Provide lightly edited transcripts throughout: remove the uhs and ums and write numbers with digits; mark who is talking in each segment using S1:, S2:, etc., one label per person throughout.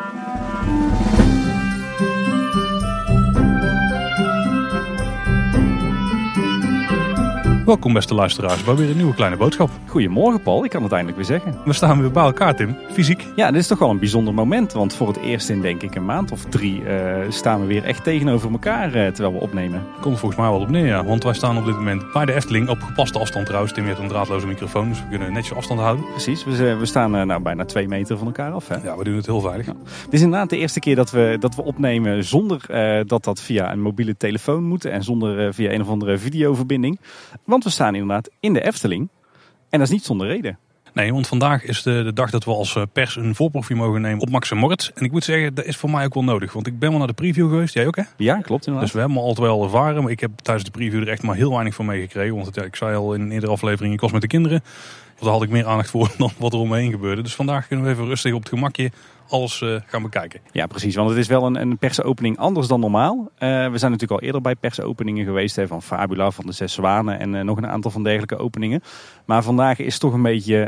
S1: Welkom beste luisteraars bij weer een nieuwe kleine boodschap.
S2: Goedemorgen Paul, ik kan het eindelijk weer zeggen.
S1: We staan weer bij elkaar Tim, fysiek.
S2: Ja, dit is toch wel een bijzonder moment, want voor het eerst in denk ik een maand of 3 staan we weer echt tegenover elkaar terwijl we opnemen.
S1: Komt volgens mij wel op neer, ja. Want wij staan op dit moment bij de Efteling op gepaste afstand trouwens. Tim heeft een draadloze microfoon, dus we kunnen netjes afstand houden.
S2: Precies, we staan bijna 2 meter van elkaar af. Hè?
S1: Ja, we doen het heel veilig.
S2: Ja. Het is inderdaad de eerste keer dat we opnemen zonder dat via een mobiele telefoon moet en zonder via een of andere videoverbinding. Want we staan inderdaad in de Efteling en dat is niet zonder reden.
S1: Nee, want vandaag is de dag dat we als pers een voorproefje mogen nemen op Max en Moritz. En ik moet zeggen, dat is voor mij ook wel nodig. Want ik ben wel naar de preview geweest. Jij ook, hè?
S2: Ja, klopt inderdaad.
S1: Dus we hebben hem altijd wel ervaren. Maar ik heb tijdens de preview er echt maar heel weinig van meegekregen. Want ik zei al in een eerdere aflevering, ik was met de kinderen. Daar had ik meer aandacht voor dan wat er om me heen gebeurde. Dus vandaag kunnen we even rustig op het gemakje alles gaan bekijken.
S2: Ja, precies. Want het is wel een persopening anders dan normaal. We zijn natuurlijk al eerder bij persopeningen geweest. Van Fabula, van de 6 Zwanen en nog een aantal van dergelijke openingen. Maar vandaag is toch een beetje...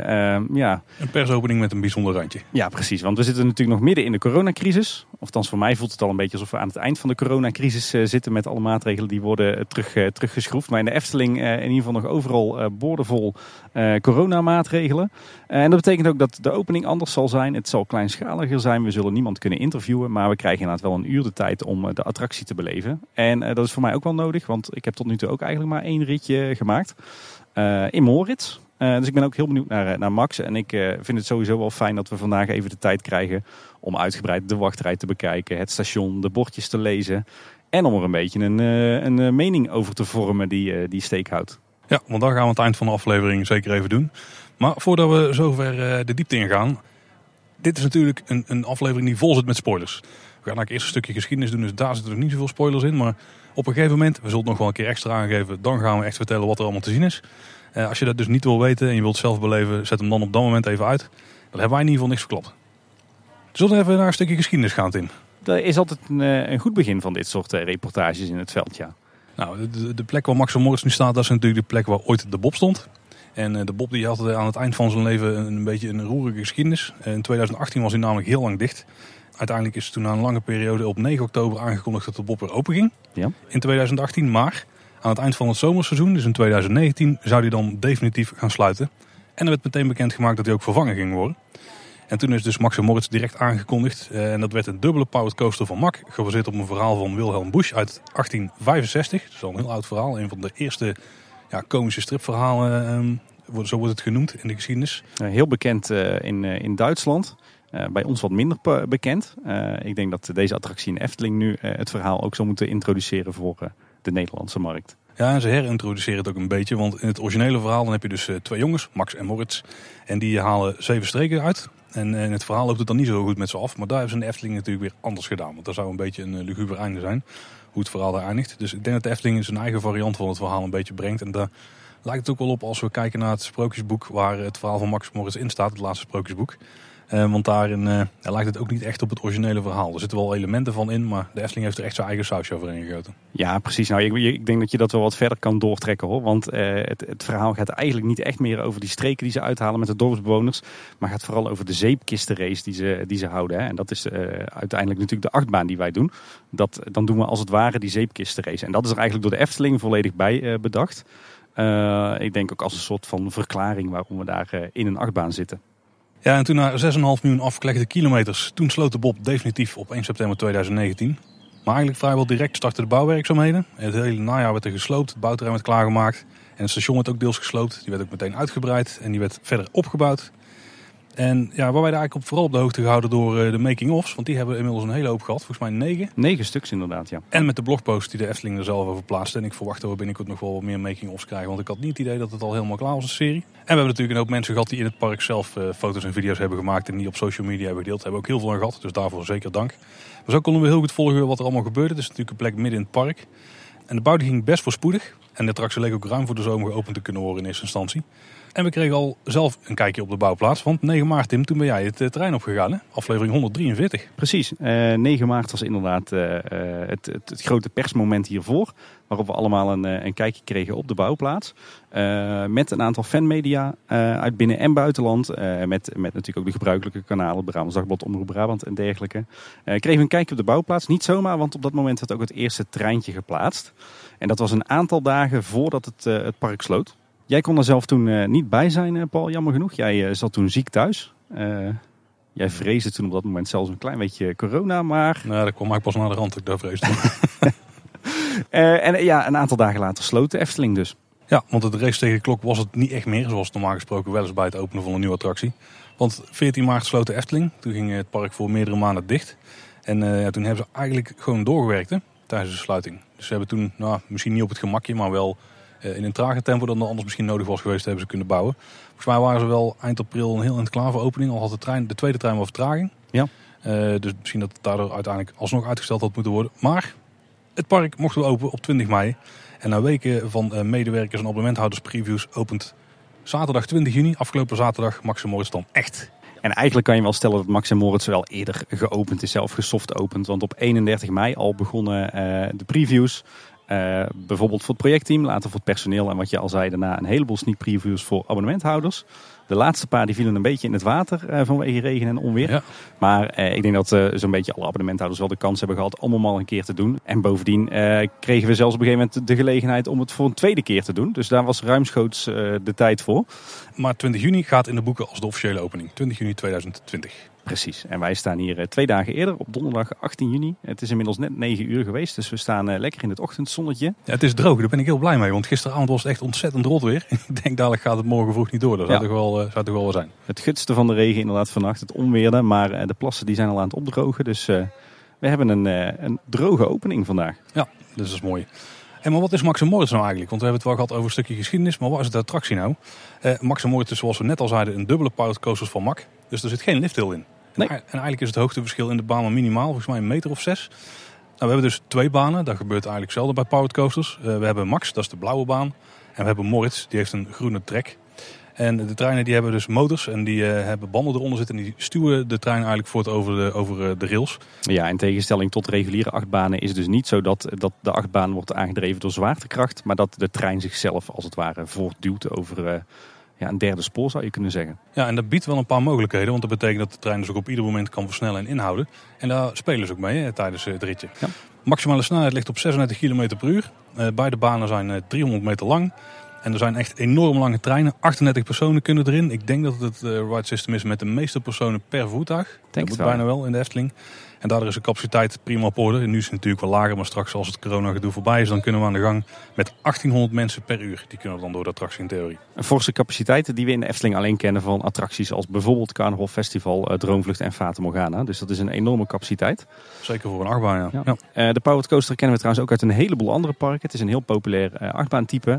S1: Een persopening met een bijzonder randje.
S2: Ja, precies. Want we zitten natuurlijk nog midden in de coronacrisis. Althans, voor mij voelt het al een beetje alsof we aan het eind van de coronacrisis zitten met alle maatregelen die worden teruggeschroefd. Maar in de Efteling in ieder geval nog overal boordevol coronamaatregelen. En dat betekent ook dat de opening anders zal zijn. Het zal kleinschaliger zijn. We zullen niemand kunnen interviewen. Maar we krijgen inderdaad wel een uur de tijd om de attractie te beleven. En dat is voor mij ook wel nodig. Want ik heb tot nu toe ook eigenlijk maar 1 ritje gemaakt. In Moritz. Dus ik ben ook heel benieuwd naar Max. En ik vind het sowieso wel fijn dat we vandaag even de tijd krijgen om uitgebreid de wachtrij te bekijken. Het station, de bordjes te lezen. En om er een beetje een mening over te vormen die steek houdt.
S1: Ja, want dat gaan we aan het eind van de aflevering zeker even doen. Maar voordat we zover de diepte ingaan. Dit is natuurlijk een aflevering die vol zit met spoilers. We gaan eigenlijk eerst een stukje geschiedenis doen, dus daar zitten nog niet zoveel spoilers in. Maar op een gegeven moment, we zullen het nog wel een keer extra aangeven, dan gaan we echt vertellen wat er allemaal te zien is. Als je dat dus niet wil weten en je wilt het zelf beleven, zet hem dan op dat moment even uit. Dan hebben wij in ieder geval niks verklapt. Zullen we even naar een stukje geschiedenis gaan, Tim?
S2: Dat is altijd een goed begin van dit soort reportages in het veld, ja.
S1: Nou, de plek waar Max en Moritz nu staat, dat is natuurlijk de plek waar ooit de Bob stond. En de Bob die had aan het eind van zijn leven een beetje een roerige geschiedenis. In 2018 was hij namelijk heel lang dicht. Uiteindelijk is het toen na een lange periode op 9 oktober aangekondigd dat de Bob weer open ging. Ja. In 2018, maar aan het eind van het zomerseizoen, dus in 2019, zou hij dan definitief gaan sluiten. En er werd meteen bekendgemaakt dat hij ook vervangen ging worden. En toen is dus Max en Moritz direct aangekondigd. En dat werd een dubbele powered coaster van Mack, gebaseerd op een verhaal van Wilhelm Busch uit 1865. Dat is al een heel oud verhaal, een van de eerste komische stripverhalen, zo wordt het genoemd in de geschiedenis.
S2: Heel bekend in Duitsland. Bij ons wat minder bekend. Ik denk dat deze attractie in Efteling nu het verhaal ook zou moeten introduceren voor de Nederlandse markt.
S1: Ja, en ze herintroduceren het ook een beetje. Want in het originele verhaal dan heb je dus 2 jongens, Max en Moritz. En die halen 7 streken uit. En in het verhaal loopt het dan niet zo goed met ze af. Maar daar hebben ze in de Efteling natuurlijk weer anders gedaan. Want dat zou een beetje een luguber einde zijn. Hoe het verhaal daar eindigt. Dus ik denk dat de Efteling zijn eigen variant van het verhaal een beetje brengt. En daar lijkt het ook wel op als we kijken naar het sprookjesboek waar het verhaal van Max en Moritz in staat. Het laatste sprookjesboek. Want daarin lijkt het ook niet echt op het originele verhaal. Er zitten wel elementen van in, maar de Efteling heeft er echt zijn eigen sausje overheen gegoten.
S2: Ja, precies. Nou, ik denk dat je dat wel wat verder kan doortrekken, hoor. Want het verhaal gaat eigenlijk niet echt meer over die streken die ze uithalen met de dorpsbewoners. Maar gaat vooral over de zeepkistenrace die ze houden. Hè. En dat is uiteindelijk natuurlijk de achtbaan die wij doen. Dan doen we als het ware die zeepkistenrace. En dat is er eigenlijk door de Efteling volledig bij bedacht. Ik denk ook als een soort van verklaring waarom we daar in een achtbaan zitten.
S1: Ja, en toen na 6,5 miljoen afgelegde kilometers, toen sloot de Bob definitief op 1 september 2019. Maar eigenlijk vrijwel direct startten de bouwwerkzaamheden. Het hele najaar werd er gesloopt, het bouwterrein werd klaargemaakt. En het station werd ook deels gesloopt. Die werd ook meteen uitgebreid en die werd verder opgebouwd. En ja, waar wij daar eigenlijk vooral op de hoogte gehouden door de making-ofs. Want die hebben inmiddels een hele hoop gehad. Volgens mij 9.
S2: 9 stuks inderdaad, ja.
S1: En met de blogpost die de Efteling er zelf over plaatste. En ik verwacht dat we binnenkort nog wel wat meer making-ofs krijgen. Want ik had niet het idee dat het al helemaal klaar was, de serie. En we hebben natuurlijk een hoop mensen gehad die in het park zelf foto's en video's hebben gemaakt. En die op social media hebben gedeeld. Daar hebben we ook heel veel aan gehad. Dus daarvoor zeker dank. Maar zo konden we heel goed volgen wat er allemaal gebeurde. Het is natuurlijk een plek midden in het park. En de bouw ging best voorspoedig. En de attractie leek ook ruim voor de zomer geopend te kunnen worden in eerste instantie. En we kregen al zelf een kijkje op de bouwplaats. Want 9 maart, Tim, toen ben jij het terrein opgegaan. Hè? Aflevering 143.
S2: Precies. 9 maart was inderdaad het grote persmoment hiervoor. Waarop we allemaal een kijkje kregen op de bouwplaats. Met een aantal fanmedia uit binnen- en buitenland. Met natuurlijk ook de gebruikelijke kanalen. Brabants Dagblad, Omroep Brabant en dergelijke. Kregen we een kijkje op de bouwplaats. Niet zomaar, want op dat moment werd ook het eerste treintje geplaatst. En dat was een aantal dagen voordat het park sloot. Jij kon er zelf toen niet bij zijn, Paul, jammer genoeg. Jij zat toen ziek thuis. Jij vreesde toen op dat moment zelfs een klein beetje corona, maar...
S1: Nou, dat kwam eigenlijk pas naar de rand dat ik daar vreesde.
S2: Een aantal dagen later sloot de Efteling dus.
S1: Ja, want het race tegen de klok was het niet echt meer, zoals normaal gesproken wel eens bij het openen van een nieuwe attractie. Want 14 maart sloot de Efteling. Toen ging het park voor meerdere maanden dicht. En toen hebben ze eigenlijk gewoon doorgewerkt tijdens de sluiting. Dus ze hebben toen, misschien niet op het gemakje, maar wel in een trager tempo dan anders misschien nodig was geweest, hebben ze kunnen bouwen. Volgens mij waren ze wel eind april een heel eind klaar voor opening. Al had de tweede trein wel vertraging.
S2: Ja.
S1: Dus misschien dat het daardoor uiteindelijk alsnog uitgesteld had moeten worden. Maar het park mocht weer open op 20 mei. En na weken van medewerkers en abonnementhouders previews opent zaterdag 20 juni, afgelopen zaterdag, Max & Moritz dan echt.
S2: En eigenlijk kan je wel stellen dat Max & Moritz wel eerder geopend is, zelf gesoft opend. Want op 31 mei al begonnen de previews. Bijvoorbeeld voor het projectteam, later voor het personeel. En wat je al zei, daarna een heleboel sneak previews voor abonnementhouders. De laatste paar die vielen een beetje in het water vanwege regen en onweer. Ja. Maar ik denk dat zo'n beetje alle abonnementhouders wel de kans hebben gehad om hem al een keer te doen. En bovendien kregen we zelfs op een gegeven moment de gelegenheid om het voor een tweede keer te doen. Dus daar was ruimschoots de tijd voor.
S1: Maar 20 juni gaat in de boeken als de officiële opening. 20 juni 2020.
S2: Precies. En wij staan hier 2 dagen eerder op donderdag 18 juni. Het is inmiddels net 9 uur geweest. Dus we staan lekker in het ochtendzonnetje.
S1: Ja, het is droog. Daar ben ik heel blij mee. Want gisteravond was het echt ontzettend rot weer. Ik denk dadelijk gaat het morgen vroeg niet door. Dat zou toch wel zijn.
S2: Het gutste van de regen inderdaad vannacht. Het onweerde. Maar de plassen die zijn al aan het opdrogen. Dus we hebben een droge opening vandaag.
S1: Ja, dus dat is mooi. En maar wat is Max & Moritz nou eigenlijk? Want we hebben het wel gehad over een stukje geschiedenis. Maar wat is de attractie nou? Max & Moritz is, zoals we net al zeiden, een dubbele powered coaster van MAC. Dus er zit geen lifthill in.
S2: Nee.
S1: En eigenlijk is het hoogteverschil in de baan maar minimaal. Volgens mij 1 meter of 6. Nou, we hebben dus 2 banen. Dat gebeurt eigenlijk zelden bij powered coasters. We hebben Max, dat is de blauwe baan. En we hebben Moritz, die heeft een groene trek. En de treinen die hebben dus motors en die hebben banden eronder zitten. En die stuwen de trein eigenlijk voort over de rails.
S2: Ja, in tegenstelling tot reguliere achtbanen is het dus niet zo dat de achtbaan wordt aangedreven door zwaartekracht. Maar dat de trein zichzelf als het ware voortduwt over een derde spoor, zou je kunnen zeggen.
S1: Ja, en dat biedt wel een paar mogelijkheden. Want dat betekent dat de trein dus ook op ieder moment kan versnellen en inhouden. En daar spelen ze ook mee tijdens het ritje. Ja. Maximale snelheid ligt op 36 km per uur. Beide banen zijn 300 meter lang. En er zijn echt enorm lange treinen. 38 personen kunnen erin. Ik denk dat het ride system is met de meeste personen per voertuig.
S2: Denk
S1: dat moet bijna wel in de Efteling. En daardoor is de capaciteit prima op orde. En nu is het natuurlijk wel lager, maar straks als het corona-gedoe voorbij is, dan kunnen we aan de gang met 1800 mensen per uur. Die kunnen dan door de attractie in theorie.
S2: Een forse capaciteiten die we in de Efteling alleen kennen van attracties als bijvoorbeeld Carnaval Festival, Droomvlucht en Fata Morgana. Dus dat is een enorme capaciteit.
S1: Zeker voor een achtbaan,
S2: ja. De Powered Coaster kennen we trouwens ook uit een heleboel andere parken. Het is een heel populair achtbaantype.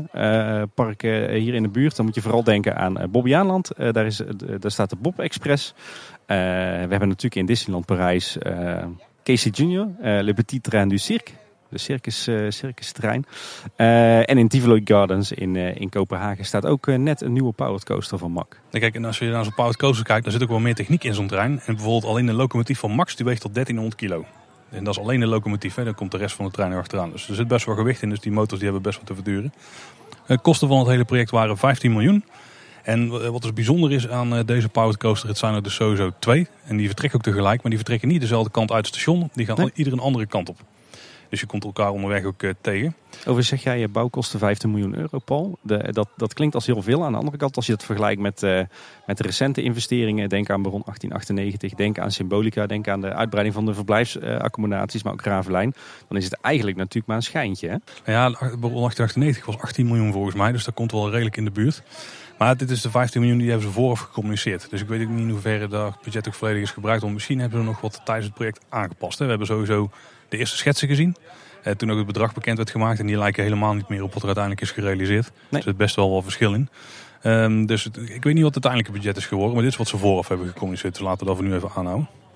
S2: Parken hier in de buurt, dan moet je vooral denken aan Bobbejaanland. Daar staat de Bob Express. We hebben natuurlijk in Disneyland Parijs Casey Junior, Le Petit Train du Cirque, de circustrein. En in Tivoli Gardens in Kopenhagen staat ook net een nieuwe powered coaster van MAC.
S1: Kijk, en als je naar zo'n powered coaster kijkt, dan zit ook wel meer techniek in zo'n trein. En bijvoorbeeld alleen de locomotief van Max, die weegt tot 1300 kilo. En dat is alleen de locomotief, dan komt de rest van de trein erachteraan. Dus er zit best wel gewicht in, dus die motors die hebben best wat te verduren. De kosten van het hele project waren 15 miljoen. En wat dus bijzonder is aan deze powered coaster, het zijn er dus sowieso 2. En die vertrekken ook tegelijk, maar die vertrekken niet dezelfde kant uit het station. Die gaan ieder een andere kant op. Dus je komt elkaar onderweg ook tegen.
S2: Overigens zeg jij bouwkosten 15 miljoen euro, Paul. Dat klinkt als heel veel. Aan de andere kant, als je het vergelijkt met de recente investeringen. Denk aan Baron 1898, denk aan Symbolica, denk aan de uitbreiding van de verblijfsaccommodaties, maar ook Ravelijn. Dan is het eigenlijk natuurlijk maar een schijntje. Hè?
S1: Ja, Baron 1898 was 18 miljoen volgens mij, dus dat komt wel redelijk in de buurt. Maar dit is de 15 miljoen die hebben ze vooraf gecommuniceerd. Dus ik weet ook niet in hoeverre dat budget ook volledig is gebruikt. Want misschien hebben ze nog wat tijdens het project aangepast. We hebben sowieso de eerste schetsen gezien. Toen ook het bedrag bekend werd gemaakt. En die lijken helemaal niet meer op wat er uiteindelijk is gerealiseerd. Nee. Dus er zit best wel wat verschil in. Dus ik weet niet wat het uiteindelijke budget is geworden. Maar dit is wat ze vooraf hebben gecommuniceerd. Dus laten we dat voor nu even aanhouden.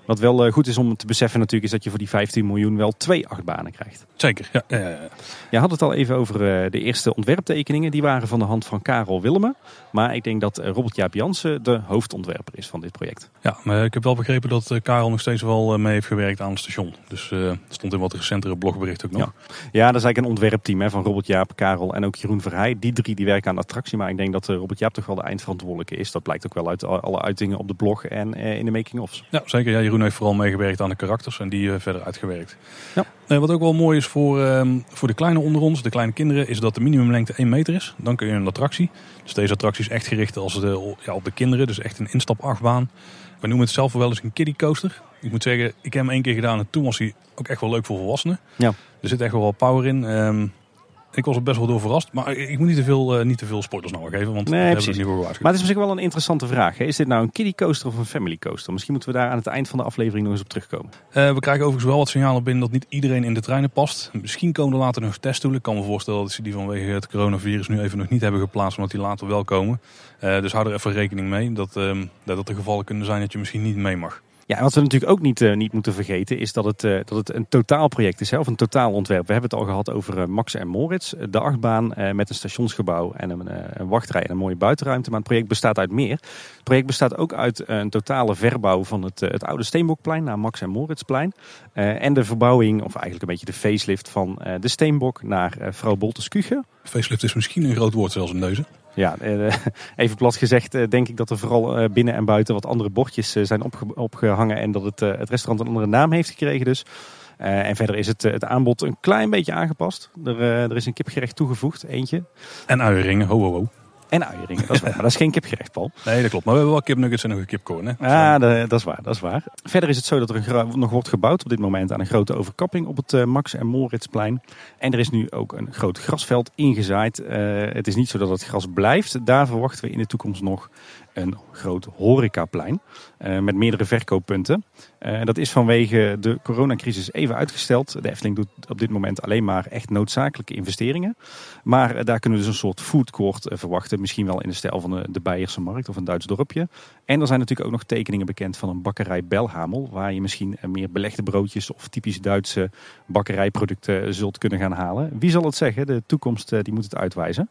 S2: Wat wel goed is om te beseffen natuurlijk is dat je voor die 15 miljoen wel 2 achtbanen krijgt.
S1: Zeker, ja.
S2: Je had het al even over de eerste ontwerptekeningen. Die waren van de hand van Karel Willemen. Maar ik denk dat Robert Jaap Jansen de hoofdontwerper is van dit project.
S1: Ja, maar ik heb wel begrepen dat Karel nog steeds wel mee heeft gewerkt aan het station. Dus dat stond in wat recentere blogbericht ook nog.
S2: Ja, dat is eigenlijk een ontwerpteam van Robert Jaap, Karel en ook Jeroen Verheij. Die 3 die werken aan de attractie. Maar ik denk dat Robert Jaap toch wel de eindverantwoordelijke is. Dat blijkt ook wel uit alle uitingen op de blog en in de making-ofs.
S1: Ja, zeker. Ja, Jeroen heeft vooral meegewerkt aan de karakters en die verder uitgewerkt.
S2: Ja.
S1: Wat ook wel mooi is voor de kleine onder ons, de kleine kinderen, is dat de minimumlengte 1 meter is. Dan kun je een attractie. Dus deze attractie is echt gericht op de kinderen. Dus echt een instapachtbaan. We noemen het zelf wel eens een kiddie coaster. Ik moet zeggen, ik heb hem 1 keer gedaan en toen was hij ook echt wel leuk voor volwassenen.
S2: Ja.
S1: Er zit echt wel wat power in. Ik was er best wel door verrast. Maar ik moet niet te veel spoilers nou geven. Want
S2: nee,
S1: we
S2: precies.
S1: hebben het niet voor gewaarschuwd.
S2: Maar het is misschien wel een interessante vraag. Hè? Is dit nou een kiddie coaster of een family coaster? Misschien moeten we daar aan het eind van de aflevering nog eens op terugkomen.
S1: We krijgen overigens wel wat signalen binnen dat niet iedereen in de treinen past. Misschien komen er later nog teststoelen. Ik kan me voorstellen dat ze die vanwege het coronavirus nu even nog niet hebben geplaatst. Omdat die later wel komen. Dus hou er even rekening mee. Dat er gevallen kunnen zijn dat je misschien niet mee mag.
S2: Ja, en wat we natuurlijk ook niet moeten vergeten is dat het een totaalproject is, of een totaalontwerp. We hebben het al gehad over Max en Moritz, de achtbaan met een stationsgebouw en een wachtrij en een mooie buitenruimte. Maar het project bestaat uit meer. Het project bestaat ook uit een totale verbouw van het oude Steenbokplein naar Max en Moritzplein. En de verbouwing, of eigenlijk een beetje de facelift van de Steenbok naar Vrouw Boltes Kuche.
S1: Facelift is misschien een groot woord zelfs in deze.
S2: Ja, even plat gezegd denk ik dat er vooral binnen en buiten wat andere bordjes zijn opgehangen en dat het restaurant een andere naam heeft gekregen dus. En verder is het aanbod een klein beetje aangepast. Er is een kipgerecht toegevoegd, eentje.
S1: En uieringen, ho ho ho.
S2: En uieringen, dat is waar. Maar dat is geen kipgerecht, Paul.
S1: Nee, dat klopt. Maar we hebben wel kipnuggets en nog een kipcorn. Hè?
S2: Dat is waar. Verder is het zo dat er nog wordt gebouwd op dit moment aan een grote overkapping op het Max en Moritzplein. En er is nu ook een groot grasveld ingezaaid. Het is niet zo dat het gras blijft. Daar verwachten we in de toekomst nog een groot horecaplein met meerdere verkooppunten. Dat is vanwege de coronacrisis even uitgesteld. De Efteling doet op dit moment alleen maar echt noodzakelijke investeringen. Maar daar kunnen we dus een soort foodcourt verwachten. Misschien wel in de stijl van de Beierse Markt of een Duits dorpje. En er zijn natuurlijk ook nog tekeningen bekend van een bakkerij Belhamel. Waar je misschien meer belegde broodjes of typisch Duitse bakkerijproducten zult kunnen gaan halen. Wie zal het zeggen? De toekomst die moet het uitwijzen.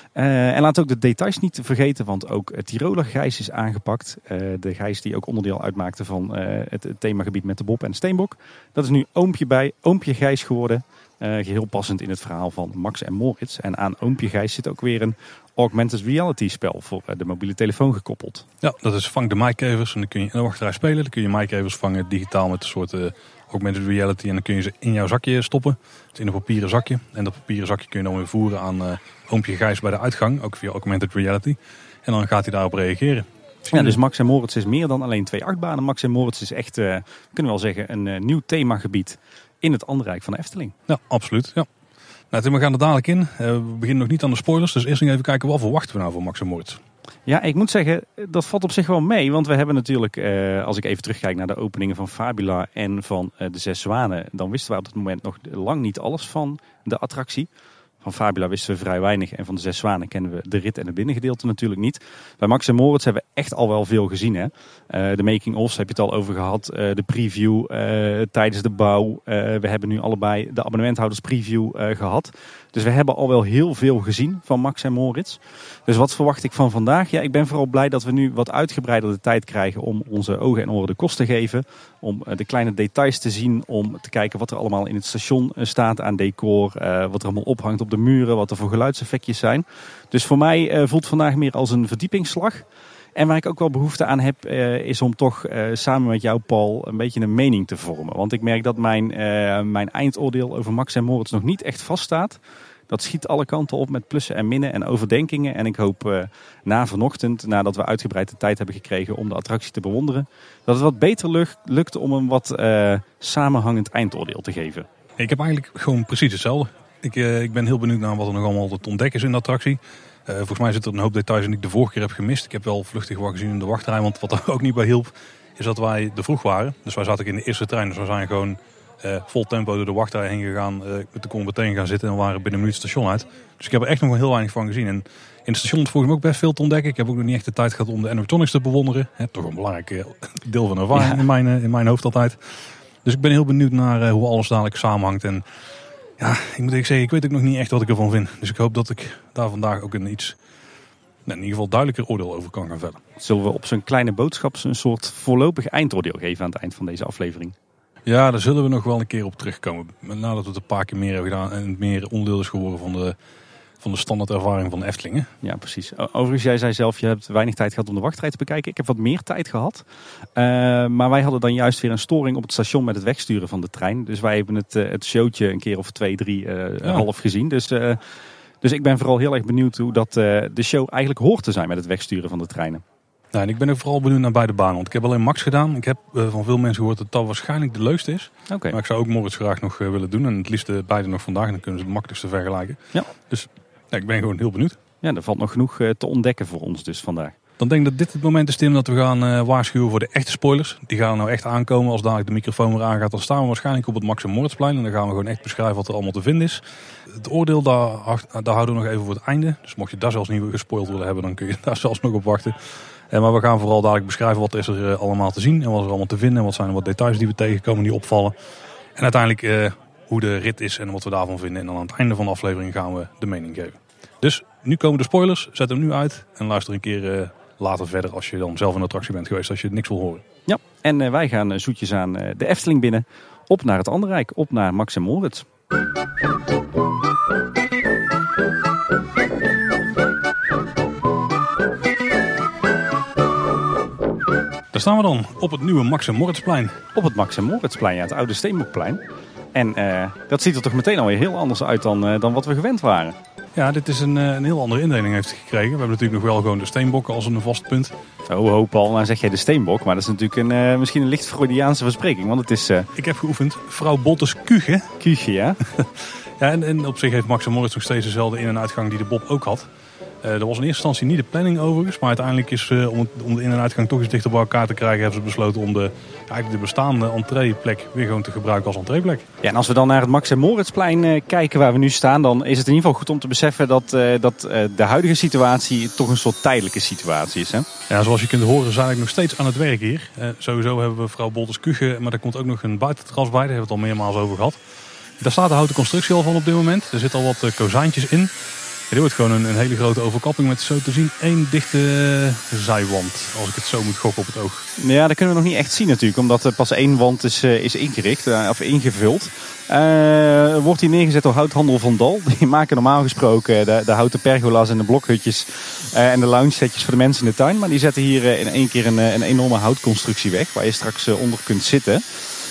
S2: En laat ook de details niet vergeten, want ook Tiroler Gijs is aangepakt. De Gijs die ook onderdeel uitmaakte van het themagebied met de Bob en de Steenbok. Dat is nu Oompje Gijs geworden. Geheel passend in het verhaal van Max en Moritz. En aan Oompje Gijs zit ook weer een augmented reality spel voor de mobiele telefoon gekoppeld. Ja,
S1: dat is vang de maaikevers en dan kun je in de wachtrij spelen. Dan kun je maaikevers vangen digitaal met een soort augmented reality. En dan kun je ze in jouw zakje stoppen. Dus in een papieren zakje. En dat papieren zakje kun je dan weer voeren aan Oompje Gijs bij de uitgang. Ook via augmented reality. En dan gaat hij daarop reageren.
S2: Ja, dus Max en Moritz is meer dan alleen 2 achtbanen. Max en Moritz is echt, kunnen we wel zeggen, een nieuw themagebied in het Anderrijk van de Efteling.
S1: Ja, absoluut. Ja. Nou, Tim, we gaan er dadelijk in. We beginnen nog niet aan de spoilers. Dus eerst nog even kijken, wat verwachten we nou van Max en Moritz?
S2: Ja, ik moet zeggen, dat valt op zich wel mee. Want we hebben natuurlijk, als ik even terugkijk naar de openingen van Fabula en van de 6 Zwanen. Dan wisten we op dat moment nog lang niet alles van de attractie. Van Fabula wisten we vrij weinig en van de 6 Zwanen kennen we de rit en het binnengedeelte natuurlijk niet. Bij Max en Moritz hebben we echt al wel veel gezien. Hè? De making-ofs heb je het al over gehad. De preview tijdens de bouw. We hebben nu allebei de abonnementhouders preview gehad. Dus we hebben al wel heel veel gezien van Max en Moritz. Dus wat verwacht ik van vandaag? Ja, ik ben vooral blij dat we nu wat uitgebreider de tijd krijgen om onze ogen en oren de kost te geven. Om de kleine details te zien. Om te kijken wat er allemaal in het station staat aan decor. Wat er allemaal ophangt op de muren. Wat er voor geluidseffectjes zijn. Dus voor mij voelt vandaag meer als een verdiepingsslag. En waar ik ook wel behoefte aan heb, is om toch samen met jou, Paul, een beetje een mening te vormen. Want ik merk dat mijn eindoordeel over Max en Moritz nog niet echt vaststaat. Dat schiet alle kanten op met plussen en minnen en overdenkingen. En ik hoop na vanochtend, nadat we uitgebreid de tijd hebben gekregen om de attractie te bewonderen, dat het wat beter lukt om een wat samenhangend eindoordeel te geven.
S1: Ik heb eigenlijk gewoon precies hetzelfde. Ik ben heel benieuwd naar wat er nog allemaal te ontdekken is in de attractie. Volgens mij zit er een hoop details in die ik de vorige keer heb gemist. Ik heb wel vluchtig wat gezien in de wachtrij. Want wat er ook niet bij hielp, is dat wij te vroeg waren. Dus wij zaten ook in de eerste trein. Dus we zijn gewoon vol tempo door de wachtrij heen gegaan. Toen kon ik meteen gaan zitten en we waren binnen een minuut het station uit. Dus ik heb er echt nog wel heel weinig van gezien. En in het station is volgens mij ook best veel te ontdekken. Ik heb ook nog niet echt de tijd gehad om de animatronics te bewonderen. Toch een belangrijk deel van de ervaring in mijn hoofd altijd. Dus ik ben heel benieuwd naar hoe alles dadelijk samenhangt. En ja, ik moet zeggen, ik weet ook nog niet echt wat ik ervan vind. Dus ik hoop dat ik daar vandaag ook in ieder geval duidelijker oordeel over kan gaan vellen.
S2: Zullen we op zo'n kleine boodschap een soort voorlopig eindoordeel geven aan het eind van deze aflevering?
S1: Ja, daar zullen we nog wel een keer op terugkomen. Nadat we het een paar keer meer hebben gedaan en het meer onderdeel is geworden van de standaard ervaring van de Eftelingen.
S2: Ja, precies. Overigens, jij zei zelf, je hebt weinig tijd gehad om de wachtrij te bekijken. Ik heb wat meer tijd gehad. Maar wij hadden dan juist weer een storing op het station met het wegsturen van de trein. Dus wij hebben het showtje een keer of 2, 3 half gezien. Dus ik ben vooral heel erg benieuwd hoe dat de show eigenlijk hoort te zijn met het wegsturen van de treinen.
S1: Nou, en ik ben ook vooral benieuwd naar beide banen. Want ik heb alleen Max gedaan. Ik heb van veel mensen gehoord dat dat waarschijnlijk de leukste is.
S2: Okay.
S1: Maar ik zou ook Moritz graag nog willen doen. En het liefst beide nog vandaag. En dan kunnen ze het makkelijkste vergelijken. Ja. Dus ik ben gewoon heel benieuwd.
S2: Ja, er valt nog genoeg te ontdekken voor ons dus vandaag.
S1: Dan denk ik dat dit het moment is, Tim, dat we gaan waarschuwen voor de echte spoilers. Die gaan nou echt aankomen. Als dadelijk de microfoon weer aangaat, dan staan we waarschijnlijk op het Max en Moritzplein. En dan gaan we gewoon echt beschrijven wat er allemaal te vinden is. Het oordeel, daar houden we nog even voor het einde. Dus mocht je daar zelfs niet gespoild willen hebben, dan kun je daar zelfs nog op wachten. Maar we gaan vooral dadelijk beschrijven wat is er allemaal te zien. En wat is er allemaal te vinden. En wat zijn er wat details die we tegenkomen die opvallen. En uiteindelijk hoe de rit is en wat we daarvan vinden. En dan aan het einde van de aflevering gaan we de mening geven. Dus nu komen de spoilers. Zet hem nu uit. En luister een keer later verder als je dan zelf in de attractie bent geweest. Als je niks wil horen.
S2: Ja, en wij gaan zoetjes aan de Efteling binnen. Op naar het andere rijk. Op naar Max en Moritz.
S1: Daar staan we dan op het nieuwe Max en Moritzplein.
S2: Op het Max en Moritzplein, ja, het oude Steenbokplein. En dat ziet er toch meteen alweer heel anders uit dan wat we gewend waren.
S1: Ja, dit is een heel andere indeling heeft gekregen. We hebben natuurlijk nog wel gewoon de steenbokken als een vast punt.
S2: Oh, Paul, nou zeg jij de steenbok, maar dat is natuurlijk misschien een licht Freudiaanse verspreking. Want het is...
S1: Ik heb geoefend, vrouw Boltes Kuche.
S2: Kuche, ja.
S1: Ja, en op zich heeft Max en Moritz nog steeds dezelfde in- en uitgang die de Bob ook had. Er was in eerste instantie niet de planning overigens. Maar uiteindelijk is om de in- en uitgang toch eens dichter bij elkaar te krijgen, hebben ze besloten om de bestaande entreeplek weer gewoon te gebruiken als entreeplek.
S2: Ja, en als we dan naar het Max en Moritzplein kijken waar we nu staan, dan is het in ieder geval goed om te beseffen dat de huidige situatie toch een soort tijdelijke situatie is. Hè?
S1: Ja, zoals je kunt horen zijn we nog steeds aan het werk hier. Sowieso hebben we vrouw Boltes Kuche, maar er komt ook nog een buitenterras bij. Daar hebben we het al meermaals over gehad. Daar staat de houten constructie al van op dit moment. Er zitten al wat kozijntjes in. Dit wordt gewoon een hele grote overkapping met zo te zien 1 dichte zijwand. Als ik het zo moet gokken op het oog.
S2: Ja, dat kunnen we nog niet echt zien natuurlijk. Omdat er pas 1 wand is ingericht of ingevuld. Wordt hier neergezet door Houthandel van Dal. Die maken normaal gesproken de houten pergola's en de blokhutjes. En de lounge setjes voor de mensen in de tuin. Maar die zetten hier in één keer een enorme houtconstructie weg. Waar je straks onder kunt zitten.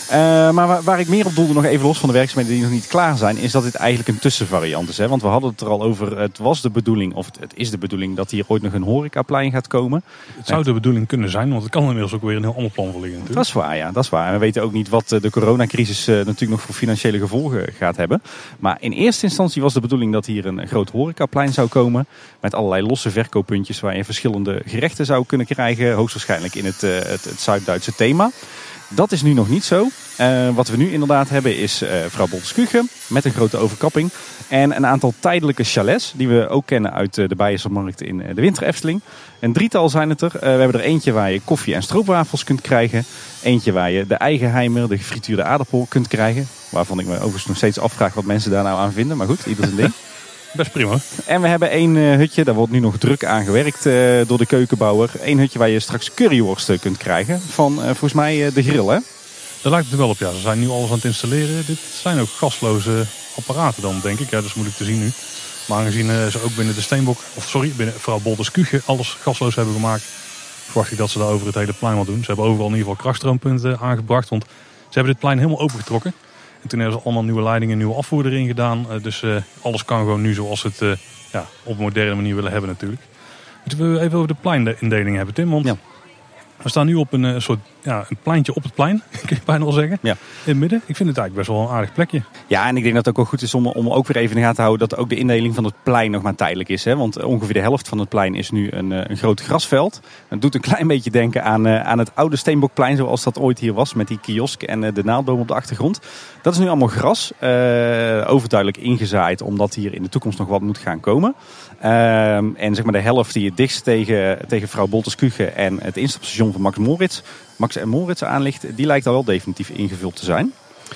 S2: Maar waar ik meer op doelde, nog even los van de werkzaamheden die nog niet klaar zijn, is dat dit eigenlijk een tussenvariant is. Hè? Want we hadden het er al over, het was de bedoeling, of het is de bedoeling, dat hier ooit nog een horecaplein gaat komen.
S1: Het zou de bedoeling kunnen zijn, want het kan inmiddels ook weer een heel ander plan voor liggen natuurlijk.
S2: Dat is waar, ja, dat is waar. En we weten ook niet wat de coronacrisis natuurlijk nog voor financiële gevolgen gaat hebben. Maar in eerste instantie was de bedoeling dat hier een groot horecaplein zou komen. Met allerlei losse verkooppuntjes waar je verschillende gerechten zou kunnen krijgen. Hoogstwaarschijnlijk in het Zuid-Duitse thema. Dat is nu nog niet zo. Wat we nu inderdaad hebben is vrouw Boltes Kuche met een grote overkapping. En een aantal tijdelijke chalets die we ook kennen uit de Beierse-markt in de Winter Efteling. Een 3-tal zijn het er. We hebben er eentje waar je koffie en stroopwafels kunt krijgen. Eentje waar je de eigenheimer, de gefrituurde aardappel kunt krijgen. Waarvan ik me overigens nog steeds afvraag wat mensen daar nou aan vinden. Maar goed, ieder zijn ding.
S1: Best prima.
S2: En we hebben 1 hutje, daar wordt nu nog druk aan gewerkt door de keukenbouwer. 1 hutje waar je straks curryworsten kunt krijgen van volgens mij de grill, hè?
S1: Daar lijkt het wel op, ja. Ze zijn nu alles aan het installeren. Dit zijn ook gasloze apparaten dan, denk ik. Ja, dat is moeilijk te zien nu. Maar aangezien ze ook binnen vrouw Boltes Kuche alles gasloos hebben gemaakt, verwacht ik dat ze daar over het hele plein wat doen. Ze hebben overal in ieder geval krachtstroompunten aangebracht, want ze hebben dit plein helemaal opengetrokken. En toen hebben ze allemaal nieuwe leidingen, nieuwe afvoer erin gedaan. Dus alles kan gewoon nu zoals we het op een moderne manier willen hebben natuurlijk. Moeten we even over de pleinindeling hebben, Tim? Want We staan nu op een soort een pleintje op het plein, kun je bijna wel zeggen.
S2: Ja.
S1: In het midden. Ik vind het eigenlijk best wel een aardig plekje.
S2: Ja, en ik denk dat het ook wel goed is om ook weer even in de gaten te houden dat ook de indeling van het plein nog maar tijdelijk is. Hè? Want ongeveer de helft van het plein is nu een groot grasveld. Dat doet een klein beetje denken aan het oude Steenbokplein zoals dat ooit hier was met die kiosk en de naaldboom op de achtergrond. Dat is nu allemaal gras, overduidelijk ingezaaid omdat hier in de toekomst nog wat moet gaan komen. En zeg maar de helft die het dichtst tegen Vrouw Bolters-Kuche en het instapstation van Max en Moritz aan ligt, die lijkt al wel definitief ingevuld te zijn.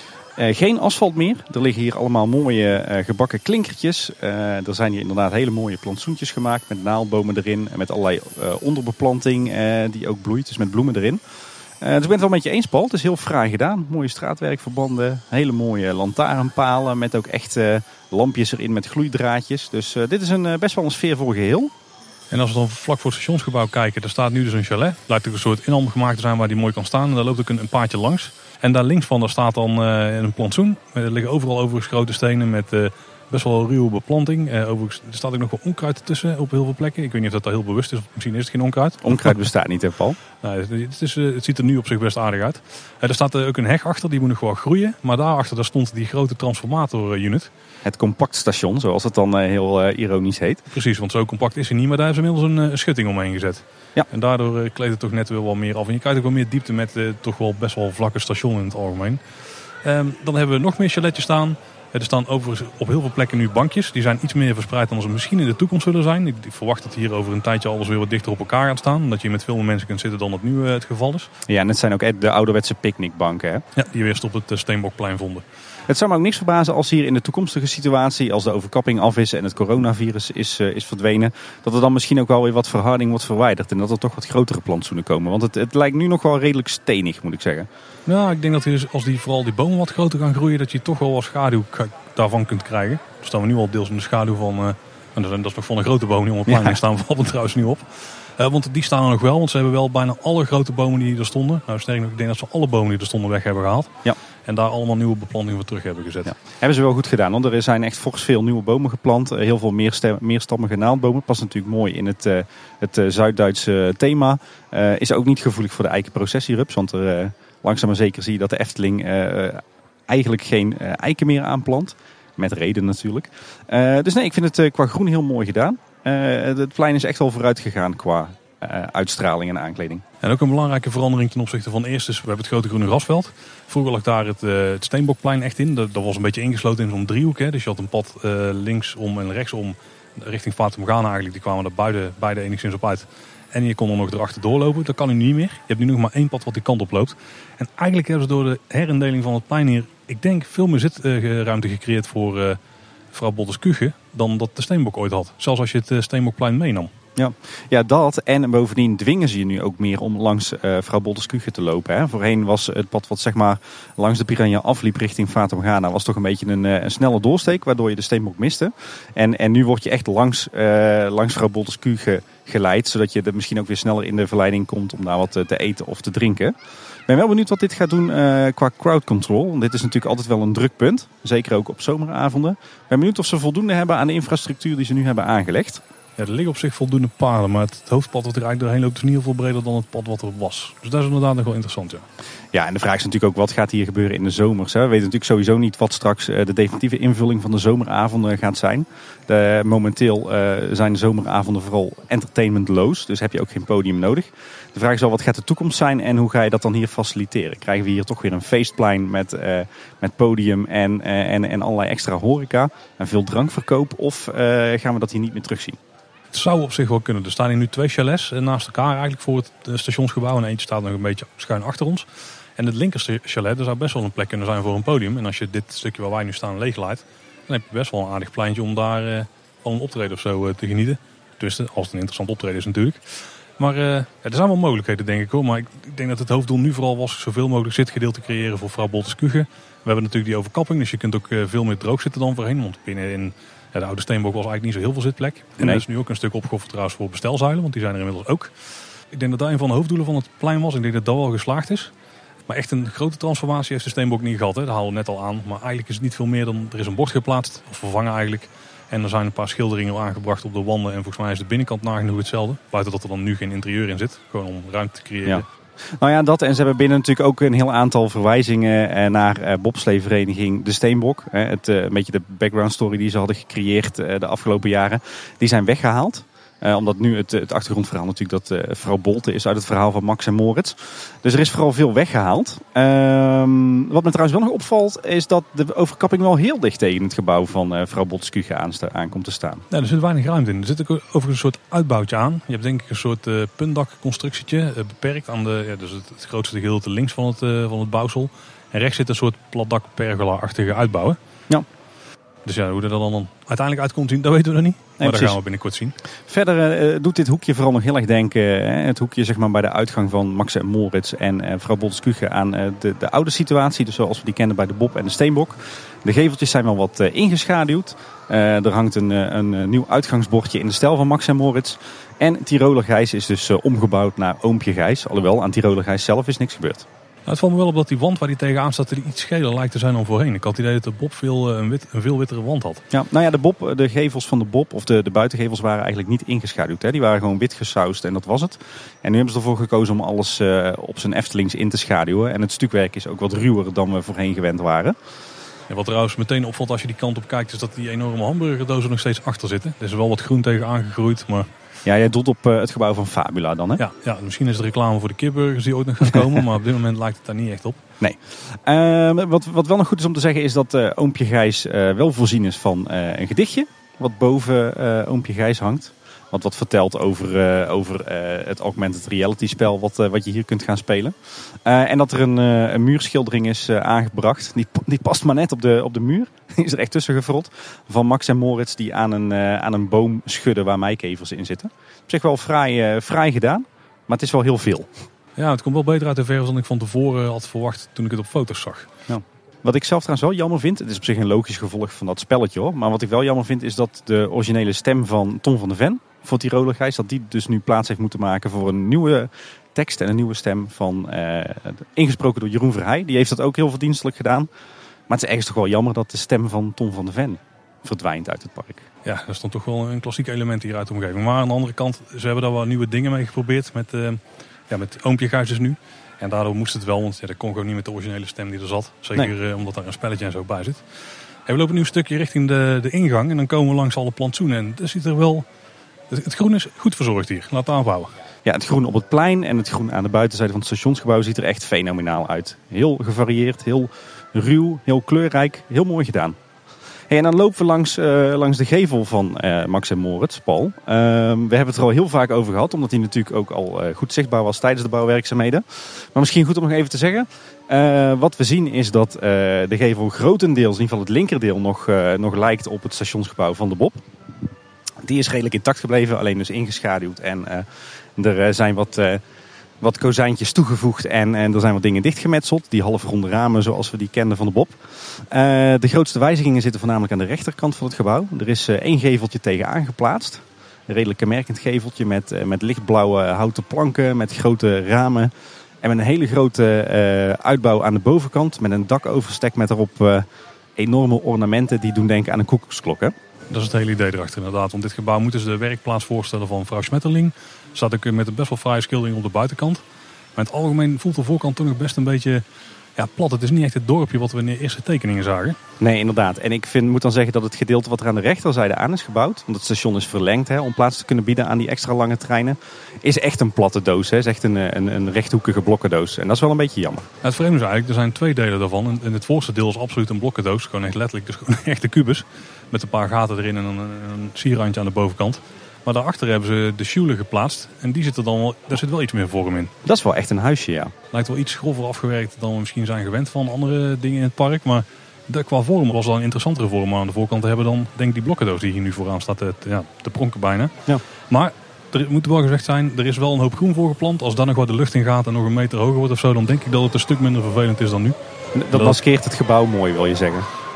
S2: Geen asfalt meer. Er liggen hier allemaal mooie gebakken klinkertjes. Er zijn hier inderdaad hele mooie plantsoentjes gemaakt met naaldbomen erin en met allerlei onderbeplanting die ook bloeit, dus met bloemen erin. Dus ik ben het wel met je eens, Paul. Het is heel fraai gedaan. Mooie straatwerkverbanden, hele mooie lantaarnpalen met ook echt lampjes erin met gloeidraadjes. Dus dit is best wel een sfeervol geheel.
S1: En als we dan vlak voor het stationsgebouw kijken, daar staat nu dus een chalet. Lijkt ook een soort inham gemaakt te zijn waar die mooi kan staan. En daar loopt ook een paadje langs. En daar links van daar staat dan een plantsoen. Er liggen overal overigens grote stenen met best wel ruwe beplanting. Overigens, er staat ook nog wel onkruid tussen op heel veel plekken. Ik weet niet of dat heel bewust is, of misschien is het geen onkruid.
S2: Onkruid bestaat niet, hè, Paul?
S1: Nee, het ziet er nu op zich best aardig uit. Er staat ook een heg achter, die moet nog wel groeien. Maar daarachter stond die grote transformatorunit.
S2: Het compactstation, zoals het dan heel ironisch heet.
S1: Precies, want zo compact is hij niet, maar daar hebben ze inmiddels een schutting omheen gezet.
S2: Ja.
S1: En daardoor kleedt het toch net wel wat meer af. En je krijgt ook wel meer diepte met toch wel best wel vlakke station in het algemeen. Dan hebben we nog meer chaletjes staan. Er staan overigens op heel veel plekken nu bankjes. Die zijn iets meer verspreid dan ze misschien in de toekomst zullen zijn. Ik verwacht dat hier over een tijdje alles weer wat dichter op elkaar gaat staan. Dat je met veel meer mensen kunt zitten dan dat nu het geval is.
S2: Ja, en het zijn ook de ouderwetse picknickbanken, hè?
S1: Ja, die we eerst op het Steenbokplein vonden.
S2: Het zou me ook niks verbazen als hier in de toekomstige situatie, als de overkapping af is en het coronavirus is verdwenen, dat er dan misschien ook wel weer wat verharding wordt verwijderd. En dat er toch wat grotere plantsoenen komen. Want het lijkt nu nog wel redelijk stenig, moet ik zeggen.
S1: Ja, ik denk dat als vooral die bomen wat groter gaan groeien, dat je toch wel wat schaduw daarvan kunt krijgen. Dus staan we nu al deels in de schaduw van, dat is nog van een grote boom die om het plein staan, valt het trouwens nu op. Want die staan er nog wel, want ze hebben wel bijna alle grote bomen die er stonden. Nou, sterker nog, ik denk dat ze alle bomen die er stonden weg hebben gehaald. Ja. En daar allemaal nieuwe beplanting voor terug hebben gezet. Ja.
S2: Hebben ze wel goed gedaan, want er zijn echt fors veel nieuwe bomen geplant. Heel veel meerstammige naaldbomen. Past natuurlijk mooi in het Zuid-Duitse thema. Is ook niet gevoelig voor de eikenprocessierups, want langzaam maar zeker zie je dat de Efteling eigenlijk geen eiken meer aanplant. Met reden natuurlijk. Dus nee, ik vind het qua groen heel mooi gedaan. Het plein is echt wel vooruit gegaan qua uitstraling en aankleding.
S1: En ook een belangrijke verandering ten opzichte van eerst is, we hebben het grote groene grasveld. Vroeger lag daar het Steenbokplein echt in. Dat was een beetje ingesloten in zo'n driehoek. Hè. Dus je had een pad linksom en rechtsom richting Fata Morgana eigenlijk. Die kwamen er beide enigszins op uit. En je kon er nog erachter doorlopen. Dat kan nu niet meer. Je hebt nu nog maar één pad wat die kant op loopt. En eigenlijk hebben ze door de herindeling van het plein hier, ik denk, veel meer zitruimte gecreëerd voor Vrouw Bolters-Kuche dan dat de Steenbok ooit had. Zelfs als je het Steenbokplein meenam.
S2: Ja, dat. En bovendien dwingen ze je nu ook meer om langs Vrouw Bolters-Kuche te lopen. Hè. Voorheen was het pad wat zeg maar langs de Piranha afliep richting Fata Morgana was toch een beetje een snelle doorsteek, waardoor je de Steenbok miste. En nu word je echt langs Vrouw Bolters-Kuche geleid, zodat je er misschien ook weer sneller in de verleiding komt om daar wat te eten of te drinken. Ik ben wel benieuwd wat dit gaat doen qua crowd control. Want dit is natuurlijk altijd wel een druk punt. Zeker ook op zomeravonden. Ik ben benieuwd of ze voldoende hebben aan de infrastructuur die ze nu hebben aangelegd.
S1: Ja, er liggen op zich voldoende paden, maar het hoofdpad wat er eigenlijk doorheen loopt is niet heel veel breder dan het pad wat er was. Dus dat is inderdaad nog wel interessant, ja. Ja,
S2: en de vraag is natuurlijk ook, wat gaat hier gebeuren in de zomers? Hè? We weten natuurlijk sowieso niet wat straks de definitieve invulling van de zomeravonden gaat zijn. Momenteel zijn de zomeravonden vooral entertainmentloos, dus heb je ook geen podium nodig. De vraag is wel, wat gaat de toekomst zijn en hoe ga je dat dan hier faciliteren? Krijgen we hier toch weer een feestplein met podium en allerlei extra horeca en veel drankverkoop? Of gaan we dat hier niet meer terugzien?
S1: Het zou op zich wel kunnen. Er staan hier nu 2 chalets naast elkaar eigenlijk voor het stationsgebouw. En eentje staat nog een beetje schuin achter ons. En het linkerste chalet, er zou best wel een plek kunnen zijn voor een podium. En als je dit stukje waar wij nu staan leeglaat, dan heb je best wel een aardig pleintje om daar van een optreden of zo te genieten. Dus als het een interessant optreden is natuurlijk. Maar er zijn wel mogelijkheden, denk ik hoor. Maar ik denk dat het hoofddoel nu vooral was zoveel mogelijk zitgedeelte creëren voor Vrouw Bolters-Kuche. We hebben natuurlijk die overkapping, dus je kunt ook veel meer droog zitten dan voorheen. Want binnenin de oude Steenbok was eigenlijk niet zo heel veel zitplek. En er is nu ook een stuk opgeofferd trouwens voor bestelzuilen, want die zijn er inmiddels ook. Ik denk dat dat een van de hoofddoelen van het plein was. Ik denk dat dat wel geslaagd is. Maar echt een grote transformatie heeft de Steenbok niet gehad. Hè. Dat haalden we net al aan. Maar eigenlijk is het niet veel meer dan, er is een bord geplaatst, of vervangen eigenlijk. En er zijn een paar schilderingen aangebracht op de wanden. En volgens mij is de binnenkant nagenoeg hetzelfde. Buiten dat er dan nu geen interieur in zit. Gewoon om ruimte te creëren.
S2: Ja. Nou ja, dat. En ze hebben binnen natuurlijk ook een heel aantal verwijzingen naar bobsleevereniging De Steenbok. Een beetje de background story die ze hadden gecreëerd de afgelopen jaren. Die zijn weggehaald. Omdat nu het achtergrondverhaal natuurlijk dat vrouw Bolte is uit het verhaal van Max en Moritz. Dus er is vooral veel weggehaald. Wat me trouwens wel nog opvalt is dat de overkapping wel heel dicht tegen het gebouw van vrouw Boltskugge aan komt te staan.
S1: Ja, er zit weinig ruimte in. Er zit ook overigens een soort uitbouwtje aan. Je hebt denk ik een soort puntdakconstructietje beperkt aan dus het grootste gedeelte links van het bouwsel. En rechts zit een soort platdak pergola-achtige uitbouwen.
S2: Ja.
S1: Dus ja, hoe dat dan uiteindelijk uit komt zien, dat weten we nog niet. Maar dat gaan we binnenkort zien.
S2: Verder doet dit hoekje vooral nog heel erg denken. Het hoekje zeg maar bij de uitgang van Max en Moritz en vrouw Boltskugge aan de oude situatie. Dus zoals we die kennen bij de Bob en de Steenbok. De geveltjes zijn wel wat ingeschaduwd. Er hangt een nieuw uitgangsbordje in de stijl van Max en Moritz. En Tiroler Gijs is dus omgebouwd naar Oompje Gijs. Alhoewel, aan Tiroler Gijs zelf is niks gebeurd.
S1: Nou, het valt me wel op dat die wand waar die tegenaan staat er iets scheler lijkt te zijn dan voorheen. Ik had het idee dat de Bob een veel wittere wand had. Ja,
S2: nou ja, de gevels van de Bob of de buitengevels waren eigenlijk niet ingeschaduwd. Hè. Die waren gewoon wit gesausd en dat was het. En nu hebben ze ervoor gekozen om alles op zijn Eftelings in te schaduwen. En het stukwerk is ook wat ruwer dan we voorheen gewend waren.
S1: Ja, wat trouwens meteen opvalt als je die kant op kijkt is dat die enorme hamburgerdozen nog steeds achter zitten. Er is wel wat groen tegen aangegroeid, maar...
S2: Ja, jij doelt op het gebouw van Fabula dan, hè?
S1: Ja, misschien is het reclame voor de kipburgers die ooit nog gaan komen. Maar op dit moment lijkt het daar niet echt op.
S2: Nee. Wat wel nog goed is om te zeggen is dat Oompje Gijs wel voorzien is van een gedichtje. Wat boven Oompje Gijs hangt. Wat vertelt over het augmented reality spel wat je hier kunt gaan spelen. En dat er een muurschildering is aangebracht. Die past maar net op de muur. Die is er echt tussen gefrot. Van Max en Moritz die aan een boom schudden waar meikevers in zitten. Op zich wel fraai gedaan. Maar het is wel heel veel.
S1: Ja, het komt wel beter uit de verf dan ik van tevoren had verwacht toen ik het op foto's zag.
S2: Ja. Wat ik zelf trouwens wel jammer vind, het is op zich een logisch gevolg van dat spelletje hoor. Maar wat ik wel jammer vind is dat de originele stem van Tom van de Ven voor Tiroler Gijs, dat die dus nu plaats heeft moeten maken voor een nieuwe tekst en een nieuwe stem van ingesproken door Jeroen Verheij. Die heeft dat ook heel verdienstelijk gedaan. Maar het is ergens toch wel jammer dat de stem van Tom van de Ven verdwijnt uit het park.
S1: Ja, dat is dan toch wel een klassiek element hier uit de omgeving. Maar aan de andere kant, ze hebben daar wel nieuwe dingen mee geprobeerd met Oompje Gijs dus nu. En daardoor moest het wel, want dat kon gewoon niet met de originele stem die er zat. Zeker omdat daar een spelletje en zo bij zit. En we lopen nu een stukje richting de ingang en dan komen we langs alle plantsoenen. En dat ziet er wel... Het groen is goed verzorgd hier, laat het aanbouwen.
S2: Ja, het groen op het plein en het groen aan de buitenzijde van het stationsgebouw ziet er echt fenomenaal uit. Heel gevarieerd, heel ruw, heel kleurrijk, heel mooi gedaan. Hey, en dan lopen we langs de gevel van Max en Moritz, Paul. We hebben het er al heel vaak over gehad, omdat hij natuurlijk ook al goed zichtbaar was tijdens de bouwwerkzaamheden. Maar misschien goed om nog even te zeggen. Wat we zien is dat de gevel grotendeels, in ieder geval het linkerdeel, nog lijkt op het stationsgebouw van de Bob. Die is redelijk intact gebleven, alleen dus ingeschaduwd. En er zijn wat kozijntjes toegevoegd en er zijn wat dingen dichtgemetseld. Die halfronde ramen zoals we die kenden van de Bob. De grootste wijzigingen zitten voornamelijk aan de rechterkant van het gebouw. Er is één geveltje tegenaan geplaatst. Een redelijk kenmerkend geveltje met lichtblauwe houten planken, met grote ramen. En met een hele grote uitbouw aan de bovenkant. Met een dakoverstek met erop enorme ornamenten die doen denken aan een koekoeksklok. Hè?
S1: Dat is het hele idee erachter inderdaad. Want dit gebouw moeten ze de werkplaats voorstellen van mevrouw Schmetterling. Staat ook met een best wel fraaie schildering op de buitenkant. Maar in het algemeen voelt de voorkant toch nog best een beetje plat. Het is niet echt het dorpje wat we in de eerste tekeningen zagen.
S2: Nee, inderdaad. En ik moet dan zeggen dat het gedeelte wat er aan de rechterzijde aan is gebouwd, want het station is verlengd om plaats te kunnen bieden aan die extra lange treinen, is echt een platte doos. Hè. Is echt een rechthoekige blokkendoos. En dat is wel een beetje jammer.
S1: Het vreemde is eigenlijk, er zijn twee delen daarvan. En het voorste deel is absoluut een blokkendoos. Gewoon echt letterlijk, dus gewoon echt een kubus. Met een paar gaten erin en een sierrandje aan de bovenkant. Maar daarachter hebben ze de Schule geplaatst. En die zit er dan wel, daar zit wel iets meer vorm in.
S2: Dat is wel echt een huisje, ja.
S1: Lijkt wel iets grover afgewerkt dan we misschien zijn gewend van andere dingen in het park. Maar qua vorm was wel een interessantere vorm. Maar aan de voorkant hebben dan denk ik die blokkendoos die hier nu vooraan staat te pronken bijna. Ja. Maar er moet wel gezegd zijn, er is wel een hoop groen voor geplant. Als daar nog wat de lucht in gaat en nog een meter hoger wordt of zo, dan denk ik dat het een stuk minder vervelend is dan nu.
S2: Dat maskeert het gebouw mooi, wil je zeggen?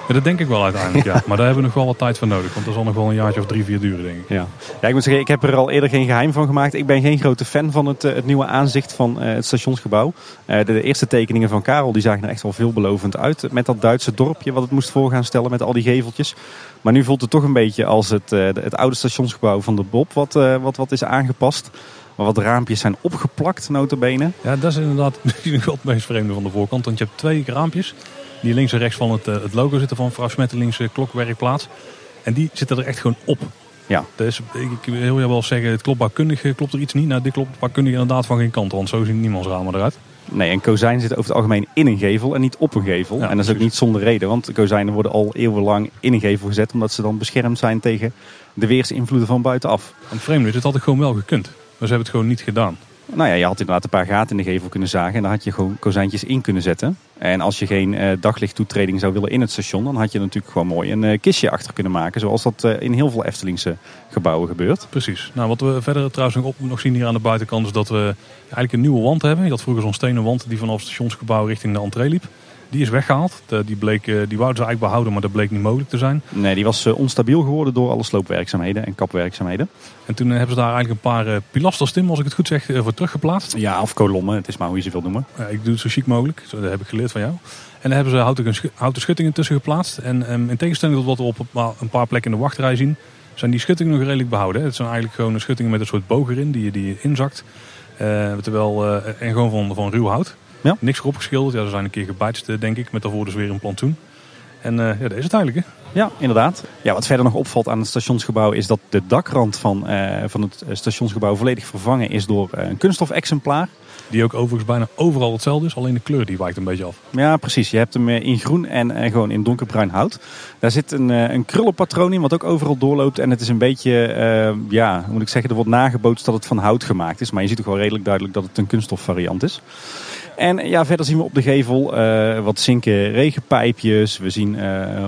S1: Ja, dat denk ik wel uiteindelijk, ja. Maar daar hebben we nog wel wat tijd voor nodig. Want dat zal nog wel een jaartje of 3-4 duren, denk ik.
S2: Ja, ik moet zeggen, ik heb er al eerder geen geheim van gemaakt. Ik ben geen grote fan van het nieuwe aanzicht van het stationsgebouw. De eerste tekeningen van Karel die zagen er echt wel veelbelovend uit. Met dat Duitse dorpje wat het moest voor gaan stellen met al die geveltjes. Maar nu voelt het toch een beetje als het oude stationsgebouw van de Bob wat is aangepast. Maar wat raampjes zijn opgeplakt, nota bene.
S1: Ja, dat is inderdaad misschien nog wel het meest vreemde van de voorkant. Want je hebt 2 raampjes die links en rechts van het logo zitten van Vrouw Smetteling's klokwerkplaats. En die zitten er echt gewoon op.
S2: Ja.
S1: Dus ik wil je wel zeggen, het klopt bouwkundig klopt er iets niet. Nou, dit klopt bouwkundig inderdaad van geen kant. Want zo zien niemands ramen eruit.
S2: Nee, en kozijn zit over het algemeen in een gevel en niet op een gevel.
S1: Ja,
S2: en dat is ook niet zonder reden. Want kozijnen worden al eeuwenlang in een gevel gezet. Omdat ze dan beschermd zijn tegen de weersinvloeden van buitenaf.
S1: En het vreemde is, het had ik gewoon wel gekund. Maar ze hebben het gewoon niet gedaan.
S2: Nou ja, je had inderdaad een paar gaten in de gevel kunnen zagen. En daar had je gewoon kozijntjes in kunnen zetten. En als je geen daglichttoetreding zou willen in het station, dan had je natuurlijk gewoon mooi een kistje achter kunnen maken. Zoals dat in heel veel Eftelingse gebouwen gebeurt.
S1: Precies. Nou, wat we verder trouwens nog zien hier aan de buitenkant is dat we eigenlijk een nieuwe wand hebben. Je had vroeger zo'n stenen wand die vanaf het stationsgebouw richting de entree liep. Die is weggehaald. Die wouden ze eigenlijk behouden, maar dat bleek niet mogelijk te zijn.
S2: Nee, die was onstabiel geworden door alle sloopwerkzaamheden en kapwerkzaamheden.
S1: En toen hebben ze daar eigenlijk een paar pilasters, Tim, als ik het goed zeg, voor teruggeplaatst.
S2: Ja, of kolommen. Het is maar hoe je ze wilt noemen.
S1: Ik doe het zo chic mogelijk. Dat heb ik geleerd van jou. En daar hebben ze houten schuttingen tussen geplaatst. En in tegenstelling tot wat we op een paar plekken in de wachtrij zien, zijn die schuttingen nog redelijk behouden. Het zijn eigenlijk gewoon schuttingen met een soort boog erin die je inzakt. En gewoon van ruw hout.
S2: Ja.
S1: Niks erop geschilderd. Ja, ze zijn een keer gebijtst, denk ik. Met daarvoor dus weer een plantsoen. En ja, dat is het eigenlijk, hè?
S2: Ja, inderdaad. Ja, wat verder nog opvalt aan het stationsgebouw is dat de dakrand van het stationsgebouw volledig vervangen is door een kunststof-exemplaar.
S1: Die ook overigens bijna overal hetzelfde is. Alleen de kleur die wijkt een beetje af.
S2: Ja, precies. Je hebt hem in groen en gewoon in donkerbruin hout. Daar zit een krullenpatroon in wat ook overal doorloopt. En het is een beetje, hoe moet ik zeggen, er wordt nagebootst dat het van hout gemaakt is. Maar je ziet toch wel redelijk duidelijk dat het een kunststofvariant is. En ja, verder zien we op de gevel wat zinken regenpijpjes. We zien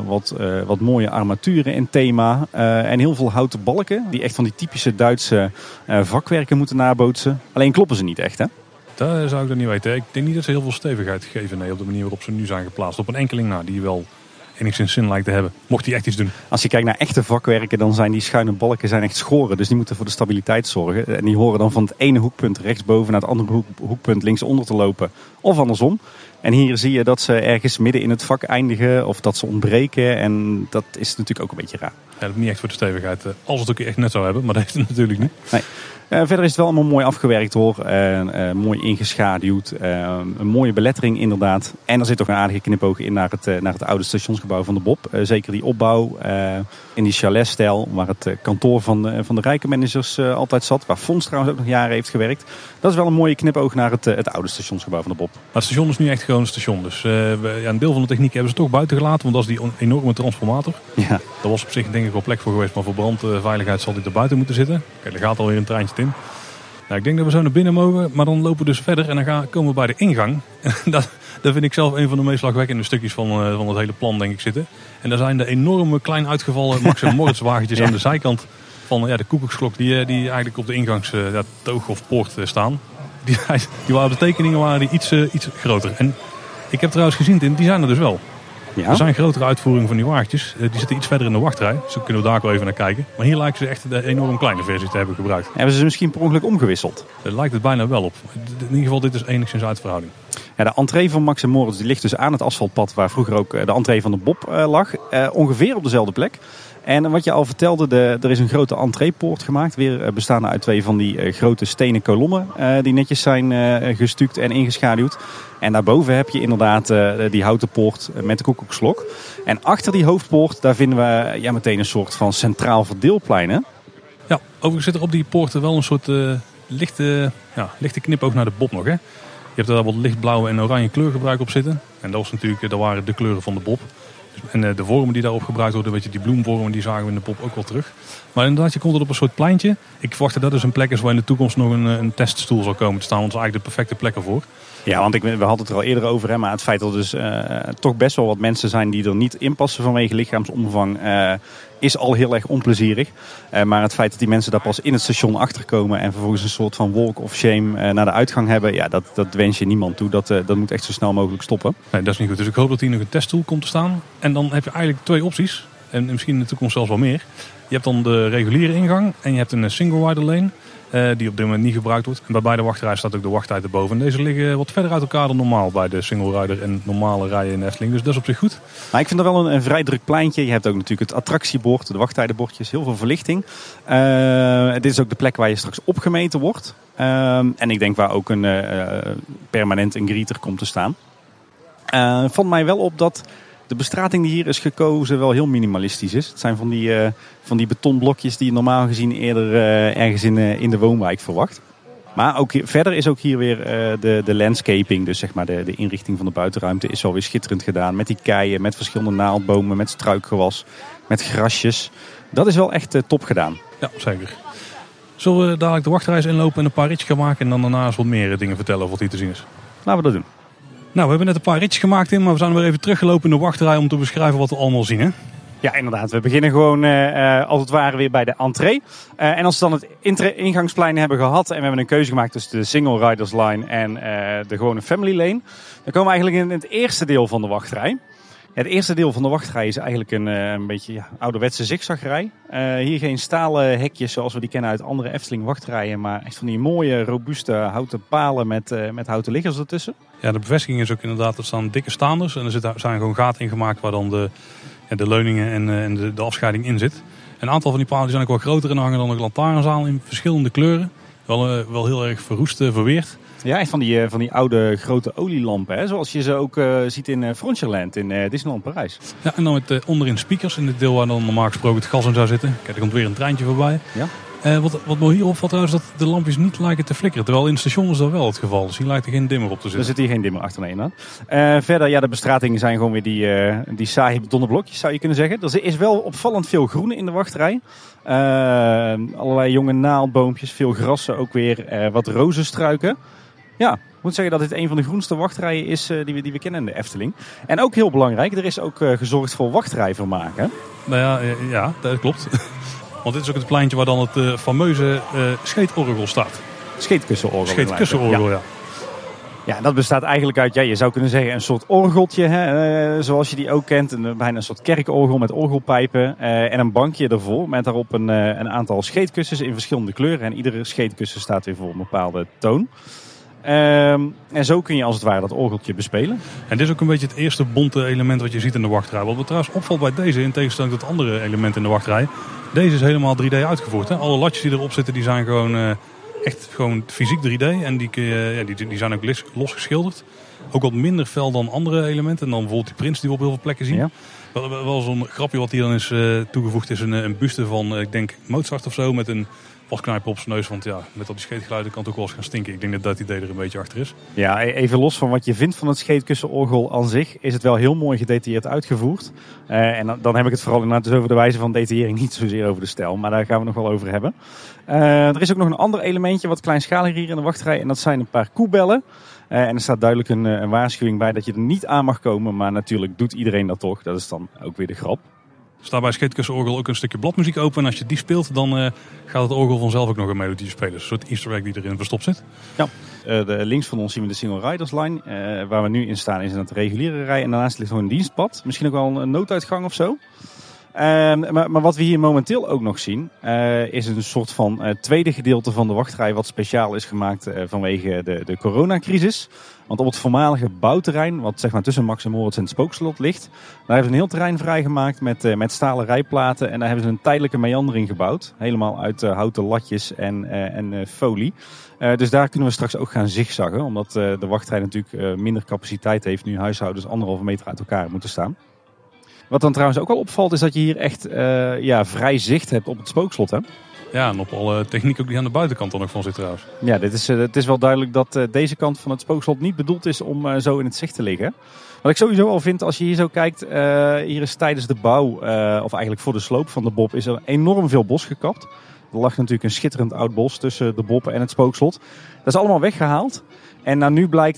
S2: wat mooie armaturen in thema. En heel veel houten balken die echt van die typische Duitse vakwerken moeten nabootsen. Alleen kloppen ze niet echt, hè?
S1: Dat zou ik dan niet weten. Ik denk niet dat ze heel veel stevigheid geven op de manier waarop ze nu zijn geplaatst. Op een enkeling na die wel enigszins zin lijkt te hebben. Mocht hij echt iets doen.
S2: Als je kijkt naar echte vakwerken, dan zijn die schuine balken echt schoren. Dus die moeten voor de stabiliteit zorgen. En die horen dan van het ene hoekpunt rechtsboven naar het andere hoekpunt linksonder te lopen. Of andersom. En hier zie je dat ze ergens midden in het vak eindigen of dat ze ontbreken. En dat is natuurlijk ook een beetje raar.
S1: Ja, dat is niet echt voor de stevigheid. Als het ook echt net zou hebben, maar dat heeft het natuurlijk niet.
S2: Nee. Verder is het wel allemaal mooi afgewerkt hoor. Mooi ingeschaduwd. Een mooie belettering inderdaad. En er zit ook een aardige knipoog in naar het oude stationsgebouw van de Bob. Zeker die opbouw in die chaletstijl waar het kantoor van de rijke managers altijd zat. Waar Fons trouwens ook nog jaren heeft gewerkt. Dat is wel een mooie knipoog naar het oude stationsgebouw van de Bob.
S1: Maar het station is nu echt gewoon een station. Dus een deel van de techniek hebben ze toch buiten gelaten. Want dat is die enorme transformator.
S2: Ja.
S1: Daar was op zich denk ik wel plek voor geweest. Maar voor brandveiligheid zal die er buiten moeten zitten. Kijk, er gaat alweer een treintje in. Nou, ik denk dat we zo naar binnen mogen. Maar dan lopen we dus verder. En dan komen we bij de ingang. Dat vind ik zelf een van de meest lachwekkende stukjes van het hele plan denk ik zitten. En daar zijn de enorme klein uitgevallen Max & Moritz wagentjes aan de zijkant van de koekoeksklok. Die eigenlijk op de ingangstoog of poort staan. De tekeningen waren iets groter. En ik heb trouwens gezien, Tim, die zijn er dus wel.
S2: Ja?
S1: Er zijn grotere uitvoeringen van die wagentjes. Die zitten iets verder in de wachtrij. Dus kunnen we daar ook wel even naar kijken. Maar hier lijken ze echt de enorm kleine versie te hebben gebruikt.
S2: Hebben ze misschien per ongeluk omgewisseld?
S1: Daar lijkt het bijna wel op. In ieder geval, dit is enigszins uit verhouding.
S2: Ja, de entree van Max & Moritz die ligt dus aan het asfaltpad waar vroeger ook de entree van de Bob lag. Ongeveer op dezelfde plek. En wat je al vertelde, er is een grote entreepoort gemaakt. Weer bestaande uit 2 van die grote stenen kolommen die netjes zijn gestuukt en ingeschaduwd. En daarboven heb je inderdaad die houten poort met de koekoeksklok. En achter die hoofdpoort, daar vinden we meteen een soort van centraal verdeelplein. Hè?
S1: Ja, overigens zit er op die poorten wel een soort lichte knipoog naar de Bob nog. Hè? Je hebt er wat lichtblauwe en oranje kleurgebruik op zitten. En dat waren de kleuren van de Bob. En de vormen die daarop gebruikt worden, weet je, die bloemvormen, die zagen we in de Bob ook wel terug. Maar inderdaad, je komt er op een soort pleintje. Ik verwacht dat dus een plek is waar in de toekomst nog een teststoel zal komen te staan. Want dat is eigenlijk de perfecte plek ervoor.
S2: Ja, want we hadden het er al eerder over. Hè, maar het feit dat er dus toch best wel wat mensen zijn die er niet in passen vanwege lichaamsomvang. is al heel erg onplezierig. Maar het feit dat die mensen daar pas in het station achterkomen en vervolgens een soort van walk of shame naar de uitgang hebben, ja, dat wens je niemand toe. Dat moet echt zo snel mogelijk stoppen.
S1: Nee, dat is niet goed. Dus ik hoop dat hier nog een testtool komt te staan. En dan heb je eigenlijk 2 opties. En misschien in de toekomst zelfs wel meer. Je hebt dan de reguliere ingang en je hebt een single rider lane. Die op dit moment niet gebruikt wordt. En bij beide wachtrijen staat ook de wachttijd erboven. En deze liggen wat verder uit elkaar dan normaal bij de single rider en normale rijen in de Efteling. Dus dat is op zich goed.
S2: Maar ik vind dat wel een vrij druk pleintje. Je hebt ook natuurlijk het attractiebord, de wachttijdenbordjes, heel veel verlichting. Dit is ook de plek waar je straks opgemeten wordt. En ik denk waar ook permanent een greeter komt te staan. Vond mij wel op dat de bestrating die hier is gekozen wel heel minimalistisch is. Het zijn van die betonblokjes die je normaal gezien eerder ergens in de woonwijk verwacht. Maar ook verder is ook hier weer de landscaping, dus zeg maar de inrichting van de buitenruimte is wel weer schitterend gedaan. Met die keien, met verschillende naaldbomen, met struikgewas, met grasjes. Dat is wel echt top gedaan.
S1: Ja, zeker. Zullen we dadelijk de wachtreis inlopen en een paar ritjes gaan maken en dan daarna eens wat meer dingen vertellen over wat hier te zien is?
S2: Laten we dat doen.
S1: Nou, we hebben net een paar ritjes gemaakt maar we zijn weer even teruggelopen in de wachtrij om te beschrijven wat we allemaal zien, hè?
S2: Ja, inderdaad. We beginnen gewoon als het ware weer bij de entree. En als we dan het ingangsplein hebben gehad en we hebben een keuze gemaakt tussen de single riders line en de gewone family lane, dan komen we eigenlijk in het eerste deel van de wachtrij. Het eerste deel van de wachtrij is eigenlijk een beetje ouderwetse zigzagrij. Hier geen stalen hekjes zoals we die kennen uit andere Efteling wachtrijen, maar echt van die mooie, robuuste houten palen met houten liggers ertussen.
S1: Ja, de bevestiging is ook inderdaad, er staan dikke staanders en er zijn gewoon gaten ingemaakt waar dan de leuningen en de afscheiding in zit. Een aantal van die palen zijn ook wel groter en hangen dan een lantaarnzaal in verschillende kleuren. Wel heel erg verroest, verweerd.
S2: Ja, echt van die oude grote olielampen, hè? Zoals je ze ook ziet in Frontierland in Disneyland Parijs.
S1: Ja, en dan met onderin speakers in het deel waar dan normaal gesproken het gas in zou zitten. Kijk, er komt weer een treintje voorbij.
S2: Ja.
S1: Wat me hier opvalt trouwens, dat de lampjes niet lijken te flikkeren. Terwijl in het station is dat wel het geval. Dus hier lijkt er geen dimmer op te zitten.
S2: Er zit hier geen dimmer achterna. Verder, ja, de bestratingen zijn gewoon weer die saaie betonnen blokjes, zou je kunnen zeggen. Er is wel opvallend veel groen in de wachtrij. Allerlei jonge naaldboompjes, veel grassen, ook weer wat rozenstruiken. Ja, ik moet zeggen dat dit een van de groenste wachtrijen is die we kennen in de Efteling. En ook heel belangrijk, er is ook gezorgd voor wachtrijvermaak. Hè?
S1: Nou ja, dat klopt. Want dit is ook het pleintje waar dan het fameuze scheetorgel staat.
S2: Scheetkussenorgel.
S1: Scheetkussenorgel, ja.
S2: Ja, dat bestaat eigenlijk uit, je zou kunnen zeggen, een soort orgeltje, hè, zoals je die ook kent. Bijna een soort kerkorgel met orgelpijpen en een bankje ervoor met daarop een aantal scheetkussens in verschillende kleuren. En iedere scheetkussen staat weer voor een bepaalde toon. En zo kun je als het ware dat orgeltje bespelen.
S1: En dit is ook een beetje het eerste bonte element wat je ziet in de wachtrij. Wat me trouwens opvalt bij deze, in tegenstelling tot andere elementen in de wachtrij. Deze is helemaal 3D uitgevoerd. Hè? Alle latjes die erop zitten, die zijn gewoon echt gewoon fysiek 3D. En die zijn ook los geschilderd. Ook wat minder fel dan andere elementen. En dan bijvoorbeeld die prints die we op heel veel plekken zien. Ja. Wel zo'n grapje wat hier dan is toegevoegd is een buste van, ik denk, Mozart of zo. Met een wasknijper op zijn neus. Want ja, met al die scheetgeluiden kan het ook wel eens gaan stinken. Ik denk dat dat idee er een beetje achter is.
S2: Ja, even los van wat je vindt van het scheetkussenorgel aan zich, is het wel heel mooi gedetailleerd uitgevoerd. En dan heb ik het vooral inderdaad dus over de wijze van detaillering, niet zozeer over de stijl. Maar daar gaan we nog wel over hebben. Er is ook nog een ander elementje wat kleinschaliger hier in de wachtrij. En dat zijn een paar koebellen. En er staat duidelijk een waarschuwing bij dat je er niet aan mag komen. Maar natuurlijk doet iedereen dat toch. Dat is dan ook weer de grap.
S1: Er staat bij Scheetkussenorgel ook een stukje bladmuziek open. En als je die speelt, dan gaat het orgel vanzelf ook nog een melodie spelen. Een soort easter egg die erin verstopt zit.
S2: Ja. Links van ons zien we de Single Riders Line. Waar we nu in staan is het reguliere rij. En daarnaast ligt nog een dienstpad. Misschien ook wel een nooduitgang of zo. Maar wat we hier momenteel ook nog zien, is een soort van tweede gedeelte van de wachtrij wat speciaal is gemaakt vanwege de coronacrisis. Want op het voormalige bouwterrein, wat zeg maar tussen Max en Moritz en het Spookslot ligt, daar hebben ze een heel terrein vrijgemaakt met stalen rijplaten. En daar hebben ze een tijdelijke meandering gebouwd. Helemaal uit houten latjes en folie. Dus daar kunnen we straks ook gaan zigzaggen, omdat de wachtrij natuurlijk minder capaciteit heeft nu huishoudens 1,5 meter uit elkaar moeten staan. Wat dan trouwens ook al opvalt is dat je hier echt vrij zicht hebt op het Spookslot, hè?
S1: Ja, en op alle techniek ook die aan de buitenkant dan nog van zit trouwens.
S2: Ja, het is wel duidelijk dat deze kant van het Spookslot niet bedoeld is om zo in het zicht te liggen. Wat ik sowieso al vind, als je hier zo kijkt, hier is tijdens de bouw, of eigenlijk voor de sloop van de Bob, is er enorm veel bos gekapt. Er lag natuurlijk een schitterend oud bos tussen de Bob en het Spookslot. Dat is allemaal weggehaald. En nou nu blijkt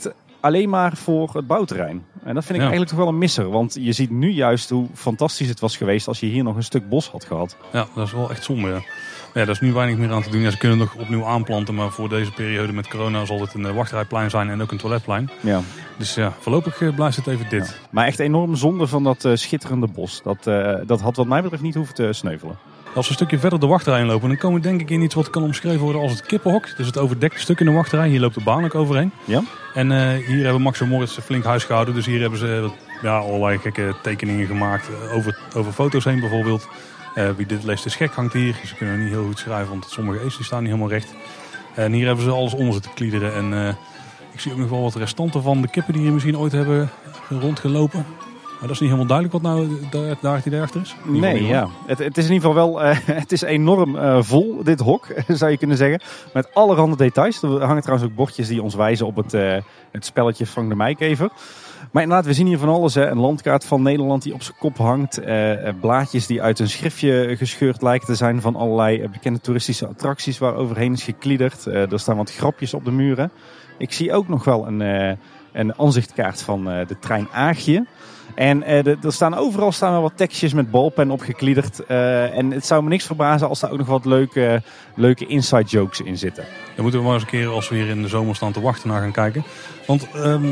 S2: alleen maar voor het bouwterrein. En dat vind ik eigenlijk toch wel een misser. Want je ziet nu juist hoe fantastisch het was geweest als je hier nog een stuk bos had gehad.
S1: Ja, dat is wel echt zonde. Ja. Ja, daar is nu weinig meer aan te doen. Ja, ze kunnen nog opnieuw aanplanten, maar voor deze periode met corona zal het een wachtrijplein zijn en ook een toiletplein.
S2: Ja.
S1: Dus ja, voorlopig blijft het even dit.
S2: Ja. Maar echt enorm zonde van dat schitterende bos. Dat had wat mij betreft niet hoeven te sneuvelen.
S1: Als we een stukje verder de wachtrij inlopen, dan komen we denk ik in iets wat kan omschreven worden als het kippenhok. Dus het overdekte stuk in de wachtrij. Hier loopt de baan ook overheen.
S2: Ja.
S1: En hier hebben Max en Moritz flink huis gehouden. Dus hier hebben ze allerlei gekke tekeningen gemaakt. Over foto's heen bijvoorbeeld. Wie dit leest is gek hangt hier. Ze kunnen niet heel goed schrijven, want sommige E's die staan niet helemaal recht. En hier hebben ze alles onder zitten kliederen. En ik zie ook nog wel wat restanten van de kippen die hier misschien ooit hebben rondgelopen. Maar dat is niet helemaal duidelijk wat nou daar het idee achter is.
S2: Nee, ja. Het is in ieder geval wel het is enorm vol, dit hok, zou je kunnen zeggen. Met allerhande details. Er hangen trouwens ook bordjes die ons wijzen op het spelletje Vang de Meikever. Maar inderdaad, we zien hier van alles. Een landkaart van Nederland die op zijn kop hangt. Blaadjes die uit een schriftje gescheurd lijken te zijn van allerlei bekende toeristische attracties waar overheen is gekliederd. Er staan wat grapjes op de muren. Ik zie ook nog wel een aanzichtkaart van de trein Aagje. En er staan overal wel wat tekstjes met balpen opgekliederd. En het zou me niks verbazen als daar ook nog wat leuke inside jokes in zitten.
S1: Dan moeten we maar eens een keer, als we hier in de zomer staan te wachten, naar gaan kijken. Want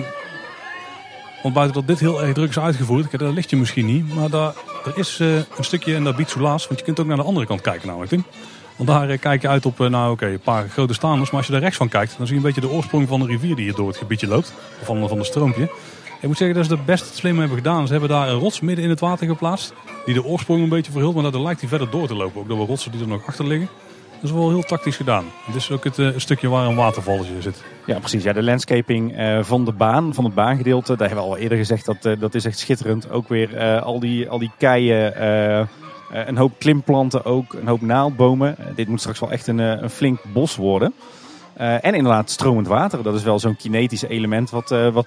S1: buiten dat dit heel erg druk is uitgevoerd, dat ligt je misschien niet. Maar er is een stukje en dat biedt soelaas. Want je kunt ook naar de andere kant kijken namelijk, Tim. Want daar kijk je uit op een paar grote staanders. Maar als je daar rechts van kijkt, dan zie je een beetje de oorsprong van de rivier die hier door het gebiedje loopt. Van de stroompje. Ik moet zeggen dat ze er best slim hebben gedaan. Ze hebben daar een rots midden in het water geplaatst. Die de oorsprong een beetje verhult. Maar daar lijkt hij verder door te lopen. Ook door rotsen die er nog achter liggen. Dat is wel heel tactisch gedaan. Het is ook het stukje waar een watervalletje zit. Ja,
S2: precies. Ja, de landscaping van de baan, van het baangedeelte. Daar hebben we al eerder gezegd. Dat is echt schitterend. Ook weer al die keien. Een hoop klimplanten ook. Een hoop naaldbomen. Dit moet straks wel echt een flink bos worden. En inderdaad stromend water. Dat is wel zo'n kinetisch element wat een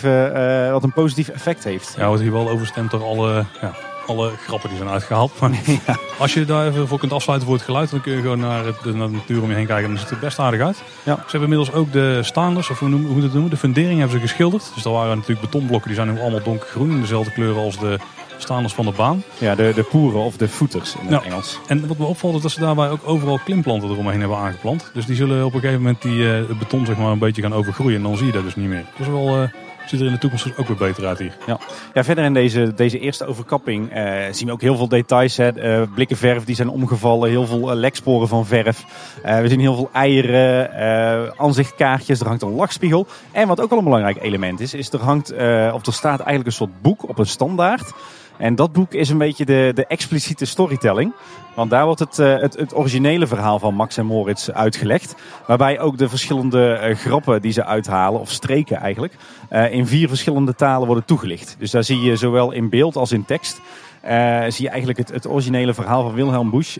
S2: positief effect heeft.
S1: Ja, wordt hier wel overstemd door alle grappen die zijn uitgehaald. Maar als je daar even voor kunt afsluiten voor het geluid, dan kun je gewoon naar de natuur om je heen kijken. En dan ziet het er best aardig uit. Ja. Ze hebben inmiddels ook de staanders, of hoe moet je het noemen, de fundering hebben ze geschilderd. Dus daar waren natuurlijk betonblokken, die zijn nu allemaal donkergroen in dezelfde kleuren als de staanders van de baan.
S2: Ja, de poeren of de footers in het Engels.
S1: En wat me opvalt is dat ze daarbij ook overal klimplanten eromheen hebben aangeplant. Dus die zullen op een gegeven moment het beton zeg maar een beetje gaan overgroeien. En dan zie je dat dus niet meer. Dat is wel... ziet er in de toekomst ook weer beter uit hier.
S2: Ja, verder in deze eerste overkapping zien we ook heel veel details. Blikken verf die zijn omgevallen. Heel veel leksporen van verf. We zien heel veel eieren. Aanzichtkaartjes. Er hangt een lachspiegel. En wat ook wel een belangrijk element is er staat eigenlijk een soort boek op een standaard. En dat boek is een beetje de expliciete storytelling. Want daar wordt het originele verhaal van Max en Moritz uitgelegd. Waarbij ook de verschillende grappen die ze uithalen, of streken eigenlijk, in 4 verschillende talen worden toegelicht. Dus daar zie je zowel in beeld als in tekst. Zie je eigenlijk het originele verhaal van Wilhelm Busch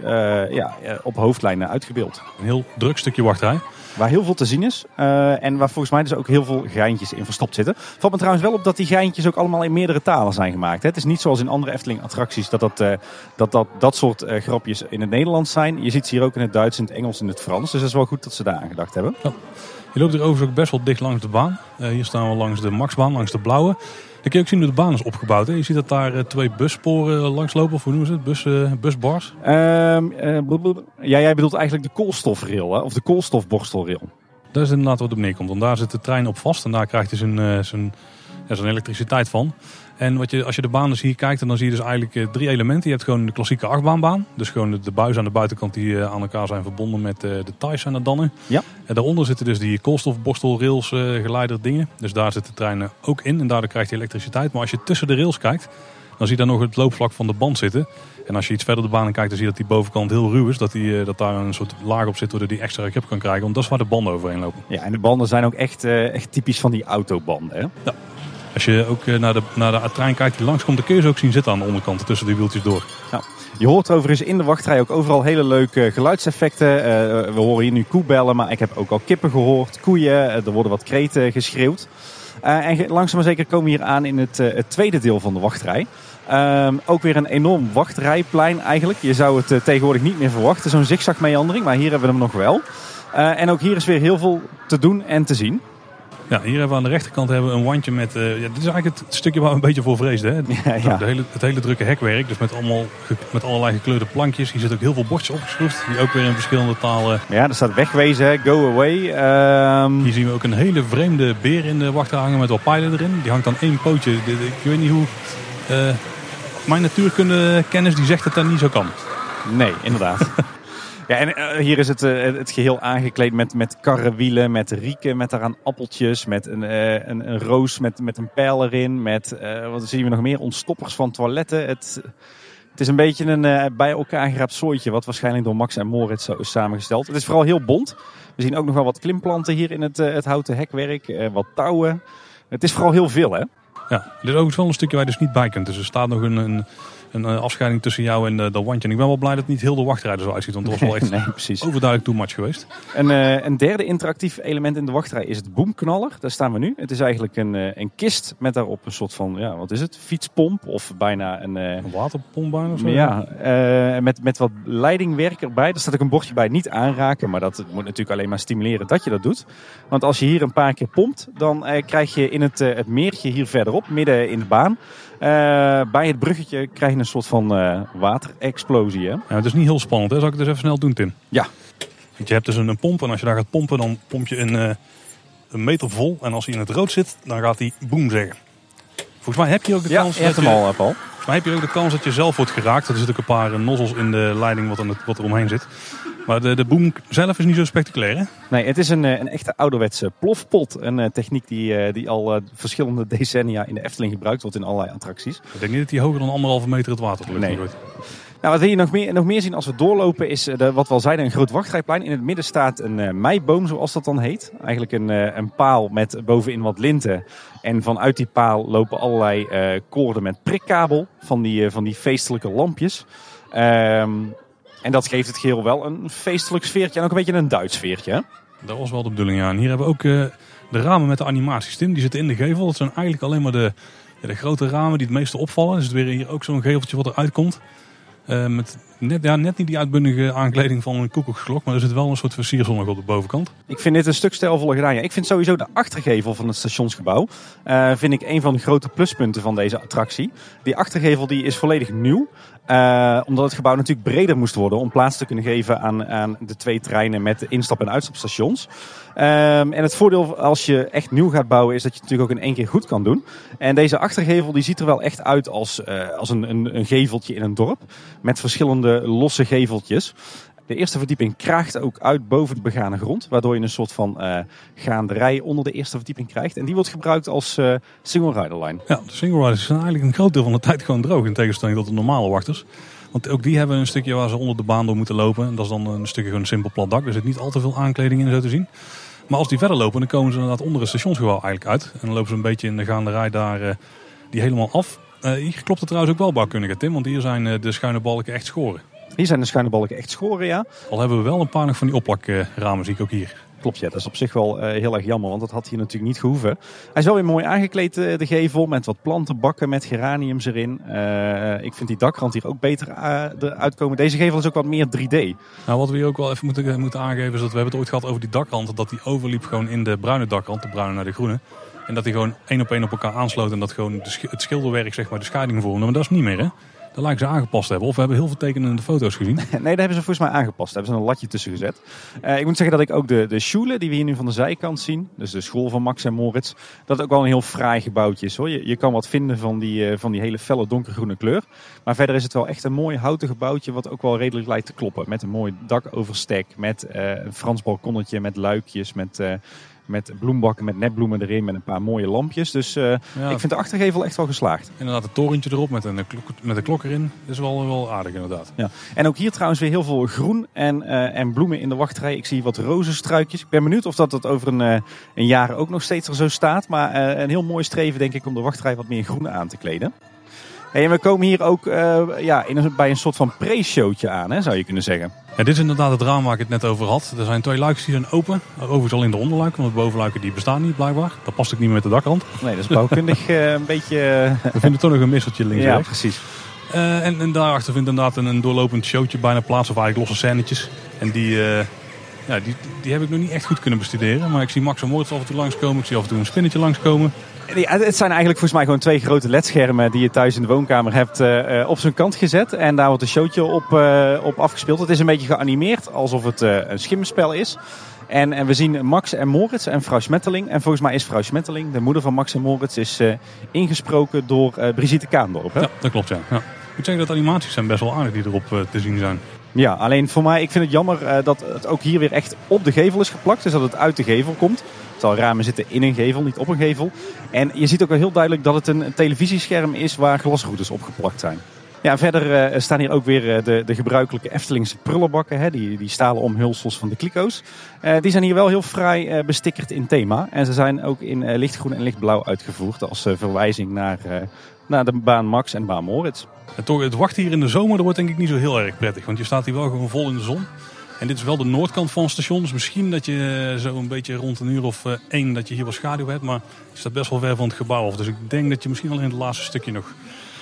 S2: op hoofdlijnen uitgebeeld.
S1: Een heel druk stukje wachtrij.
S2: Waar heel veel te zien is. En waar volgens mij dus ook heel veel geintjes in verstopt zitten. Valt me trouwens wel op dat die geintjes ook allemaal in meerdere talen zijn gemaakt. Hè? Het is niet zoals in andere Efteling attracties dat soort grapjes in het Nederlands zijn. Je ziet ze hier ook in het Duits, in het Engels en in het Frans. Dus dat is wel goed dat ze daar aan gedacht hebben.
S1: Ja. Je loopt hier overigens ook best wel dicht langs de baan. Hier staan we langs de Maxbaan, langs de blauwe. Dan kun je ook zien hoe de baan is opgebouwd. Hè? Je ziet dat daar 2 bussporen langslopen, of hoe noemen ze het? Busbars?
S2: Jij bedoelt eigenlijk de koolstofrail, hè? Of de koolstofborstelrail.
S1: Dat is inderdaad wat op neerkomt. Want daar zit de trein op vast en daar krijgt hij zijn elektriciteit van. En als je de baan dus hier kijkt, dan zie je dus eigenlijk 3 elementen. Je hebt gewoon de klassieke achtbaanbaan. Dus gewoon de buizen aan de buitenkant die aan elkaar zijn verbonden met de ties en de dannen. Ja. En daaronder zitten dus die koolstofborstelrails, geleider dingen. Dus daar zit de trein ook in en daardoor krijgt hij elektriciteit. Maar als je tussen de rails kijkt, dan zie je daar nog het loopvlak van de band zitten. En als je iets verder de baan in kijkt, dan zie je dat die bovenkant heel ruw is. Dat daar een soort laag op zit, waardoor die extra grip kan krijgen. Want dat is waar de banden overheen lopen.
S2: Ja, en de banden zijn ook echt typisch van die autobanden, hè?
S1: Ja. Als je ook naar de trein kijkt die langskomt, dan kun je ze ook zien zitten aan de onderkant tussen die wieltjes door.
S2: Ja. Je hoort overigens in de wachtrij ook overal hele leuke geluidseffecten. We horen hier nu koebellen, maar ik heb ook al kippen gehoord, koeien. Er worden wat kreten geschreeuwd. En langzaam maar zeker komen we hier aan in het tweede deel van de wachtrij. Ook weer een enorm wachtrijplein eigenlijk. Je zou het tegenwoordig niet meer verwachten, zo'n zigzagmeandering, maar hier hebben we hem nog wel. En ook hier is weer heel veel te doen en te zien.
S1: Ja, hier hebben we aan de rechterkant een wandje met... dit is eigenlijk het stukje waar we een beetje voor vreesden. Hè?
S2: Ja.
S1: Het hele drukke hekwerk. Dus met allerlei gekleurde plankjes. Hier zit ook heel veel bordjes opgeschroefd. Die ook weer in verschillende talen...
S2: Ja, er staat wegwezen, go away.
S1: Hier zien we ook een hele vreemde beer in de wachtrij hangen met wat pijlen erin. Die hangt aan één pootje. Ik weet niet hoe... mijn natuurkundekennis die zegt dat dat niet zo kan.
S2: Nee, inderdaad. Ja, en hier is het geheel aangekleed met karrewielen, met rieken, met daaraan appeltjes, met een roos met een pijl erin, met, wat zien we nog meer, ontstoppers van toiletten. Het is een beetje een bij elkaar geraapt zooitje, wat waarschijnlijk door Max en Moritz zo is samengesteld. Het is vooral heel bont. We zien ook nog wel wat klimplanten hier in het houten hekwerk, wat touwen. Het is vooral heel veel, hè?
S1: Ja, er is ook wel een stukje waar je dus niet bij kunt. Dus er staat nog een afscheiding tussen jou en dat wandje. En ik ben wel blij dat het niet heel de wachtrij er zo uitziet. Want het was wel echt overduidelijk too much geweest.
S2: Een derde interactief element in de wachtrij is het boomknaller. Daar staan we nu. Het is eigenlijk een kist met daarop een soort van, ja, wat is het? Fietspomp of bijna een
S1: waterpomp bijna of zo?
S2: Ja, met wat leidingwerk erbij. Er staat ook een bordje bij niet aanraken. Maar dat moet natuurlijk alleen maar stimuleren dat je dat doet. Want als je hier een paar keer pompt, dan krijg je in het meertje hier verderop, midden in de baan, bij het bruggetje krijg je een soort van waterexplosie. Hè?
S1: Ja, het is niet heel spannend, hè? Zal ik het dus even snel doen, Tim?
S2: Ja.
S1: Want je hebt dus een pomp en als je daar gaat pompen, dan pomp je een meter vol. En als hij in het rood zit, dan gaat hij boem zeggen. Volgens mij heb je ook de kans...
S2: Ja, je hebt hem al, Paul.
S1: Volgens mij heb je ook de kans dat je zelf wordt geraakt. Er zitten ook een paar nozzels in de leiding wat er omheen zit. Maar de boom zelf is niet zo spectaculair, hè?
S2: Nee, het is een echte ouderwetse plofpot. Een techniek die al verschillende decennia in de Efteling gebruikt wordt in allerlei attracties.
S1: Ik denk niet dat hij hoger dan 1,5 meter het water lucht gooit.
S2: Nou, wat wil je nog meer zien als we doorlopen is, wat we al zeiden, een groot wachtrijplein. In het midden staat een meiboom, zoals dat dan heet. Eigenlijk een paal met bovenin wat linten. En vanuit die paal lopen allerlei koorden met prikkabel van die feestelijke lampjes. En dat geeft het geheel wel een feestelijk sfeertje en ook een beetje een Duits sfeertje. Hè?
S1: Dat was wel de bedoeling, ja. En hier hebben we ook de ramen met de animaties, Tim. Die zitten in de gevel. Dat zijn eigenlijk alleen maar de grote ramen die het meeste opvallen. Er zit weer hier ook zo'n geveltje wat eruit komt. Met net niet die uitbundige aankleding van een koekoeksklok. Maar er zit wel een soort versiersel nog op de bovenkant.
S2: Ik vind dit een stuk stijlvoller gedaan. Ja, ik vind sowieso de achtergevel van het stationsgebouw vind ik een van de grote pluspunten van deze attractie. Die achtergevel die is volledig nieuw. Omdat het gebouw natuurlijk breder moest worden om plaats te kunnen geven aan de 2 treinen met de instap- en uitstapstations. En het voordeel als je echt nieuw gaat bouwen is dat je het natuurlijk ook in 1 keer goed kan doen. En deze achtergevel die ziet er wel echt uit als een geveltje in een dorp. Met verschillende losse geveltjes. De eerste verdieping kraagt ook uit boven de begane grond. Waardoor je een soort van gaanderij onder de eerste verdieping krijgt. En die wordt gebruikt als single rider line. Ja,
S1: de single riders zijn eigenlijk een groot deel van de tijd gewoon droog. In tegenstelling tot de normale wachters. Want ook die hebben een stukje waar ze onder de baan door moeten lopen. En dat is dan een stukje gewoon een simpel plat dak. Er zit niet al te veel aankleding in zo te zien. Maar als die verder lopen, dan komen ze inderdaad onder het stationsgebouw eigenlijk uit. En dan lopen ze een beetje in de gaanderij daar die helemaal af. Hier klopt het trouwens ook wel bouwkundig, Tim. Want hier zijn de schuine balken echt schoren.
S2: Hier zijn de schuine balken echt schoren, ja.
S1: Al hebben we wel een paar nog van die opplakramen, zie ik ook hier.
S2: Klopt, ja. Dat is op zich wel heel erg jammer, want dat had hier natuurlijk niet gehoeven. Hij is wel weer mooi aangekleed, de gevel, met wat plantenbakken met geraniums erin. Ik vind die dakrand hier ook beter eruit komen. Deze gevel is ook wat meer 3D.
S1: Nou, wat we hier ook wel even moeten aangeven is dat we hebben het ooit gehad over die dakrand. Dat die overliep gewoon in de bruine dakrand, de bruine naar de groene. En dat die gewoon 1 op 1 op elkaar aansloot en dat gewoon het schilderwerk, zeg maar, de scheiding vormde. Maar dat is niet meer, hè? Dat lijken ze aangepast te hebben. Of we hebben heel veel tekenende foto's gezien.
S2: Nee, daar hebben ze volgens mij aangepast. Daar hebben ze een latje tussen gezet. Ik moet zeggen dat ik ook de Schule, die we hier nu van de zijkant zien. Dus de school van Max en Moritz. Dat het ook wel een heel fraai gebouwtje is, hoor. Je kan wat vinden van die hele felle donkergroene kleur. Maar verder is het wel echt een mooi houten gebouwtje. Wat ook wel redelijk lijkt te kloppen. Met een mooi dakoverstek. Met een Frans balkonnetje. Met luikjes. Met bloembakken, met netbloemen erin, met een paar mooie lampjes. Dus ik vind de achtergevel echt wel geslaagd.
S1: Inderdaad, het torentje erop met een klok erin. Dat is wel aardig inderdaad.
S2: Ja. En ook hier trouwens weer heel veel groen en bloemen in de wachtrij. Ik zie wat rozenstruikjes. Ik ben benieuwd of dat over een jaar ook nog steeds er zo staat. Maar een heel mooi streven denk ik om de wachtrij wat meer groen aan te kleden. Hey, en we komen hier ook bij een soort van pre-showtje aan, hè, zou je kunnen zeggen.
S1: Ja, dit is inderdaad het raam waar ik het net over had. Er zijn 2 luikjes die zijn open. Overigens al in de onderluiken, want de bovenluiken die bestaan niet blijkbaar. Dat past ook niet meer met de dakrand.
S2: Nee, dat is bouwkundig een beetje...
S1: We vinden toch nog een misseltje links en
S2: ja,
S1: rechts.
S2: Precies.
S1: En daarachter vindt inderdaad een doorlopend showtje bijna plaats. Of eigenlijk losse scènetjes. En Ja, die heb ik nog niet echt goed kunnen bestuderen. Maar ik zie Max en Moritz af en toe langskomen. Ik zie af en toe een spinnetje langskomen.
S2: Ja, het zijn eigenlijk volgens mij gewoon 2 grote ledschermen die je thuis in de woonkamer hebt op zijn kant gezet. En daar wordt een showtje op afgespeeld. Het is een beetje geanimeerd, alsof het een schimmenspel is. En we zien Max en Moritz en vrouw Smetteling. En volgens mij is vrouw Smetteling, de moeder van Max en Moritz, is ingesproken door Brigitte Kaandorp. Hè?
S1: Ja, dat klopt, ja. Ik moet zeggen dat de animaties zijn best wel aardig die erop te zien zijn.
S2: Ja, alleen voor mij, ik vind het jammer dat het ook hier weer echt op de gevel is geplakt. Dus dat het uit de gevel komt. Terwijl ramen zitten in een gevel, niet op een gevel. En je ziet ook wel heel duidelijk dat het een televisiescherm is waar glasroutes opgeplakt zijn. Ja, verder staan hier ook weer de gebruikelijke Eftelingse prullenbakken. Hè, die stalen omhulsels van de kliko's. Die zijn hier wel heel fraai bestickerd in thema. En ze zijn ook in lichtgroen en lichtblauw uitgevoerd als verwijzing naar de baan Max en de baan Moritz.
S1: En toch, het wachten hier in de zomer, dat wordt denk ik niet zo heel erg prettig. Want je staat hier wel gewoon vol in de zon. En dit is wel de noordkant van het station. Dus misschien dat je zo een beetje rond een uur of 1 dat je hier wat schaduw hebt. Maar je staat best wel ver van het gebouw af. Dus ik denk dat je misschien al in het laatste stukje nog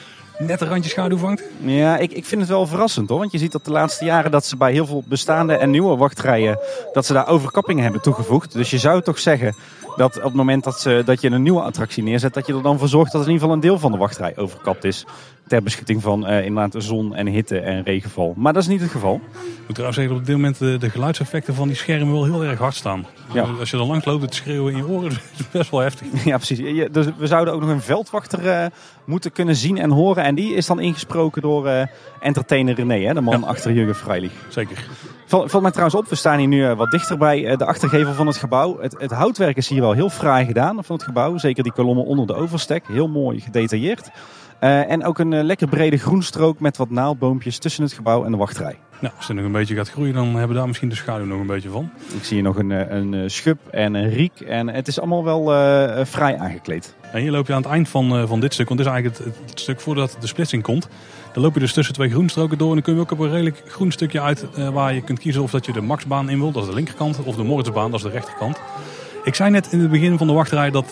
S1: net een randje schaduw vangt.
S2: Ja, ik vind het wel verrassend hoor. Want je ziet dat de laatste jaren dat ze bij heel veel bestaande en nieuwe wachtrijen, dat ze daar overkappingen hebben toegevoegd. Dus je zou toch zeggen dat op het moment dat je een nieuwe attractie neerzet, dat je er dan voor zorgt dat in ieder geval een deel van de wachtrij overkapt is. Ter beschutting van inderdaad zon en hitte en regenval. Maar dat is niet het geval.
S1: Ik moet trouwens zeggen dat op dit moment de geluidseffecten van die schermen wel heel erg hard staan. Ja. Als je er langs loopt, het schreeuwen in je oren is best wel heftig.
S2: Ja, precies. Dus we zouden ook nog een veldwachter moeten kunnen zien en horen. En die is dan ingesproken door entertainer René, hè, de man achter Jurgen Freilich.
S1: Zeker.
S2: Valt mij trouwens op, we staan hier nu wat dichter bij de achtergevel van het gebouw. Het houtwerk is hier wel heel fraai gedaan van het gebouw. Zeker die kolommen onder de overstek. Heel mooi gedetailleerd. En ook een lekker brede groenstrook met wat naaldboompjes tussen het gebouw en de wachtrij.
S1: Nou, als het nog een beetje gaat groeien, dan hebben we daar misschien de schaduw nog een beetje van.
S2: Ik zie hier nog een schub en een riek. En het is allemaal wel fraai aangekleed.
S1: En hier loop je aan het eind van dit stuk, want dit is eigenlijk het stuk voordat de splitsing komt. Dan loop je dus tussen 2 groenstroken door en dan kun je ook op een redelijk groen stukje uit waar je kunt kiezen of dat je de Maxbaan in wilt, dat is de linkerkant, of de Moritzbaan, dat is de rechterkant. Ik zei net in het begin van de wachtrij dat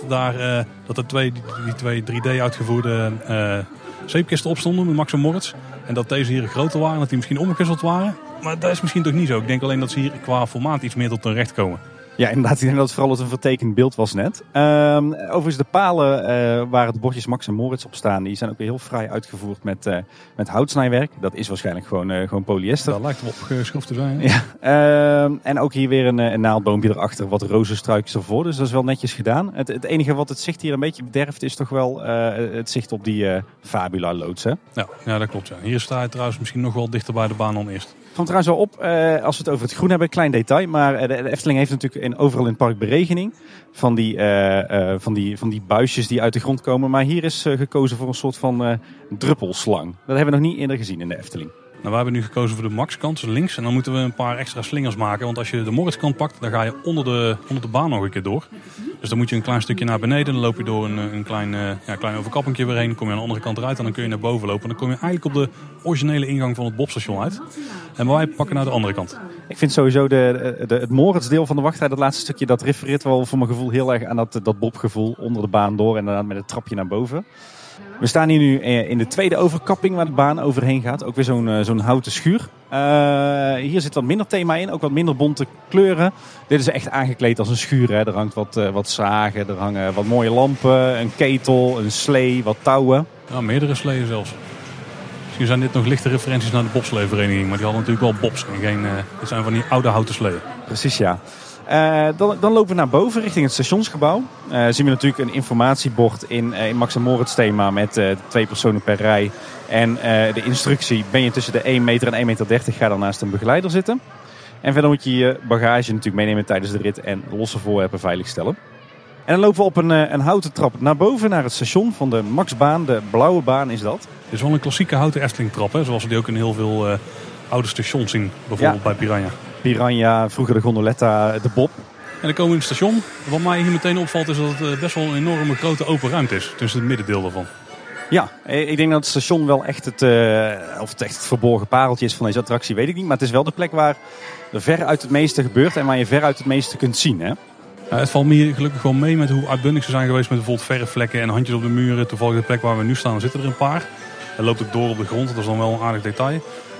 S1: er twee 3D uitgevoerde zeepkisten op stonden met Max en Moritz. En dat deze hier groter waren, dat die misschien omgewisseld waren. Maar dat is misschien toch niet zo. Ik denk alleen dat ze hier qua formaat iets meer tot hun recht komen. Ja,
S2: inderdaad. Ik denk dat het vooral een vertekend beeld was net. Overigens de palen waar het bordjes Max en Moritz op staan, die zijn ook weer heel fraai uitgevoerd met houtsnijwerk. Dat is waarschijnlijk gewoon polyester.
S1: Dat lijkt erop geschroefd te zijn.
S2: Ja. En ook hier weer een naaldboompje erachter, wat rozenstruikjes ervoor. Dus dat is wel netjes gedaan. Het enige wat het zicht hier een beetje bederft is toch wel het zicht op die Fabula loods. Hè?
S1: Ja, dat klopt. Ja. Hier sta je trouwens misschien nog wel dichter bij de baan dan eerst.
S2: Het komt trouwens wel op, als we het over het groen hebben, klein detail. Maar de Efteling heeft natuurlijk overal in het park beregening van die buisjes die uit de grond komen. Maar hier is gekozen voor een soort van druppelslang. Dat hebben we nog niet eerder gezien in de Efteling.
S1: Nou, we hebben nu gekozen voor de Max-kant, dus links. En dan moeten we een paar extra slingers maken. Want als je de Moritz-kant pakt, dan ga je onder de baan nog een keer door. Dus dan moet je een klein stukje naar beneden. Dan loop je door een klein overkappingje weer heen. Dan kom je aan de andere kant eruit en dan kun je naar boven lopen. En dan kom je eigenlijk op de originele ingang van het Bobstation uit. En wij pakken naar de andere kant.
S2: Ik vind sowieso het Moritz-deel van de wachtrij, dat laatste stukje, dat refereert wel voor mijn gevoel heel erg aan dat Bob-gevoel. Onder de baan door en dan met het trapje naar boven. We staan hier nu in de tweede overkapping waar de baan overheen gaat. Ook weer zo'n houten schuur. Hier zit wat minder thema in, ook wat minder bonte kleuren. Dit is echt aangekleed als een schuur. Hè. Er hangt wat zagen, er hangen wat mooie lampen, een ketel, een slee, wat touwen.
S1: Ja, meerdere sleeën zelfs. Misschien zijn dit nog lichte referenties naar de bobsleevereniging. Maar die hadden natuurlijk wel bobs en dit zijn van die oude houten sleeën.
S2: Precies, ja. Dan lopen we naar boven richting het stationsgebouw. Zien we natuurlijk een informatiebord in Max en Moritz thema met 2 personen per rij. En de instructie, ben je tussen de 1 meter en 1,30 meter, ga dan naast een begeleider zitten. En verder moet je je bagage natuurlijk meenemen tijdens de rit en losse voorwerpen veiligstellen. En dan lopen we op een houten trap naar boven, naar het station van de Maxbaan. De blauwe baan is dat.
S1: Het is wel een klassieke houten Efteling trap, hè? Zoals we die ook in heel veel oude stations zien. Bijvoorbeeld bij Piranha.
S2: Piranha, vroeger de Gondoletta, de Bob.
S1: En dan komen we in het station. Wat mij hier meteen opvalt is dat het best wel een enorme grote open ruimte is. Tussen het middendeel daarvan.
S2: Ja, ik denk dat het station wel echt of het echt het verborgen pareltje is van deze attractie, weet ik niet. Maar het is wel de plek waar er veruit het meeste gebeurt en waar je veruit het meeste kunt zien. Hè?
S1: Ja, het valt me hier gelukkig wel mee met hoe uitbundig ze zijn geweest met bijvoorbeeld verfvlekken en handjes op de muren. Toevallig de plek waar we nu staan zitten er een paar. Hij loopt ook door op de grond, dat is dan wel een aardig detail.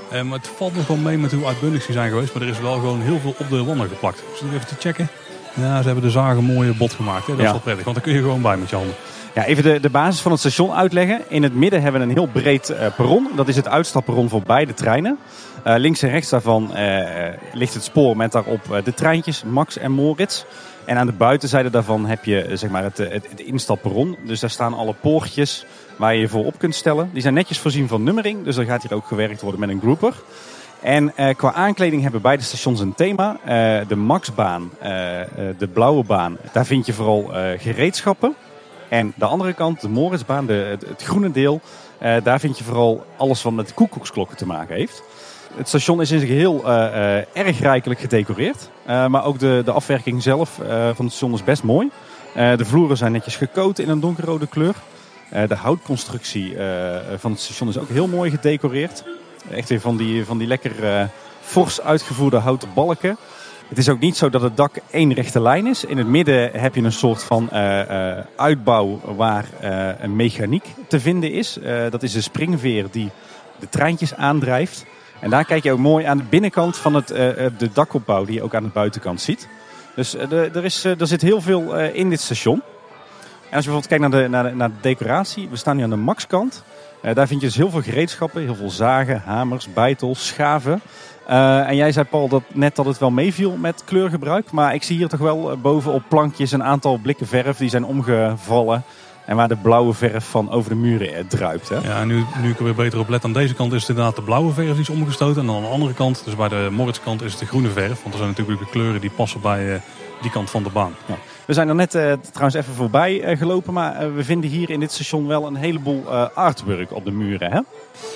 S1: Maar het valt nog wel mee met hoe uitbundig ze zijn geweest. Maar er is wel gewoon heel veel op de wanden geplakt. Dus even te checken. Ja, ze hebben de zagen mooie bot gemaakt. Hè? Dat is wel prettig, want daar kun je gewoon bij met je handen.
S2: Ja, even de basis van het station uitleggen. In het midden hebben we een heel breed perron. Dat is het uitstapperron voor beide treinen. Links en rechts daarvan ligt het spoor met daarop de treintjes Max en Moritz. En aan de buitenzijde daarvan heb je zeg maar het instapperron. Dus daar staan alle poortjes waar je je voor op kunt stellen. Die zijn netjes voorzien van nummering. Dus er gaat hier ook gewerkt worden met een grouper. En qua aankleding hebben beide stations een thema. De Maxbaan, de blauwe baan, daar vind je vooral gereedschappen. En de andere kant, de Moritzbaan, het groene deel, daar vind je vooral alles wat met koekoeksklokken te maken heeft. Het station is in zijn geheel erg rijkelijk gedecoreerd. Maar ook de afwerking zelf van het station is best mooi. De vloeren zijn netjes gecoat in een donkerrode kleur. De houtconstructie van het station is ook heel mooi gedecoreerd. Echt weer van die lekker fors uitgevoerde houten balken. Het is ook niet zo dat het dak één rechte lijn is. In het midden heb je een soort van uitbouw waar een mechaniek te vinden is. Dat is de springveer die de treintjes aandrijft. En daar kijk je ook mooi aan de binnenkant van de dakopbouw die je ook aan de buitenkant ziet. Dus er zit heel veel in dit station. En als je bijvoorbeeld kijkt naar de decoratie. We staan nu aan de Max-kant. Daar vind je dus heel veel gereedschappen. Heel veel zagen, hamers, beitels, schaven. En jij zei, Paul, dat het wel meeviel met kleurgebruik. Maar ik zie hier toch wel bovenop plankjes een aantal blikken verf die zijn omgevallen. En waar de blauwe verf van over de muren druipt. Hè?
S1: Ja, nu ik er weer beter op let. Aan deze kant is het inderdaad de blauwe verf die is omgestoten. En dan aan de andere kant, dus bij de Moritz-kant, is het de groene verf. Want er zijn natuurlijk de kleuren die passen bij die kant van de baan. Ja.
S2: We zijn er net trouwens even voorbij gelopen. Maar we vinden hier in dit station wel een heleboel artwork op de muren. Hè?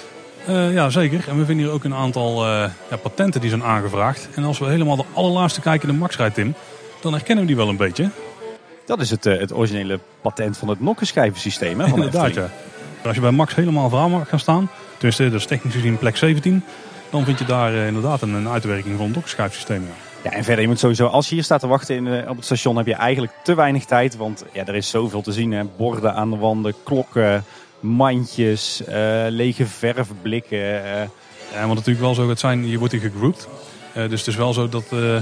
S1: Ja, zeker. En we vinden hier ook een aantal patenten die zijn aangevraagd. En als we helemaal de allerlaatste kijken in de Max-rij, Tim, dan herkennen we die wel een beetje.
S2: Dat is het originele patent van het nokkenschijvensysteem. Hè, van
S1: inderdaad, ja. Als je bij Max helemaal vooraan mag gaan staan, tenminste dat is technisch gezien plek 17, dan vind je daar inderdaad een uitwerking van het nokkenschijfsysteem. Ja.
S2: Ja, en verder, je moet sowieso, als je hier staat te wachten op het station, heb je eigenlijk te weinig tijd. Want ja, er is zoveel te zien. Hè. Borden aan de wanden, klokken, mandjes, lege verfblikken.
S1: Ja, want natuurlijk wel zo, je wordt hier gegroept. Dus het is wel zo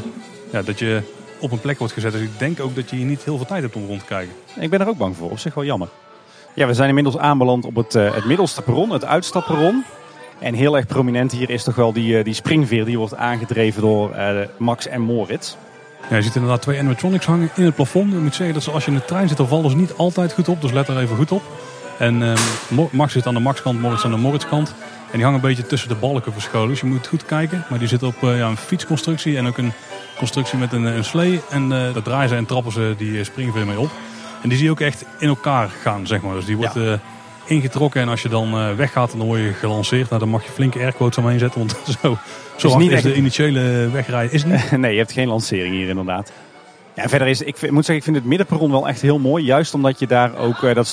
S1: dat je op een plek wordt gezet. Dus ik denk ook dat je hier niet heel veel tijd hebt om rond te kijken.
S2: Ik ben er ook bang voor, op zich wel jammer. Ja, we zijn inmiddels aanbeland op het middelste perron, het uitstapperron. En heel erg prominent hier is toch wel die springveer die wordt aangedreven door Max en Moritz.
S1: Ja, je ziet inderdaad 2 animatronics hangen in het plafond. Ik moet zeggen dat als je in de trein zit, dan vallen ze niet altijd goed op. Dus let er even goed op. En Max zit aan de Max-kant, Moritz aan de Moritz-kant. En die hangen een beetje tussen de balken verscholen. Dus je moet goed kijken. Maar die zitten op een fietsconstructie en ook een constructie met een slee. En daar draaien ze en trappen ze die springveer mee op. En die zie je ook echt in elkaar gaan, zeg maar. Dus die wordt ingetrokken. En als je dan weggaat, dan word je gelanceerd. Nou, dan mag je flinke airquotes omheen zetten. Want zo hard is de initiële wegrijden. Is het niet?
S2: Nee, je hebt geen lancering hier inderdaad. Ja, en verder ik moet zeggen, ik vind het middenperron wel echt heel mooi. Juist omdat je daar ook dat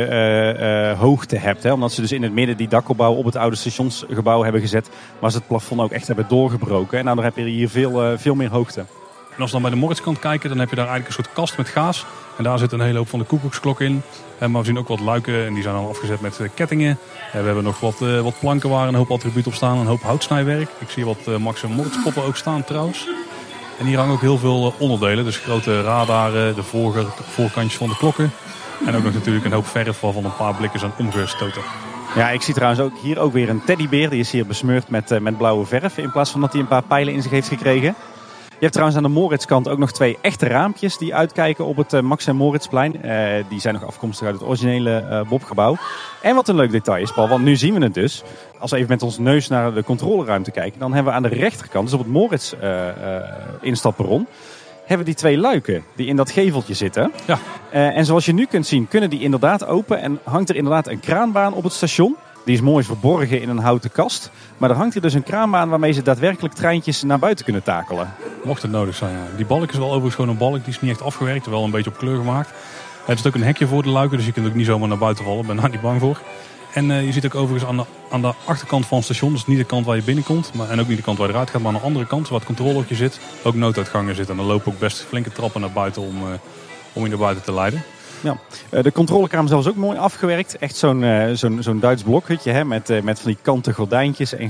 S2: stukje hoogte hebt. Hè? Omdat ze dus in het midden die dakopbouw op het oude stationsgebouw hebben gezet. Waar ze het plafond ook echt hebben doorgebroken. En nou, dan heb je hier veel meer hoogte.
S1: En als we dan bij de Moritz-kant kijken, dan heb je daar eigenlijk een soort kast met gaas. En daar zit een hele hoop van de koekoeksklok in. Maar we zien ook wat luiken en die zijn al afgezet met kettingen. We hebben nog wat planken waar een hoop attributen op staan. Een hoop houtsnijwerk. Ik zie wat Max en Moritz poppen ook staan trouwens. En hier hangen ook heel veel onderdelen. Dus grote radaren, de voorkantjes van de klokken. En ook nog natuurlijk een hoop verf waarvan een paar blikken zijn omgestoten.
S2: Ja, ik zie trouwens ook hier weer een teddybeer. Die is hier besmeurd met blauwe verf. In plaats van dat hij een paar pijlen in zich heeft gekregen. Je hebt trouwens aan de Moritz-kant ook nog 2 echte raampjes die uitkijken op het Max en Moritzplein. Die zijn nog afkomstig uit het originele Bobgebouw. En wat een leuk detail is, Paul, want nu zien we het dus. Als we even met ons neus naar de controleruimte kijken, dan hebben we aan de rechterkant, dus op het Moritz instapperron, hebben we die 2 luiken die in dat geveltje zitten.
S1: Ja.
S2: En zoals je nu kunt zien, kunnen die inderdaad open en hangt er inderdaad een kraanbaan op het station. Die is mooi verborgen in een houten kast. Maar er hangt hier dus een kraanbaan waarmee ze daadwerkelijk treintjes naar buiten kunnen takelen.
S1: Mocht het nodig zijn, ja. Die balk is wel overigens gewoon een balk. Die is niet echt afgewerkt, wel een beetje op kleur gemaakt. Het is ook een hekje voor de luiken, dus je kunt ook niet zomaar naar buiten vallen. Ik ben daar niet bang voor. En je ziet ook overigens aan de achterkant van het station, dus niet de kant waar je binnenkomt. En ook niet de kant waar je eruit gaat, maar aan de andere kant, waar het controlehokje zit, ook nooduitgangen zitten. En dan lopen ook best flinke trappen naar buiten om je naar buiten te leiden.
S2: Ja. De controlekamer zelfs ook mooi afgewerkt. Echt zo'n Duits blokhutje, hè, met van die kanten gordijntjes en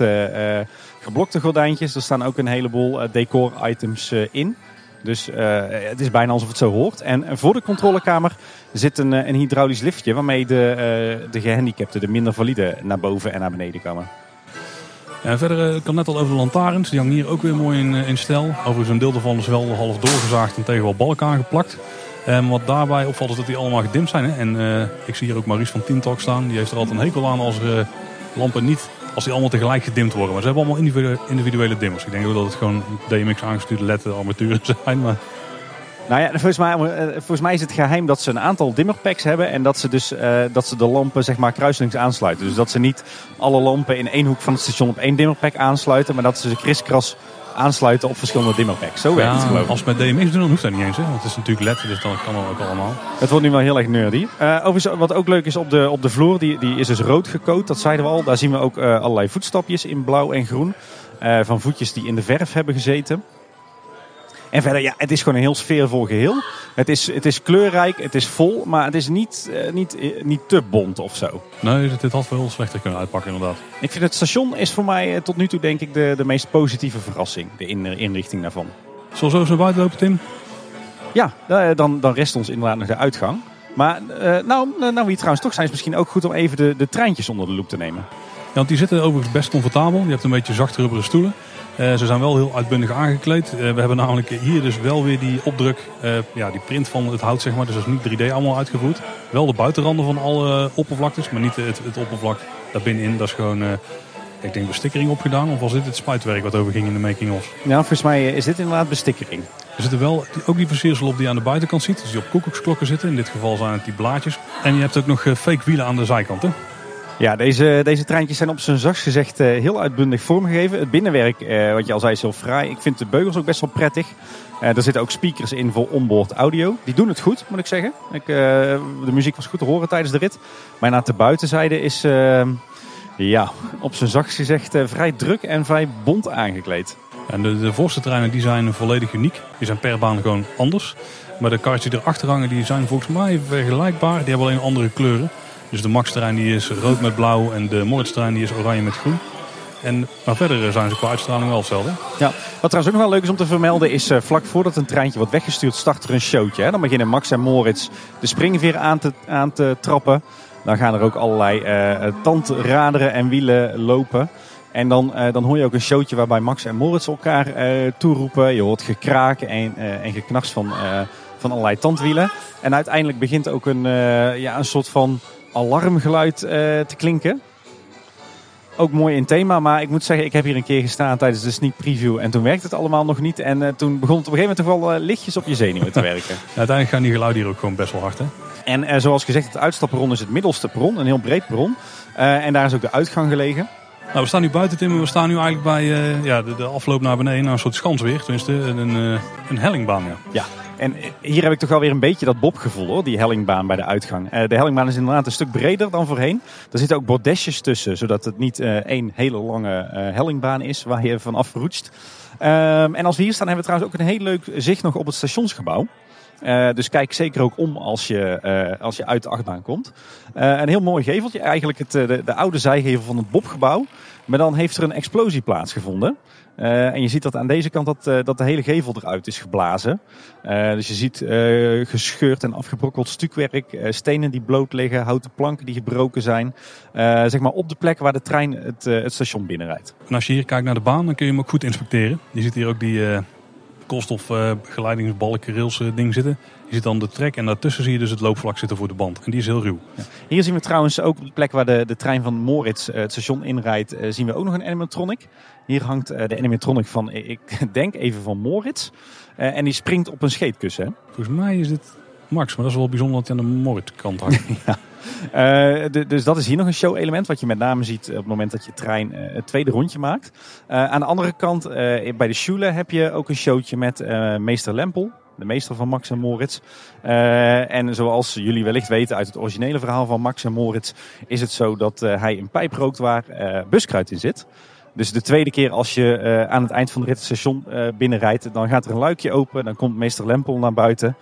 S2: geblokte gordijntjes. Er staan ook een heleboel decor-items in. Dus het is bijna alsof het zo hoort. En voor de controlekamer zit een hydraulisch liftje waarmee de gehandicapten, de minder valide, naar boven en naar beneden komen.
S1: Ja, en verder, ik had net al over de lantaarns. Die hangen hier ook weer mooi in stijl. Overigens een deel daarvan is wel half doorgezaagd en tegen wel balken aangeplakt. Wat daarbij opvalt is dat die allemaal gedimd zijn. Hè? En ik zie hier ook Maurice van Tintalk staan. Die heeft er altijd een hekel aan als lampen niet, als die allemaal tegelijk gedimd worden. Maar ze hebben allemaal individuele dimmers. Ik denk ook dat het gewoon DMX aangestuurde LED armaturen zijn. Maar...
S2: Nou ja, volgens mij is het geheim dat ze een aantal dimmerpacks hebben. En dat ze de lampen zeg maar kruiselings aansluiten. Dus dat ze niet alle lampen in één hoek van het station op één dimmerpack aansluiten. Maar dat ze kriskras aansluiten op verschillende dimmerpacks. Zo werkt het geloof ik.
S1: Als we met DMX doen, dan hoeft dat niet eens. Hè? Want het is natuurlijk LED, dus dat kan dan ook allemaal.
S2: Het wordt nu wel heel erg nerdy. Overigens, wat ook leuk is op de vloer, die is dus rood gecoat. Dat zeiden we al. Daar zien we ook allerlei voetstapjes in blauw en groen. Van voetjes die in de verf hebben gezeten. En verder, ja, het is gewoon een heel sfeervol geheel. Het is kleurrijk, het is vol, maar het is niet te bont of zo.
S1: Nee, dit had wel slechter kunnen uitpakken inderdaad.
S2: Ik vind het station is voor mij tot nu toe denk ik de meest positieve verrassing. De inrichting daarvan.
S1: Zullen we zo eens naar buiten lopen, Tim?
S2: Ja, dan rest ons inderdaad nog de uitgang. Maar nou we hier trouwens toch zijn, is het misschien ook goed om even de treintjes onder de loep te nemen.
S1: Ja, want die zitten overigens best comfortabel. Je hebt een beetje zacht rubberen stoelen. Ze zijn wel heel uitbundig aangekleed. We hebben namelijk hier dus wel weer die opdruk, die print van het hout zeg maar. Dus dat is niet 3D allemaal uitgevoerd. Wel de buitenranden van alle oppervlaktes, maar niet het oppervlak daarbinnenin. Dat is gewoon, ik denk bestikkering opgedaan. Of was dit het spuitwerk wat overging in de making-of?
S2: Ja, volgens mij is dit inderdaad bestikkering.
S1: Er zitten wel ook die versiersel op die je aan de buitenkant ziet. Dus die op koekoeksklokken zitten. In dit geval zijn het die blaadjes. En je hebt ook nog fake wielen aan de zijkant, hè?
S2: Ja, deze treintjes zijn op zijn zachtst gezegd heel uitbundig vormgegeven. Het binnenwerk, wat je al zei, is heel fraai. Ik vind de beugels ook best wel prettig. Er zitten ook speakers in voor onboard audio. Die doen het goed, moet ik zeggen. De muziek was goed te horen tijdens de rit. Maar naar de buitenzijde is op zijn zachtst gezegd vrij druk en vrij bont aangekleed.
S1: En de voorste treinen die zijn volledig uniek. Die zijn per baan gewoon anders. Maar de karretjes die erachter hangen die zijn volgens mij vergelijkbaar. Die hebben alleen andere kleuren. Dus de Max-trein die is rood met blauw en de Moritz-trein die is oranje met groen. Maar verder zijn ze qua uitstraling wel hetzelfde.
S2: Ja, wat trouwens ook nog wel leuk is om te vermelden is vlak voordat een treintje wordt weggestuurd start er een showtje. Hè? Dan beginnen Max en Moritz de springveer aan te trappen. Dan gaan er ook allerlei tandraderen en wielen lopen. En dan hoor je ook een showtje waarbij Max en Moritz elkaar toeroepen. Je hoort gekraak en geknars van allerlei tandwielen. En uiteindelijk begint ook een soort van alarmgeluid te klinken. Ook mooi in thema, maar ik moet zeggen, ik heb hier een keer gestaan tijdens de sneak preview. En toen werkte het allemaal nog niet. En toen begon het op een gegeven moment toch wel lichtjes op je zenuwen te werken.
S1: Ja, uiteindelijk gaan die geluiden hier ook gewoon best wel hard, hè?
S2: En zoals gezegd, het uitstapperron is het middelste perron. Een heel breed perron. En daar is ook de uitgang gelegen.
S1: Nou, we staan nu buiten, Tim. We staan nu eigenlijk bij de afloop naar beneden. Naar een soort skansweer. Tenminste, een hellingbaan, ja.
S2: Ja. En hier heb ik toch wel weer een beetje dat Bob-gevoel, hoor, die hellingbaan bij de uitgang. De hellingbaan is inderdaad een stuk breder dan voorheen. Er zitten ook bordesjes tussen, zodat het niet één hele lange hellingbaan is waar je vanaf roetst. En als we hier staan hebben we trouwens ook een heel leuk zicht nog op het stationsgebouw. Dus kijk zeker ook om als je uit de achtbaan komt. Een heel mooi geveltje, eigenlijk de oude zijgevel van het Bob-gebouw. Maar dan heeft er een explosie plaatsgevonden. En je ziet dat aan deze kant dat de hele gevel eruit is geblazen. Dus je ziet gescheurd en afgebrokkeld stukwerk, stenen die bloot liggen, houten planken die gebroken zijn. Zeg maar op de plek waar de trein het station binnenrijdt.
S1: En als je hier kijkt naar de baan, dan kun je hem ook goed inspecteren. Je ziet hier ook die koolstofgeleidingsbalken, rails ding zitten. Je ziet dan de trek en daartussen zie je dus het loopvlak zitten voor de band. En die is heel ruw.
S2: Ja. Hier zien we trouwens ook op de plek waar de trein van Moritz het station inrijdt, zien we ook nog een animatronic. Hier hangt de animatronic van, ik denk even van Moritz. En die springt op een scheetkussen. Hè?
S1: Volgens mij is dit Max, maar dat is wel bijzonder dat hij aan de Moritz-kant hangt.
S2: Ja. Dus dat is hier nog een show-element wat je met name ziet op het moment dat je trein het tweede rondje maakt. Aan de andere kant, bij de Schule heb je ook een showtje met meester Lempel. De meester van Max en Moritz. En zoals jullie wellicht weten uit het originele verhaal van Max en Moritz, is het zo dat hij een pijp rookt waar buskruid in zit. Dus de tweede keer als je aan het eind van de rit het station binnenrijdt, dan gaat er een luikje open. Dan komt meester Lempel naar buiten.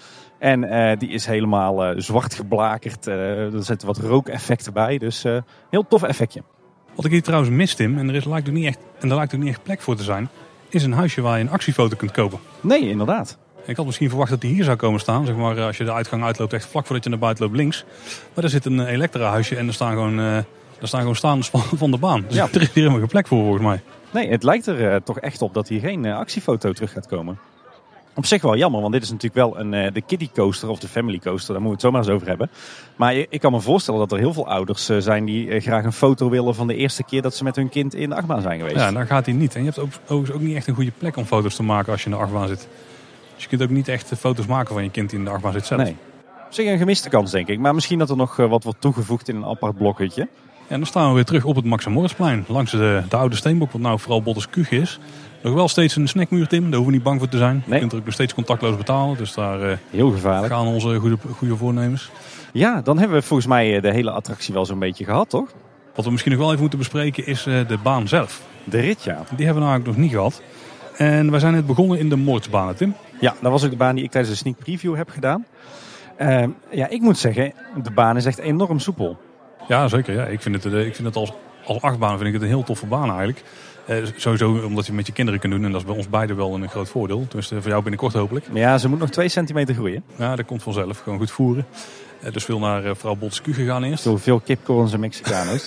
S2: En die is helemaal zwart geblakerd. Er zitten wat rookeffecten bij. Dus heel tof effectje.
S1: Wat ik hier trouwens mis, Tim, en daar lijkt ook niet echt plek voor te zijn, is een huisje waar je een actiefoto kunt kopen.
S2: Nee, inderdaad.
S1: Ik had misschien verwacht dat die hier zou komen staan. Zeg maar, als je de uitgang uitloopt, echt vlak voordat je naar buiten loopt links. Maar daar zit een Elektra-huisje en er staan gewoon staanders van de baan. Dus er is hier helemaal geen plek voor, volgens mij.
S2: Nee, het lijkt er toch echt op dat hier geen actiefoto terug gaat komen. Op zich wel jammer, want dit is natuurlijk wel de kiddie coaster of de family coaster. Daar moeten we het zomaar eens over hebben. Maar ik kan me voorstellen dat er heel veel ouders zijn die graag een foto willen van de eerste keer dat ze met hun kind in de achtbaan zijn geweest.
S1: Ja, dan gaat hij niet. En je hebt ook niet echt een goede plek om foto's te maken als je in de achtbaan zit. Dus je kunt ook niet echt foto's maken van je kind die in de achtbaan zit zelf.
S2: Nee. Op zich een gemiste kans, denk ik. Maar misschien dat er nog wat wordt toegevoegd in een apart blokhutje.
S1: Ja, en dan staan we weer terug op het Max en Moritzplein. Langs de oude steenbok, wat nou vooral Bottes Kuche is. Nog wel steeds een snackmuur, Tim. Daar hoeven we niet bang voor te zijn.
S2: Nee.
S1: Je kunt er ook nog steeds contactloos betalen. Dus daar
S2: heel gevaarlijk.
S1: Gaan onze goede voornemens.
S2: Ja, dan hebben we volgens mij de hele attractie wel zo'n beetje gehad, toch?
S1: Wat we misschien nog wel even moeten bespreken is de baan zelf.
S2: De rit, ja.
S1: Die hebben we eigenlijk nog niet gehad. En wij zijn net begonnen in de Moritzbaan, Tim.
S2: Ja, dat was ook de baan die ik tijdens de sneak preview heb gedaan. Ik moet zeggen, de baan is echt enorm soepel.
S1: Ja, zeker. Ja. Ik vind het als achtbaan vind ik het een heel toffe baan eigenlijk. Sowieso omdat je het met je kinderen kunt doen. En dat is bij ons beiden wel een groot voordeel. Tenminste voor jou binnenkort hopelijk.
S2: Ja, ze moet nog 2 centimeter groeien.
S1: Ja, dat komt vanzelf. Gewoon goed voeren. Dus veel naar vrouw Bottes Kuche gaan eerst.
S2: Veel kipcorns en Mexicano's.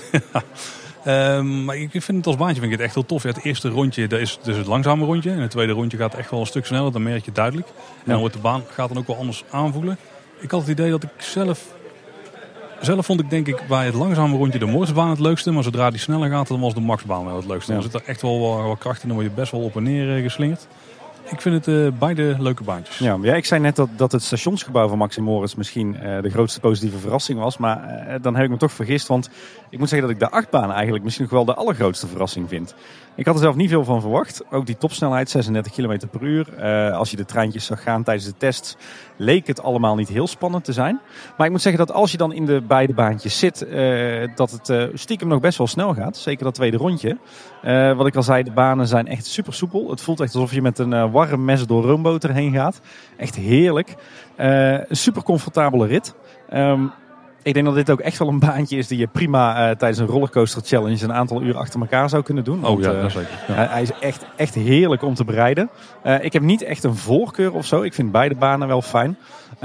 S1: Maar ik vind het als baantje vind ik het echt heel tof. Ja, het eerste rondje dat is dus het langzame rondje. En het tweede rondje gaat echt wel een stuk sneller. Dat merk je duidelijk. En dan wordt de baan gaat dan ook wel anders aanvoelen. Ik had het idee dat ik zelf vond ik denk ik bij het langzame rondje de Moritzbaan het leukste. Maar zodra die sneller gaat, dan was de Maxbaan wel het leukste. Ja. Dan zit er echt wel wat kracht in. Dan word je best wel op en neer geslingerd. Ik vind het beide leuke baantjes.
S2: Ja, ik zei net dat het stationsgebouw van Max en Moritz misschien de grootste positieve verrassing was. Maar dan heb ik me toch vergist. Want ik moet zeggen dat ik de achtbaan eigenlijk misschien nog wel de allergrootste verrassing vind. Ik had er zelf niet veel van verwacht. Ook die topsnelheid, 36 km per uur. Als je de treintjes zag gaan tijdens de tests, leek het allemaal niet heel spannend te zijn. Maar ik moet zeggen dat als je dan in de beide baantjes zit, dat het stiekem nog best wel snel gaat. Zeker dat tweede rondje. Wat ik al zei, de banen zijn echt super soepel. Het voelt echt alsof je met een warm mes door roomboter heen gaat. Echt heerlijk. Een super comfortabele rit. Ik denk dat dit ook echt wel een baantje is die je prima tijdens een rollercoaster challenge een aantal uur achter elkaar zou kunnen doen.
S1: Want, dat zeker. Ja.
S2: Hij is echt heerlijk om te bereiden. Ik heb niet echt een voorkeur of zo. Ik vind beide banen wel fijn.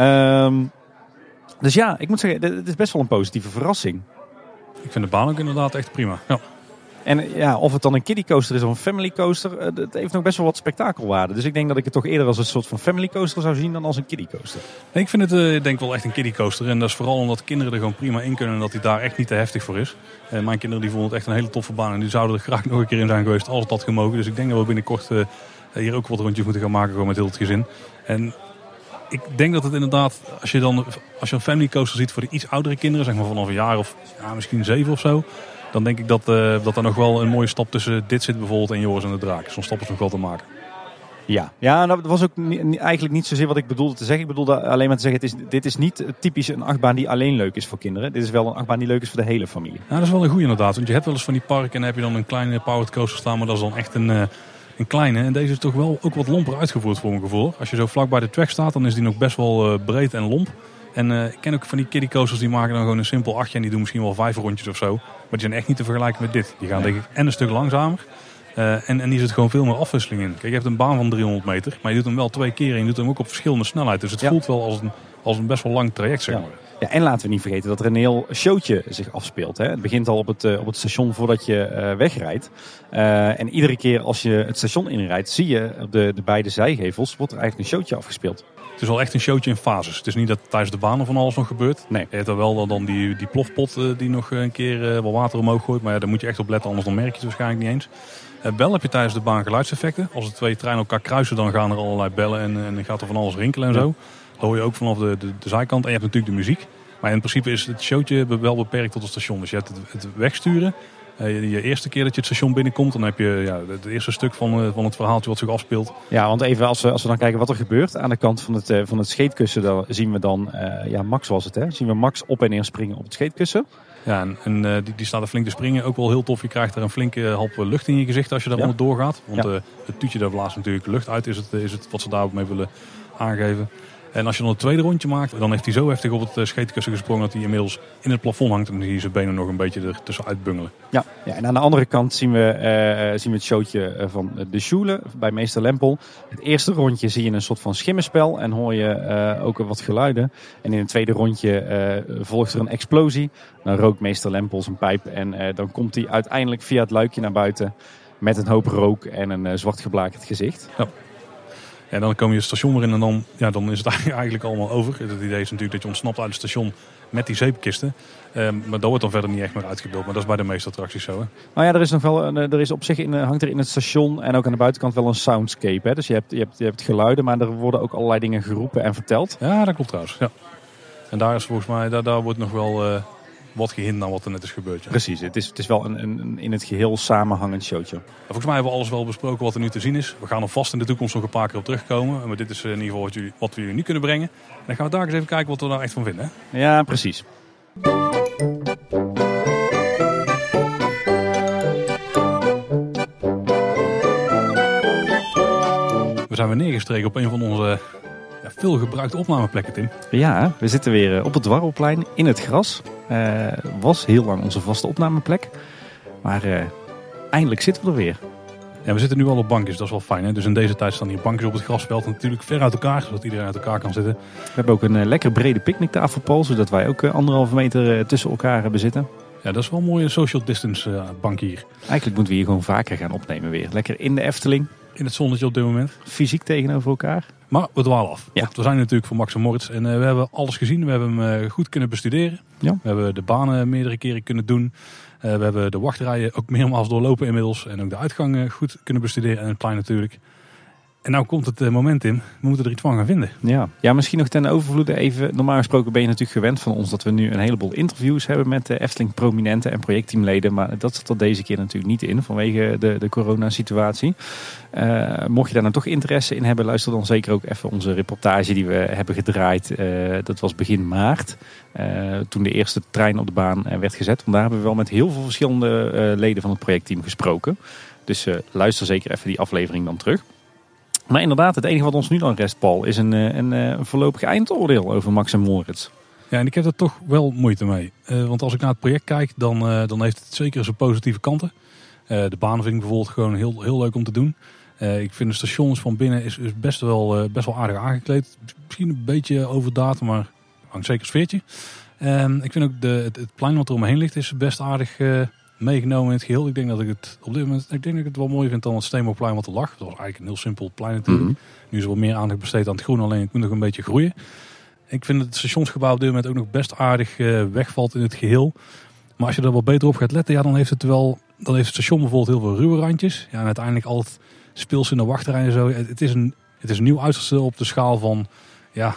S2: Dus ja, ik moet zeggen, het is best wel een positieve verrassing.
S1: Ik vind de baan ook inderdaad echt prima. Ja.
S2: En ja, of het dan een kiddie coaster is of een family coaster, het heeft nog best wel wat spektakelwaarde. Dus ik denk dat ik het toch eerder als een soort van family coaster zou zien dan als een kiddie coaster.
S1: Ik vind het denk wel echt een kiddie coaster. En dat is vooral omdat kinderen er gewoon prima in kunnen en dat hij daar echt niet te heftig voor is. Mijn kinderen die vonden het echt een hele toffe baan en die zouden er graag nog een keer in zijn geweest als het had gemogen. Dus ik denk dat we binnenkort hier ook wat rondjes moeten gaan maken gewoon met heel het gezin. En ik denk dat het inderdaad, als je een family coaster ziet voor de iets oudere kinderen, zeg maar vanaf een jaar of misschien 7 of zo. Dan denk ik dat er nog wel een mooie stap tussen dit zit bijvoorbeeld en Joris en de Draak. Zo'n stap is nog wel te maken.
S2: Ja, dat was ook eigenlijk niet zozeer wat ik bedoelde te zeggen. Ik bedoelde alleen maar te zeggen, dit is niet typisch een achtbaan die alleen leuk is voor kinderen. Dit is wel een achtbaan die leuk is voor de hele familie.
S1: Ja, dat is wel een goeie inderdaad. Want je hebt wel eens van die parken en dan heb je dan een kleine powered coaster staan. Maar dat is dan echt een kleine. En deze is toch wel ook wat lomper uitgevoerd voor mijn gevoel. Als je zo vlak bij de track staat, dan is die nog best wel breed en lomp. En ik ken ook van die kiddie coasters die maken dan gewoon een simpel 8 en die doen misschien wel 5 rondjes of zo. Maar die zijn echt niet te vergelijken met dit. Die gaan denk ik en een stuk langzamer. En die zit gewoon veel meer afwisseling in. Kijk, je hebt een baan van 300 meter, maar je doet hem wel 2 keer en je doet hem ook op verschillende snelheid. Dus het voelt wel als een best wel lang traject, zeg maar.
S2: Ja, en laten we niet vergeten dat er een heel showtje zich afspeelt. Hè. Het begint al op het station voordat je wegrijdt. En iedere keer als je het station inrijdt, zie je op de beide zijgevels wordt er eigenlijk een showtje afgespeeld.
S1: Het is wel echt een showtje in fases. Het is niet dat tijdens de banen van alles nog gebeurt.
S2: Nee.
S1: Je hebt er wel dan die plofpot die nog een keer wat water omhoog gooit. Maar ja, daar moet je echt op letten, anders dan merk je het waarschijnlijk niet eens. Wel heb je tijdens de baan geluidseffecten. Als de 2 treinen elkaar kruisen, dan gaan er allerlei bellen en dan gaat er van alles rinkelen en zo. Dat hoor je ook vanaf de zijkant. En je hebt natuurlijk de muziek. Maar in principe is het showtje wel beperkt tot het station. Dus je hebt het wegsturen. Je eerste keer dat je het station binnenkomt, dan heb je het eerste stuk van het verhaaltje wat zich afspeelt. Ja,
S2: want even als we dan kijken wat er gebeurt. Aan de kant van het scheetkussen dan zien we dan, Max was het hè. Zien we Max op en neer springen op het scheetkussen.
S1: Ja, en die staat er flink te springen. Ook wel heel tof. Je krijgt er een flinke hap lucht in je gezicht als je daar onderdoor gaat. Want het tuutje daar blaast natuurlijk lucht uit, is het wat ze daar ook mee willen aangeven. En als je dan het tweede rondje maakt, dan heeft hij zo heftig op het scheetkussen gesprongen dat hij inmiddels in het plafond hangt. En dan zie je zijn benen nog een beetje er tussenuit bungelen.
S2: Ja, en aan de andere kant zien we het showtje van de Schule bij meester Lempel. Het eerste rondje zie je een soort van schimmenspel en hoor je ook wat geluiden. En in het tweede rondje volgt er een explosie. Dan rookt meester Lempel zijn pijp en dan komt hij uiteindelijk via het luikje naar buiten met een hoop rook en een zwart geblakerd gezicht.
S1: Ja. En dan kom je het station weer in en dan is het eigenlijk allemaal over. Het idee is natuurlijk dat je ontsnapt uit het station met die zeepkisten. Maar dat wordt dan verder niet echt meer uitgebeeld. Maar dat is bij de meeste attracties zo. Hè?
S2: Nou ja, er is nog wel, er is op zich hangt er in het station en ook aan de buitenkant wel een soundscape. Hè? Dus je hebt geluiden, maar er worden ook allerlei dingen geroepen en verteld.
S1: Ja, dat klopt trouwens. Ja. En daar is volgens mij, daar wordt nog wel wat gehint naar wat er net is gebeurd. Ja.
S2: Precies, het is wel een in het geheel samenhangend showtje.
S1: En volgens mij hebben we alles wel besproken wat er nu te zien is. We gaan er vast in de toekomst nog een paar keer op terugkomen. Maar dit is in ieder geval wat we jullie nu kunnen brengen. En dan gaan we daar eens even kijken wat we daar echt van vinden. Hè?
S2: Ja, precies.
S1: We zijn weer neergestreken op een van onze veel gebruikte opnameplekken, Tim.
S2: Ja, we zitten weer op het Dwarrelplein in het gras. Was heel lang onze vaste opnameplek. Maar eindelijk zitten we er weer.
S1: Ja, we zitten nu al op bankjes, dat is wel fijn. Hè? Dus in deze tijd staan hier bankjes op het grasveld. Natuurlijk ver uit elkaar, zodat iedereen uit elkaar kan zitten.
S2: We hebben ook een lekker brede picknicktafel, zodat wij ook 1,5 meter tussen elkaar hebben zitten.
S1: Ja, dat is wel een mooie social distance bank hier.
S2: Eigenlijk moeten we hier gewoon vaker gaan opnemen weer. Lekker in de Efteling.
S1: In het zonnetje op dit moment.
S2: Fysiek tegenover elkaar.
S1: Maar we dwalen af.
S2: Ja.
S1: Want we zijn natuurlijk voor Max & Moritz en we hebben alles gezien. We hebben hem goed kunnen bestuderen.
S2: Ja.
S1: We hebben de banen meerdere keren kunnen doen. We hebben de wachtrijen ook meermaals doorlopen inmiddels. En ook de uitgang goed kunnen bestuderen en het plein natuurlijk. En nou komt het moment in. We moeten er iets van gaan vinden.
S2: Ja, misschien nog ten overvloede even. Normaal gesproken ben je natuurlijk gewend van ons dat we nu een heleboel interviews hebben met de Efteling prominenten en projectteamleden. Maar dat zat er deze keer natuurlijk niet in vanwege de coronasituatie. Mocht je daar nou toch interesse in hebben, luister dan zeker ook even onze reportage die we hebben gedraaid. Dat was begin maart. Toen de eerste trein op de baan werd gezet. Want daar hebben we wel met heel veel verschillende leden van het projectteam gesproken. Dus luister zeker even die aflevering dan terug. Maar inderdaad, het enige wat ons nu dan rest, Paul, is een voorlopig eindoordeel over Max & Moritz.
S1: Ja, en ik heb er toch wel moeite mee. Want als ik naar het project kijk, dan heeft het zeker zijn positieve kanten. De banen vind ik bijvoorbeeld gewoon heel leuk om te doen. Ik vind de stations van binnen is best wel aardig aangekleed. Misschien een beetje overdaad, maar hangt zeker een sfeertje. Ik vind ook het plein wat er omheen ligt is best aardig meegenomen in het geheel. Ik denk dat ik het op dit moment wel mooier vind dan het Steenbokplein wat er lag. Dat was eigenlijk een heel simpel plein natuurlijk.
S2: Mm-hmm.
S1: Nu is er wat meer aandacht besteed aan het groen, alleen het moet nog een beetje groeien. Ik vind het stationsgebouw op dit moment ook nog best aardig wegvalt in het geheel. Maar als je er wat beter op gaat letten, ja, dan heeft het station bijvoorbeeld heel veel ruwe randjes. Ja, en uiteindelijk altijd speels in de wachtrij en zo. Het is een nieuw uitstel op de schaal van, ja,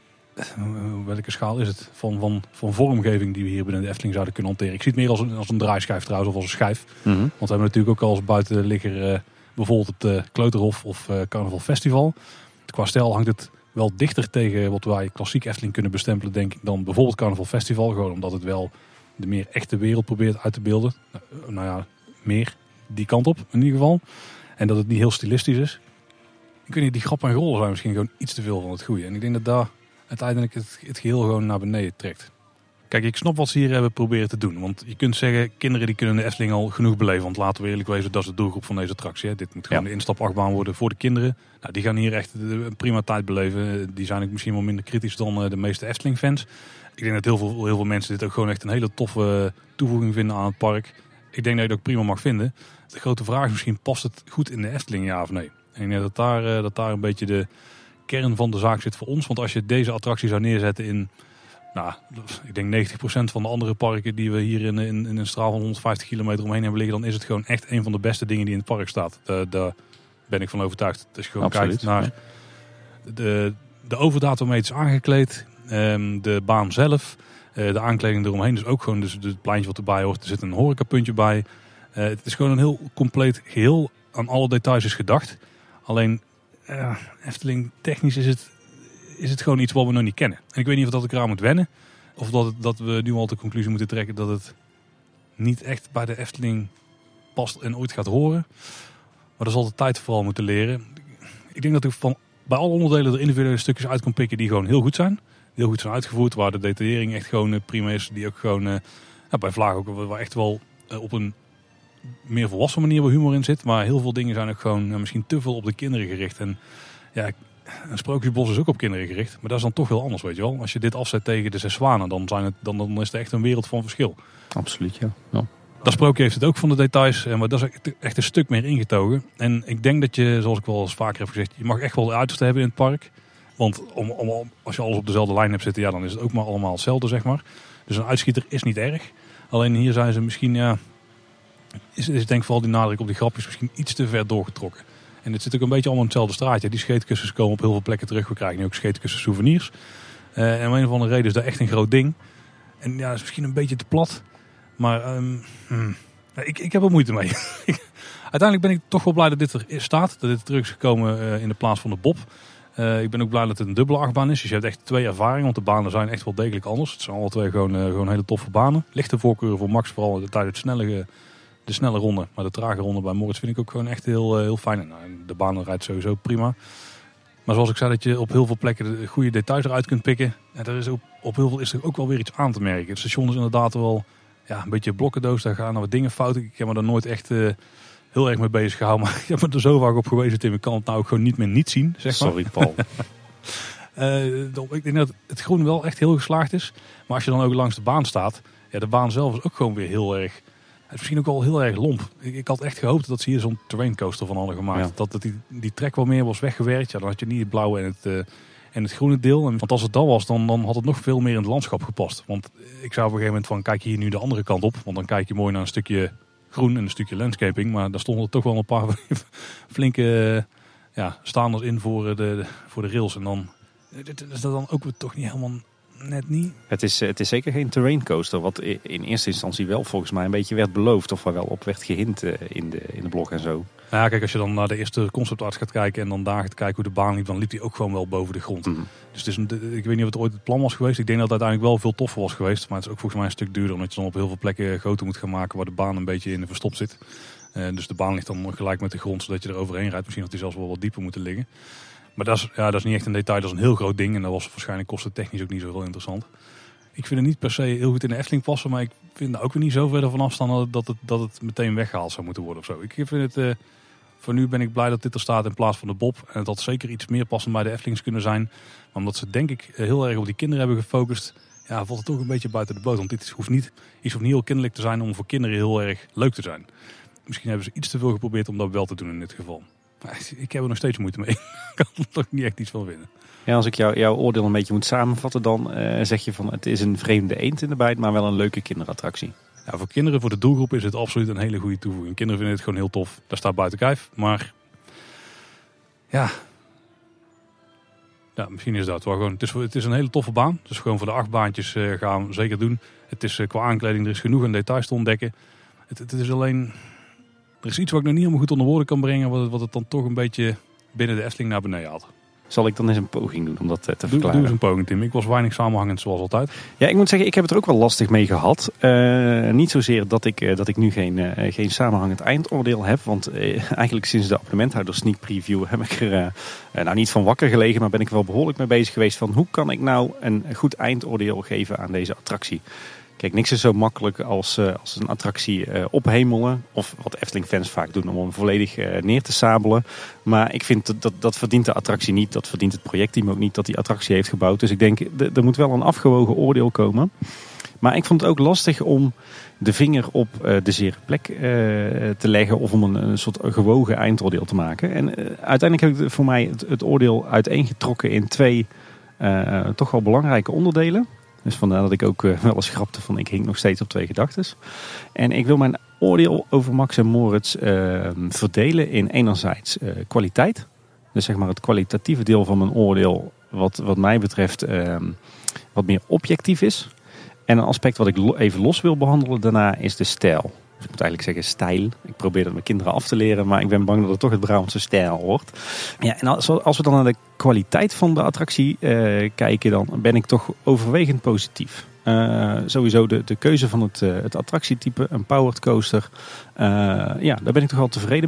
S1: welke schaal is het? Van vormgeving die we hier binnen de Efteling zouden kunnen hanteren. Ik zie het meer als een draaischijf trouwens, of als een schijf.
S2: Mm-hmm.
S1: Want we hebben natuurlijk ook al als buitenligger bijvoorbeeld het Kleuterhof of Carnaval Festival. Qua stijl hangt het wel dichter tegen wat wij klassiek Efteling kunnen bestempelen, denk ik, dan bijvoorbeeld Carnaval Festival. Gewoon omdat het wel de meer echte wereld probeert uit te beelden. Nou ja, meer die kant op in ieder geval. En dat het niet heel stilistisch is. Ik weet niet, die grappen en rollen zijn misschien gewoon iets te veel van het goede. En ik denk dat daar uiteindelijk het geheel gewoon naar beneden trekt. Kijk, ik snap wat ze hier hebben proberen te doen. Want je kunt zeggen, kinderen die kunnen de Efteling al genoeg beleven. Want laten we eerlijk wezen, dat is de doelgroep van deze attractie. Hè. Dit moet gewoon de instapachtbaan worden voor de kinderen. Nou, die gaan hier echt een prima tijd beleven. Die zijn ook misschien wel minder kritisch dan de meeste Efteling-fans. Ik denk dat heel veel mensen dit ook gewoon echt een hele toffe toevoeging vinden aan het park. Ik denk dat je het ook prima mag vinden. De grote vraag is misschien, past het goed in de Efteling, ja of nee? En ik denk dat daar een beetje de kern van de zaak zit voor ons. Want als je deze attractie zou neerzetten in, nou, ik denk 90% van de andere parken die we hier in een straal van 150 kilometer omheen hebben liggen, dan is het gewoon echt een van de beste dingen die in het park staat. Daar ben ik van overtuigd. Dus gewoon kijkt naar de overdaad waarmee het is aangekleed, de baan zelf, de aankleding eromheen. Dus ook gewoon het pleintje wat erbij hoort. Er zit een horecapuntje bij. Het is gewoon een heel compleet geheel. Aan alle details is gedacht. Alleen Efteling technisch is het gewoon iets wat we nog niet kennen. En ik weet niet of dat ik eraan moet wennen. Of dat we nu al de conclusie moeten trekken dat het niet echt bij de Efteling past en ooit gaat horen. Maar dat zal de tijd vooral moeten leren. Ik denk dat ik van bij alle onderdelen er individuele stukjes uit kan pikken die gewoon heel goed zijn. Heel goed zijn uitgevoerd, waar de detaillering echt gewoon prima is. Die ook gewoon bij Vlaag ook waar echt wel op een meer volwassen manier waar humor in zit. Maar heel veel dingen zijn ook gewoon misschien te veel op de kinderen gericht. En ja, een Sprookjesbos is ook op kinderen gericht. Maar dat is dan toch heel anders, weet je wel. Als je dit afzet tegen de 6 zwanen, dan is het echt een wereld van verschil.
S2: Absoluut, ja.
S1: Dat sprookje heeft het ook van de details, maar dat is echt een stuk meer ingetogen. En ik denk dat je, zoals ik wel eens vaker heb gezegd, je mag echt wel de uiterste hebben in het park. Want als je alles op dezelfde lijn hebt zitten, ja, dan is het ook maar allemaal hetzelfde, zeg maar. Dus een uitschieter is niet erg. Alleen hier zijn ze misschien, is denk ik vooral die nadruk op die grapjes misschien iets te ver doorgetrokken. En het zit ook een beetje allemaal in hetzelfde straatje. Die scheetkussens komen op heel veel plekken terug. We krijgen nu ook scheetkussen souvenirs. En om een of andere reden is dat echt een groot ding. En ja, dat is misschien een beetje te plat. Maar ik heb er moeite mee. Uiteindelijk ben ik toch wel blij dat dit er staat. Dat dit terug is gekomen in de plaats van de Bob. Ik ben ook blij dat het een dubbele achtbaan is. Dus je hebt echt 2 ervaringen. Want de banen zijn echt wel degelijk anders. Het zijn alle 2 gewoon hele toffe banen. Lichte voorkeuren voor Max. Vooral tijdens de snelle ronde. Maar de trage ronde bij Moritz vind ik ook gewoon echt heel fijn. En, de banen rijdt sowieso prima. Maar zoals ik zei, dat je op heel veel plekken de goede details eruit kunt pikken. En er is ook, op heel veel is er ook wel weer iets aan te merken. Het station is inderdaad wel een beetje blokkendoos. Daar gaan wat dingen fout. Ik heb me daar nooit echt heel erg mee bezig gehouden. Maar ik heb me er zo vaak op gewezen, Tim. Ik kan het nou ook gewoon niet meer niet zien, zeg maar.
S2: Sorry, Paul.
S1: Ik denk dat het groen wel echt heel geslaagd is. Maar als je dan ook langs de baan staat. Ja, de baan zelf is ook gewoon weer heel erg. Het is misschien ook wel heel erg lomp. Ik had echt gehoopt dat ze hier zo'n terrain coaster van hadden gemaakt. Ja. Dat die trek wel meer was weggewerkt. Ja, dan had je niet het blauwe en het groene deel. Want als het dat was, dan had het nog veel meer in het landschap gepast. Want ik zou op een gegeven moment van, kijk hier nu de andere kant op. Want dan kijk je mooi naar een stukje groen en een stukje landscaping. Maar daar stonden er toch wel een paar flinke staanders in voor de rails. En dan is dat dan ook weer toch niet helemaal net niet.
S2: Het is zeker geen terrain coaster. Wat in eerste instantie wel volgens mij een beetje werd beloofd. Of waar wel op werd gehint in de blog en zo.
S1: Nou ja, kijk, als je dan naar de eerste conceptart gaat kijken en dan daar gaat kijken hoe de baan liep, dan liep die ook gewoon wel boven de grond. Mm-hmm. Dus ik weet niet of het ooit het plan was geweest. Ik denk dat het uiteindelijk wel veel toffer was geweest. Maar het is ook volgens mij een stuk duurder, omdat je dan op heel veel plekken groter moet gaan maken waar de baan een beetje in verstopt zit. Dus de baan ligt dan gelijk met de grond, zodat je er overheen rijdt. Misschien had die zelfs wel wat dieper moeten liggen. Maar dat is niet echt een detail, dat is een heel groot ding. En dat was waarschijnlijk kostentechnisch ook niet zo heel interessant. Ik vind het niet per se heel goed in de Efteling passen. Maar ik vind er ook weer niet zo verder vanaf staan dat het meteen weggehaald zou moeten worden of zo. Ik vind het, voor nu ben ik blij dat dit er staat in plaats van de Bob. En het had zeker iets meer passend bij de Eftelings kunnen zijn. Maar omdat ze denk ik heel erg op die kinderen hebben gefocust. Ja, valt het toch een beetje buiten de boot. Want dit hoeft niet heel kinderlijk te zijn om voor kinderen heel erg leuk te zijn. Misschien hebben ze iets te veel geprobeerd om dat wel te doen in dit geval. Ik heb er nog steeds moeite mee. Ik kan er toch niet echt iets van vinden.
S2: Ja, als ik jouw oordeel een beetje moet samenvatten, dan zeg je van het is een vreemde eend in de bijt, maar wel een leuke kinderattractie.
S1: Ja, voor kinderen, voor de doelgroep is het absoluut een hele goede toevoeging. Kinderen vinden het gewoon heel tof. Daar staat buiten kijf. Maar ja, misschien is dat wel gewoon. Het is een hele toffe baan. Dus gewoon voor de 8 baantjes gaan we zeker doen. Het is qua aankleding, er is genoeg aan details te ontdekken. Het is alleen. Er is iets wat ik nog niet helemaal goed onder woorden kan brengen. Wat het dan toch een beetje binnen de Efteling naar beneden haalt.
S2: Zal ik dan eens een poging doen om dat te verklaren?
S1: Doe eens een poging, Tim. Ik was weinig samenhangend zoals altijd.
S2: Ja, ik moet zeggen, ik heb het er ook wel lastig mee gehad. Niet zozeer dat ik nu geen samenhangend eindoordeel heb. Want eigenlijk sinds de abonnementhouder sneak preview heb ik er niet van wakker gelegen. Maar ben ik er wel behoorlijk mee bezig geweest van hoe kan ik nou een goed eindoordeel geven aan deze attractie. Kijk, niks is zo makkelijk als een attractie ophemelen. Of wat Efteling-fans vaak doen om hem volledig neer te sabelen. Maar ik vind dat verdient de attractie niet. Dat verdient het projectteam ook niet dat die attractie heeft gebouwd. Dus ik denk, er moet wel een afgewogen oordeel komen. Maar ik vond het ook lastig om de vinger op de zere plek te leggen. Of om een soort gewogen eindoordeel te maken. En uiteindelijk heb ik voor mij het oordeel uiteengetrokken in 2 toch wel belangrijke onderdelen. Dus vandaar dat ik ook wel eens grapte van ik hing nog steeds op 2 gedachtes. En ik wil mijn oordeel over Max en Moritz verdelen in enerzijds kwaliteit. Dus zeg maar het kwalitatieve deel van mijn oordeel wat mij betreft wat meer objectief is. En een aspect wat ik even los wil behandelen daarna is de stijl. Dus ik moet eigenlijk zeggen stijl. Ik probeer dat mijn kinderen af te leren, maar ik ben bang dat het toch het Brabantse stijl wordt. Ja, en als we dan naar de kwaliteit van de attractie kijken, dan ben ik toch overwegend positief. Sowieso de keuze van het attractietype, een powered coaster. Daar ben ik toch wel tevreden mee.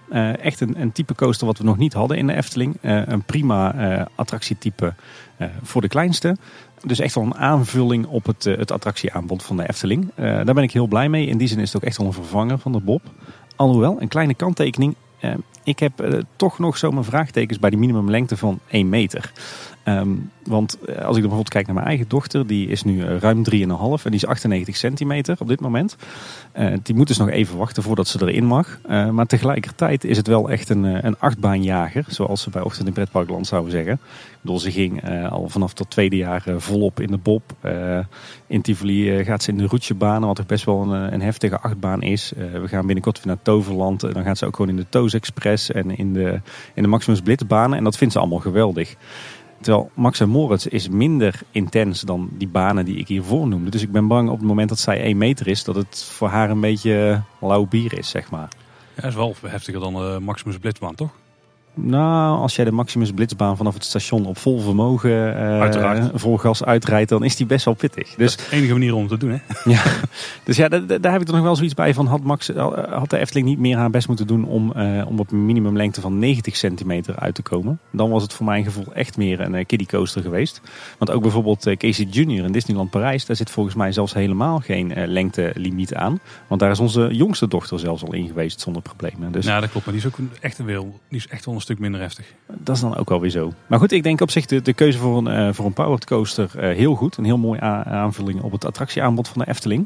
S2: Echt een type coaster wat we nog niet hadden in de Efteling. Een prima attractietype voor de kleinste. Dus echt wel een aanvulling op het attractieaanbod van de Efteling. Daar ben ik heel blij mee. In die zin is het ook echt wel een vervanger van de Bob. Alhoewel, een kleine kanttekening. Ik heb toch nog zo mijn vraagtekens bij die minimumlengte van 1 meter. Want als ik dan bijvoorbeeld kijk naar mijn eigen dochter, die is nu ruim 3,5 en die is 98 centimeter op dit moment. Die moet dus nog even wachten voordat ze erin mag. Maar tegelijkertijd is het wel echt een achtbaanjager, zoals ze bij Ochtend in Pretparkland zouden zeggen. Ik bedoel, ze ging al vanaf dat tweede jaar volop in de Bob. In Tivoli gaat ze in de roetjebanen, wat toch best wel een heftige achtbaan is. We gaan binnenkort weer naar Toverland. Dan gaat ze ook gewoon in de Toos Express en in de Maximus Blitzbanen. En dat vindt ze allemaal geweldig. Terwijl Max en Moritz is minder intens dan die banen die ik hiervoor noemde. Dus ik ben bang op het moment dat zij 1 meter is, dat het voor haar een beetje lauw bier is, zeg maar.
S1: Ja, dat is wel heftiger dan de Maximus Blitzbaan, toch?
S2: Nou, als jij de Maximus Blitzbaan vanaf het station op vol vermogen vol gas uitrijdt, dan is die best wel pittig. Dus,
S1: dat is de enige manier om het te doen, hè?
S2: Ja, dus ja, daar heb ik er nog wel zoiets bij van, had de Efteling niet meer haar best moeten doen om op een minimumlengte van 90 centimeter uit te komen. Dan was het voor mijn gevoel echt meer een kiddie coaster geweest. Want ook bijvoorbeeld Casey Jr. in Disneyland Parijs, daar zit volgens mij zelfs helemaal geen lengtelimiet aan. Want daar is onze jongste dochter zelfs al in geweest zonder problemen. Dus,
S1: ja, dat klopt, maar die is ook echt die is echt wel een stuk minder heftig.
S2: Dat is dan ook wel weer zo. Maar goed, ik denk op zich de keuze voor een powered coaster heel goed. Een heel mooie aanvulling op het attractieaanbod van de Efteling.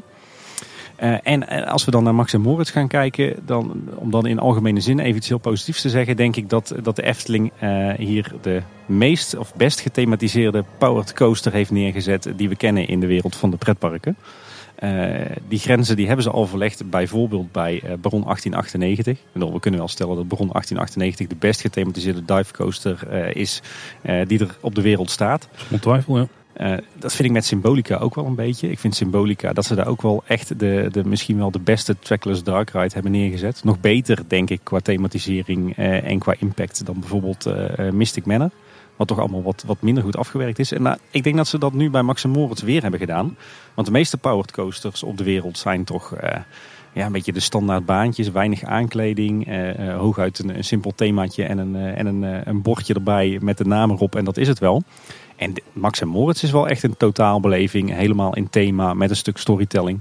S2: En als we dan naar Max en Moritz gaan kijken, om dan in algemene zin even iets heel positiefs te zeggen, denk ik dat de Efteling hier de meest of best gethematiseerde powered coaster heeft neergezet die we kennen in de wereld van de pretparken. Die grenzen die hebben ze al verlegd bijvoorbeeld bij Baron 1898. We kunnen wel stellen dat Baron 1898 de best gethematiseerde divecoaster is die er op de wereld staat.
S1: Zonder twijfel, ja.
S2: Dat vind ik met Symbolica ook wel een beetje. Ik vind Symbolica dat ze daar ook wel echt misschien wel de beste trackless dark ride hebben neergezet. Nog beter denk ik qua thematisering en qua impact dan bijvoorbeeld Mystic Manor. Wat toch allemaal wat minder goed afgewerkt is. En ik denk dat ze dat nu bij Max en Moritz weer hebben gedaan. Want de meeste powered coasters op de wereld zijn toch een beetje de standaard baantjes. Weinig aankleding. Hooguit een simpel themaatje en een bordje erbij met de naam erop. En dat is het wel. En Max en Moritz is wel echt een totaalbeleving. Helemaal in thema met een stuk storytelling.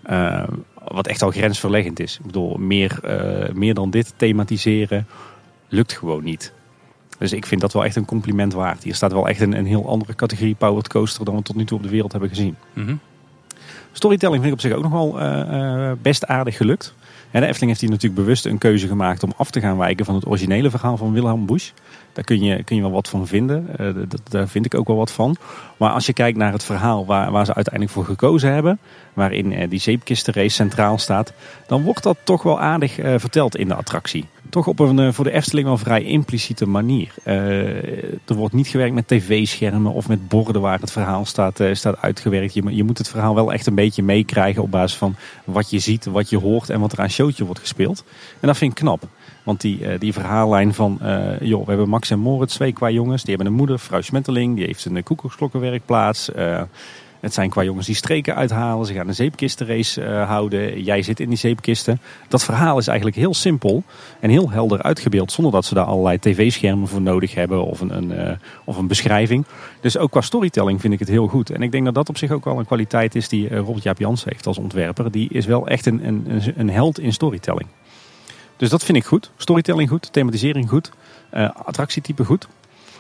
S2: Wat echt al grensverleggend is. Ik bedoel, meer dan dit thematiseren lukt gewoon niet. Dus ik vind dat wel echt een compliment waard. Hier staat wel echt een heel andere categorie powered coaster dan we tot nu toe op de wereld hebben gezien. Mm-hmm. Storytelling vind ik op zich ook nog wel best aardig gelukt. En de Efteling heeft hier natuurlijk bewust een keuze gemaakt om af te gaan wijken van het originele verhaal van Wilhelm Busch. Daar kun je wel wat van vinden. Daar vind ik ook wel wat van. Maar als je kijkt naar het verhaal waar ze uiteindelijk voor gekozen hebben, waarin die zeepkistenrace centraal staat, dan wordt dat toch wel aardig verteld in de attractie. Toch op een voor de Efteling wel vrij impliciete manier. Er wordt niet gewerkt met tv-schermen of met borden waar het verhaal staat uitgewerkt. Je moet het verhaal wel echt een beetje meekrijgen op basis van wat je ziet, wat je hoort en wat er aan showtje wordt gespeeld. En dat vind ik knap. Want die verhaallijn van, we hebben Max en Moritz, 2 qua jongens. Die hebben een moeder, vrouw Schmetterling. Die heeft een koekoeksklokkenwerkplaats. Het zijn qua jongens die streken uithalen. Ze gaan een zeepkistenrace houden. Jij zit in die zeepkisten. Dat verhaal is eigenlijk heel simpel en heel helder uitgebeeld. Zonder dat ze daar allerlei tv-schermen voor nodig hebben of een beschrijving. Dus ook qua storytelling vind ik het heel goed. En ik denk dat dat op zich ook wel een kwaliteit is die Robert Jaap Jansen heeft als ontwerper. Die is wel echt een held in storytelling. Dus dat vind ik goed. Storytelling goed, thematisering goed, attractietype goed.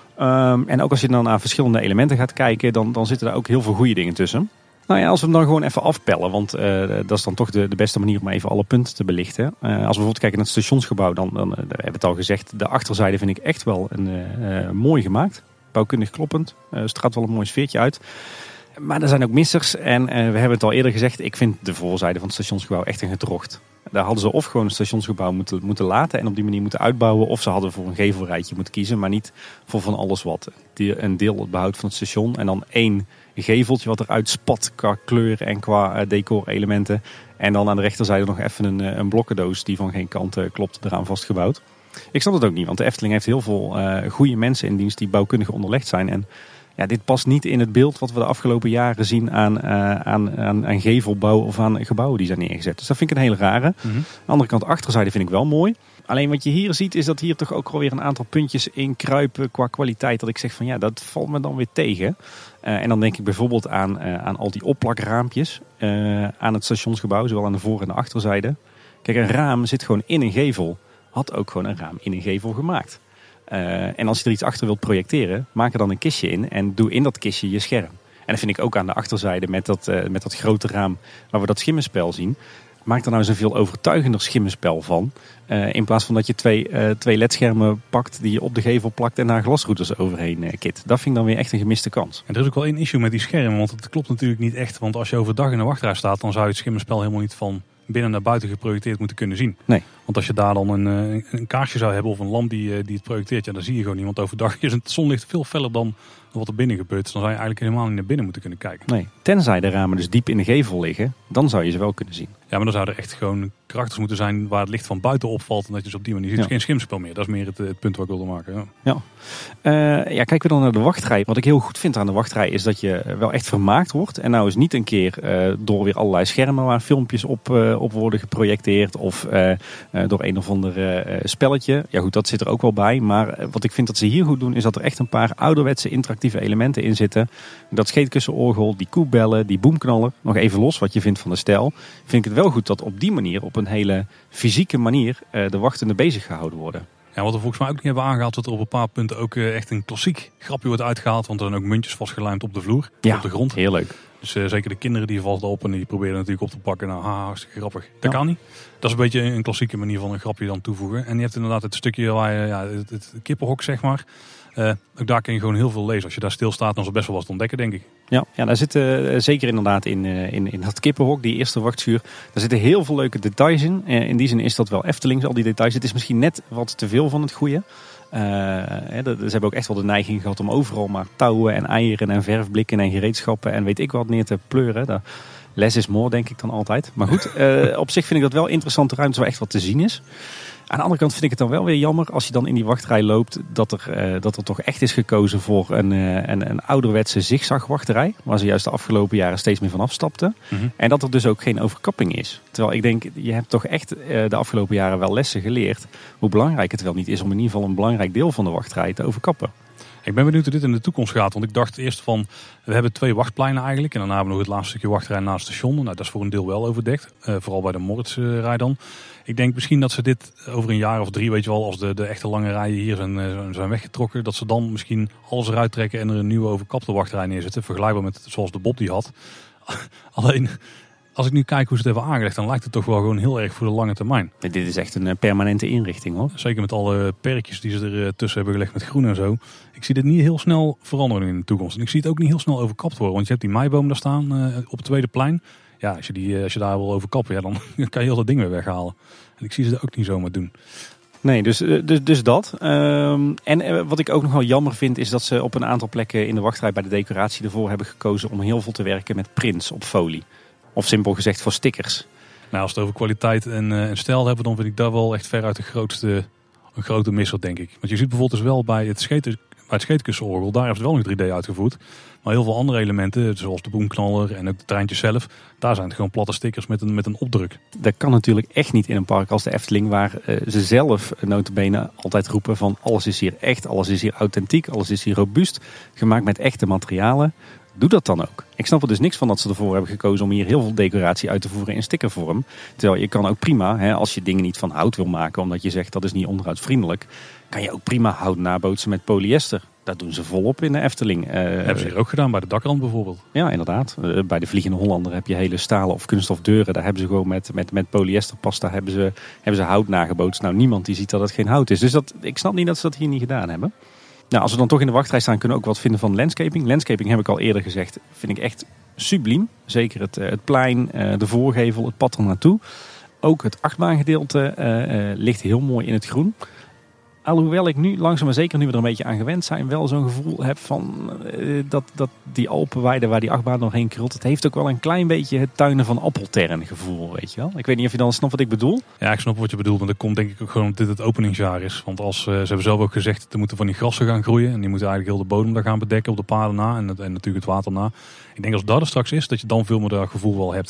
S2: En ook als je dan naar verschillende elementen gaat kijken, dan zitten daar ook heel veel goede dingen tussen. Nou ja, als we hem dan gewoon even afpellen, want dat is dan toch de beste manier om even alle punten te belichten. Als we bijvoorbeeld kijken naar het stationsgebouw, dan hebben we het al gezegd, de achterzijde vind ik echt wel mooi gemaakt. Bouwkundig kloppend, straalt wel een mooi sfeertje uit. Maar er zijn ook missers en we hebben het al eerder gezegd, ik vind de voorzijde van het stationsgebouw echt een gedrocht. Daar hadden ze of gewoon een stationsgebouw moeten laten en op die manier moeten uitbouwen. Of ze hadden voor een gevelrijtje moeten kiezen, maar niet voor van alles wat. Een deel het behoud van het station en dan 1 geveltje wat eruit spat qua kleur en qua decorelementen. En dan aan de rechterzijde nog even een blokkendoos die van geen kant klopt eraan vastgebouwd. Ik snap het ook niet, want de Efteling heeft heel veel goede mensen in dienst die bouwkundig onderlegd zijn. En ja, dit past niet in het beeld wat we de afgelopen jaren zien aan gevelbouw of aan gebouwen die zijn neergezet. Dus dat vind ik een hele rare. Mm-hmm. Aan de andere kant, achterzijde vind ik wel mooi. Alleen wat je hier ziet is dat hier toch ook alweer een aantal puntjes in kruipen qua kwaliteit. Dat ik zeg van ja, dat valt me dan weer tegen. En dan denk ik bijvoorbeeld aan al die opplakraampjes aan het stationsgebouw. Zowel aan de voor- en de achterzijde. Kijk, een raam zit gewoon in een gevel. Had ook gewoon een raam in een gevel gemaakt. En als je er iets achter wilt projecteren, maak er dan een kistje in. En doe in dat kistje je scherm. En dat vind ik ook aan de achterzijde met dat grote raam waar we dat schimmenspel zien. Maak er nou eens een veel overtuigender schimmenspel van. In plaats van dat je twee ledschermen pakt die je op de gevel plakt en daar glasrouters overheen kit. Dat vind ik dan weer echt een gemiste kans.
S1: En er is ook wel één issue met die schermen, want het klopt natuurlijk niet echt. Want als je overdag in de wachtrij staat, dan zou je het schimmenspel helemaal niet van binnen naar buiten geprojecteerd moeten kunnen zien.
S2: Nee.
S1: Want als je daar dan een kaarsje zou hebben of een lamp die het projecteert, ja, dan zie je gewoon niet. Want overdag is het zonlicht veel feller dan wat er binnen gebeurt. Dus dan zou je eigenlijk helemaal niet naar binnen moeten kunnen kijken.
S2: Nee, tenzij de ramen dus diep in de gevel liggen, dan zou je ze wel kunnen zien.
S1: Ja, maar dan zou er echt gewoon karakters moeten zijn waar het licht van buiten opvalt en dat je ze op die manier ziet. Het is geen schimspel meer. Dat is meer het punt wat ik wilde maken. Ja.
S2: Kijken we dan naar de wachtrij. Wat ik heel goed vind aan de wachtrij is dat je wel echt vermaakt wordt. En nou is niet een keer door weer allerlei schermen waar filmpjes op worden geprojecteerd. Of door een of ander spelletje. Ja goed, dat zit er ook wel bij. Maar wat ik vind dat ze hier goed doen is dat er echt een paar ouderwetse interactieve elementen in zitten. Dat scheetkussenorgel, die koebellen, die boomknaller. Nog even los wat je vindt van de stijl. Vind ik het wel goed dat op die manier, op een hele fysieke manier, de wachtenden bezig gehouden worden.
S1: Ja, wat we volgens mij ook niet hebben aangehaald, dat er op een paar punten ook echt een klassiek grapje wordt uitgehaald. Want er zijn ook muntjes vastgelijmd op de vloer, op de grond.
S2: Heel leuk.
S1: Dus zeker de kinderen die vallen op en die proberen natuurlijk op te pakken. Nou, hartstikke grappig. Dat kan niet. Dat is een beetje een klassieke manier van een grapje dan toevoegen. En je hebt inderdaad het stukje waar je, het kippenhok zeg maar. Ook daar kun je gewoon heel veel lezen. Als je daar stilstaat, dan is er best wel wat te ontdekken, denk ik.
S2: Ja, daar zitten zeker inderdaad in dat kippenhok, die eerste wachtschuur. Daar zitten heel veel leuke details in. In die zin is dat wel Eftelings, al die details. Het is misschien net wat te veel van het goede. Ze hebben ook echt wel de neiging gehad om overal maar touwen en eieren en verfblikken en gereedschappen en weet ik wat neer te pleuren. Less is more, denk ik dan altijd. Maar goed, op zich vind ik dat wel interessante ruimte waar echt wat te zien is. Aan de andere kant vind ik het dan wel weer jammer als je dan in die wachtrij loopt dat er toch echt is gekozen voor een ouderwetse zigzagwachtrij. Waar ze juist de afgelopen jaren steeds meer van afstapten. Mm-hmm. En dat er dus ook geen overkapping is. Terwijl ik denk, je hebt toch echt de afgelopen jaren wel lessen geleerd hoe belangrijk het wel niet is om in ieder geval een belangrijk deel van de wachtrij te overkappen.
S1: Ik ben benieuwd hoe dit in de toekomst gaat. Want ik dacht eerst van, we hebben 2 wachtpleinen eigenlijk. En daarna hebben we nog het laatste stukje wachtrij naast het station. Nou, dat is voor een deel wel overdekt. Vooral bij de Moritz-rij dan. Ik denk misschien dat ze dit over een jaar of 3, weet je wel, als de echte lange rijen hier zijn weggetrokken. Dat ze dan misschien alles eruit trekken en er een nieuwe overkapte wachtrij neerzetten. Vergelijkbaar met zoals de Bob die had. Alleen, als ik nu kijk hoe ze het hebben aangelegd, dan lijkt het toch wel gewoon heel erg voor de lange termijn.
S2: Dit is echt een permanente inrichting hoor.
S1: Zeker met alle perkjes die ze er tussen hebben gelegd met groen en zo. Ik zie dit niet heel snel veranderen in de toekomst. En ik zie het ook niet heel snel overkapt worden. Want je hebt die meiboom daar staan op het tweede plein. Ja, als je daar wil overkappen, ja, dan kan je heel dat ding weer weghalen. En ik zie ze dat ook niet zomaar doen.
S2: Nee, dus dat. En wat ik ook nog wel jammer vind is dat ze op een aantal plekken in de wachtrij bij de decoratie ervoor hebben gekozen om heel veel te werken met prints op folie. Of simpel gezegd voor stickers.
S1: Nou, als het over kwaliteit en stijl hebben, dan vind ik dat wel echt veruit een grote misser, denk ik. Want je ziet bijvoorbeeld dus wel bij het scheetkussenorgel, daar hebben ze wel nog 3D uitgevoerd. Maar heel veel andere elementen, zoals de boomknaller en ook de treintjes zelf, daar zijn het gewoon platte stickers met een opdruk.
S2: Dat kan natuurlijk echt niet in een park als de Efteling, waar ze zelf nota bene altijd roepen van alles is hier echt, alles is hier authentiek, alles is hier robuust, gemaakt met echte materialen. Doe dat dan ook. Ik snap er dus niks van dat ze ervoor hebben gekozen om hier heel veel decoratie uit te voeren in stickervorm. Terwijl je kan ook prima, als je dingen niet van hout wil maken, omdat je zegt dat is niet onderhoudsvriendelijk, kan je ook prima hout nabootsen met polyester. Dat doen ze volop in de Efteling.
S1: Hebben ze hier ook gedaan bij de dakrand bijvoorbeeld.
S2: Ja, inderdaad. Bij de Vliegende Hollander heb je hele stalen of kunststof deuren. Daar hebben ze gewoon met polyesterpasta hebben ze hout nagebootst. Nou, niemand die ziet dat het geen hout is. Dus ik snap niet dat ze dat hier niet gedaan hebben. Nou, als we dan toch in de wachtrij staan, kunnen we ook wat vinden van landscaping. Landscaping heb ik al eerder gezegd, vind ik echt subliem. Zeker het plein, de voorgevel, het pad er naartoe. Ook het achtbaangedeelte ligt heel mooi in het groen. Alhoewel ik nu langzaam maar zeker, nu we er een beetje aan gewend zijn, wel zo'n gevoel heb van dat die Alpenweide waar die achtbaan doorheen krult, het heeft ook wel een klein beetje het tuinen van Appeltern gevoel, weet je wel. Ik weet niet of je dan snapt wat ik bedoel.
S1: Ja, ik snap wat je bedoelt, maar dat komt denk ik ook gewoon omdat dit het openingsjaar is. Want ze hebben zelf ook gezegd, er moeten van die grassen gaan groeien en die moeten eigenlijk heel de bodem daar gaan bedekken op de paden na en natuurlijk het water na. Ik denk als dat er straks is, dat je dan veel meer dat gevoel wel hebt.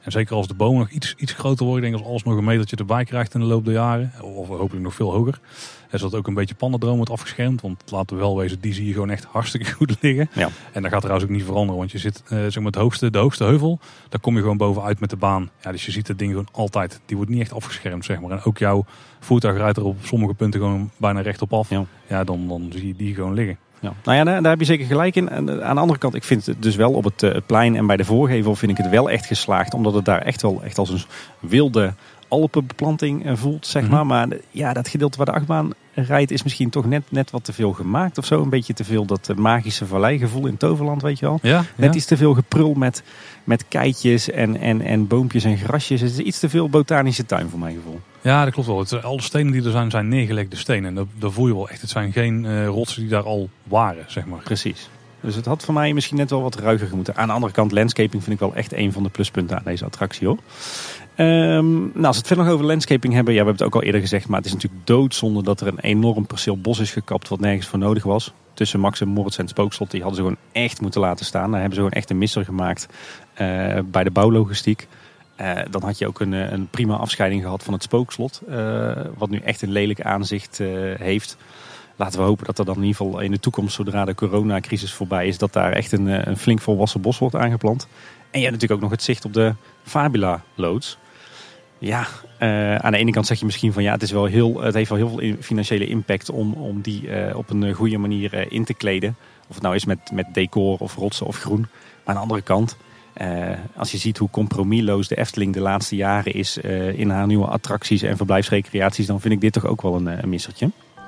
S1: En zeker als de bomen nog iets groter worden. Ik denk als alles nog een metertje erbij krijgt in de loop der jaren. Of hopelijk nog veel hoger. En zodat ook een beetje pannendroom wordt afgeschermd. Want laten we wel wezen, die zie je gewoon echt hartstikke goed liggen. Ja. En dat gaat trouwens ook niet veranderen. Want je zit zeg maar de hoogste heuvel. Daar kom je gewoon bovenuit met de baan. Ja, dus je ziet het ding gewoon altijd. Die wordt niet echt afgeschermd, zeg maar. En ook jouw voertuig rijdt er op sommige punten gewoon bijna rechtop af. Ja, dan zie je die gewoon liggen.
S2: Ja. Nou ja, daar heb je zeker gelijk in. En aan de andere kant, ik vind het dus wel op het plein en bij de voorgevel vind ik het wel echt geslaagd. Omdat het daar echt als een wilde Alpenbeplanting voelt, zeg maar. Maar ja, dat gedeelte waar de achtbaan rijdt is misschien toch net wat te veel gemaakt of zo. Een beetje te veel dat magische valleigevoel in Toverland, weet je wel.
S1: Ja,
S2: net iets te veel geprul met keitjes en boompjes en grasjes. Het is iets te veel botanische tuin voor mijn gevoel.
S1: Ja, dat klopt wel. Alle stenen die er zijn neergelegde stenen. En daar voel je wel echt. Het zijn geen rotsen die daar al waren, zeg maar.
S2: Precies. Dus het had voor mij misschien net wel wat ruiger moeten. Aan de andere kant, landscaping vind ik wel echt een van de pluspunten aan deze attractie, hoor. Nou, als we het verder nog over landscaping hebben. Ja, we hebben het ook al eerder gezegd. Maar het is natuurlijk doodzonde dat er een enorm perceel bos is gekapt wat nergens voor nodig was. Tussen Max en Moritz en het Spookslot. Die hadden ze gewoon echt moeten laten staan. Daar hebben ze gewoon echt een misser gemaakt bij de bouwlogistiek. Dan had je ook een prima afscheiding gehad van het Spookslot. Wat nu echt een lelijk aanzicht heeft. Laten we hopen dat er dan in ieder geval in de toekomst, zodra de coronacrisis voorbij is, dat daar echt een flink volwassen bos wordt aangeplant. En je hebt natuurlijk ook nog het zicht op de Fabula loods. Ja, aan de ene kant zeg je misschien van ja, het heeft wel heel veel financiële impact om die op een goede manier in te kleden. Of het nou is met decor of rotsen of groen. Maar aan de andere kant, als je ziet hoe compromisloos de Efteling de laatste jaren is in haar nieuwe attracties en verblijfsrecreaties, dan vind ik dit toch ook wel een missertje.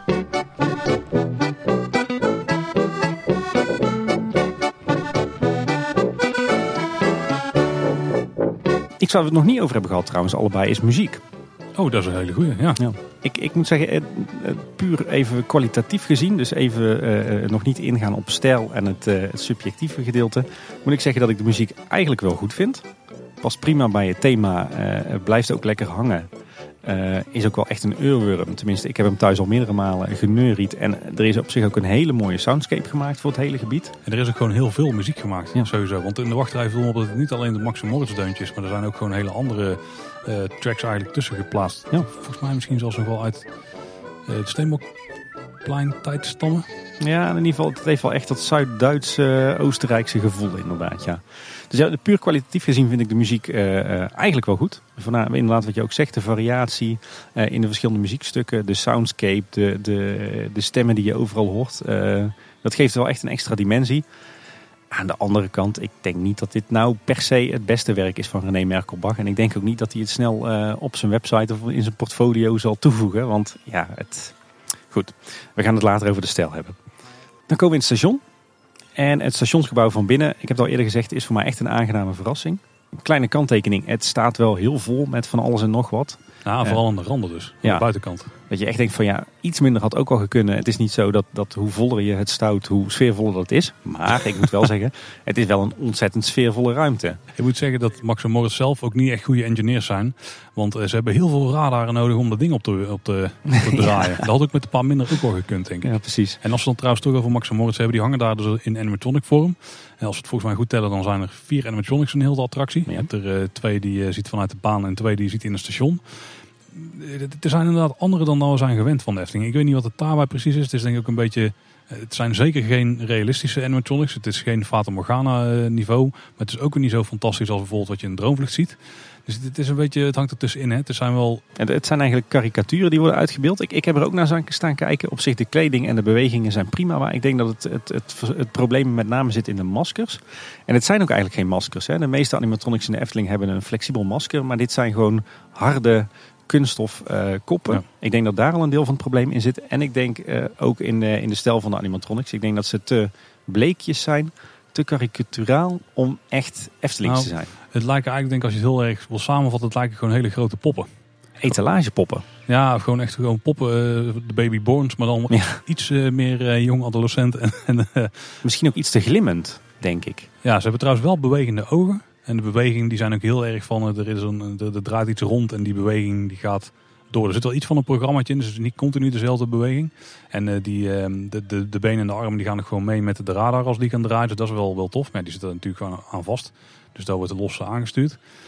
S2: Iets waar we het nog niet over hebben gehad trouwens allebei is muziek.
S1: Oh, dat is een hele goeie, ja.
S2: Ik moet zeggen, puur even kwalitatief gezien, dus even nog niet ingaan op stijl en het subjectieve gedeelte, moet ik zeggen dat ik de muziek eigenlijk wel goed vind. Past prima bij het thema, blijft ook lekker hangen. Is ook wel echt een oorworm. Tenminste, ik heb hem thuis al meerdere malen geneuried. En er is op zich ook een hele mooie soundscape gemaakt voor het hele gebied.
S1: En er is ook gewoon heel veel muziek gemaakt, sowieso. Want in de wachtrij viel me op dat het niet alleen de Max en Moritz deuntjes, maar er zijn ook gewoon hele andere tracks eigenlijk tussen geplaatst. Ja. Volgens mij misschien zelfs nog wel uit het Steenbokplein tijd stammen.
S2: Ja, in ieder geval, het heeft wel echt dat Zuid-Duitse, Oostenrijkse gevoel inderdaad, ja. Dus ja, puur kwalitatief gezien vind ik de muziek eigenlijk wel goed. Inderdaad wat je ook zegt, de variatie in de verschillende muziekstukken, de soundscape, de stemmen die je overal hoort. Dat geeft wel echt een extra dimensie. Aan de andere kant, ik denk niet dat dit nou per se het beste werk is van René Merkelbach. En ik denk ook niet dat hij het snel op zijn website of in zijn portfolio zal toevoegen. Want ja, goed, we gaan het later over de stijl hebben. Dan komen we in het station. En het stationsgebouw van binnen, ik heb het al eerder gezegd, is voor mij echt een aangename verrassing. Een kleine kanttekening, het staat wel heel vol met van alles en nog wat.
S1: Nou, vooral aan de randen dus, aan de buitenkant.
S2: Dat je echt denkt van ja, iets minder had ook al gekunnen. Het is niet zo dat hoe voller je het stout, hoe sfeervoller dat is. Maar ik moet wel zeggen, het is wel een ontzettend sfeervolle ruimte.
S1: Ik moet zeggen dat Max en Moritz zelf ook niet echt goede engineers zijn. Want ze hebben heel veel radaren nodig om dat ding op te draaien. Ja. Dat had ook met een paar minder ook wel gekund, denk ik.
S2: Ja, precies.
S1: En als we dan trouwens toch over Max en Moritz hebben, die hangen daar dus in animatronic vorm. En als we het volgens mij goed tellen, dan zijn er 4 animatronics in heel de attractie. Ja. Je hebt er 2 die je ziet vanuit de baan en 2 die je ziet in het station. Er zijn inderdaad andere dan we zijn gewend van de Efteling. Ik weet niet wat het daarbij precies is. Het is denk ik ook een beetje... Het zijn zeker geen realistische animatronics. Het is geen Fata Morgana niveau. Maar het is ook weer niet zo fantastisch als bijvoorbeeld wat je in Droomvlucht ziet. Dus het is een beetje, het hangt er tussenin. Hè.
S2: Het zijn eigenlijk karikaturen die worden uitgebeeld. Ik heb er ook naar staan kijken. Op zich de kleding en de bewegingen zijn prima. Maar ik denk dat het probleem met name zit in de maskers. En het zijn ook eigenlijk geen maskers. Hè. De meeste animatronics in de Efteling hebben een flexibel masker. Maar dit zijn gewoon harde kunststof koppen. Ja. Ik denk dat daar al een deel van het probleem in zit. En ik denk ook in de stijl van de animatronics. Ik denk dat ze te bleekjes zijn, te karikaturaal om echt Eftelings te zijn.
S1: Het lijken eigenlijk, denk ik, als je het heel erg wil samenvatten, het lijken gewoon hele grote poppen.
S2: Etalagepoppen.
S1: Ja, gewoon poppen, de babyborns, maar dan iets meer jong adolescent.
S2: Misschien ook iets te glimmend, denk ik.
S1: Ja, ze hebben trouwens wel bewegende ogen. En de bewegingen die zijn ook heel erg van, er draait iets rond en die beweging die gaat door. Er zit wel iets van een programmaatje in, dus het is niet continu dezelfde beweging. En de benen en de armen die gaan ook gewoon mee met de radar als die gaan draaien. Dus dat is wel tof. Maar die zitten er natuurlijk gewoon aan vast. Dus daar wordt de los aangestuurd.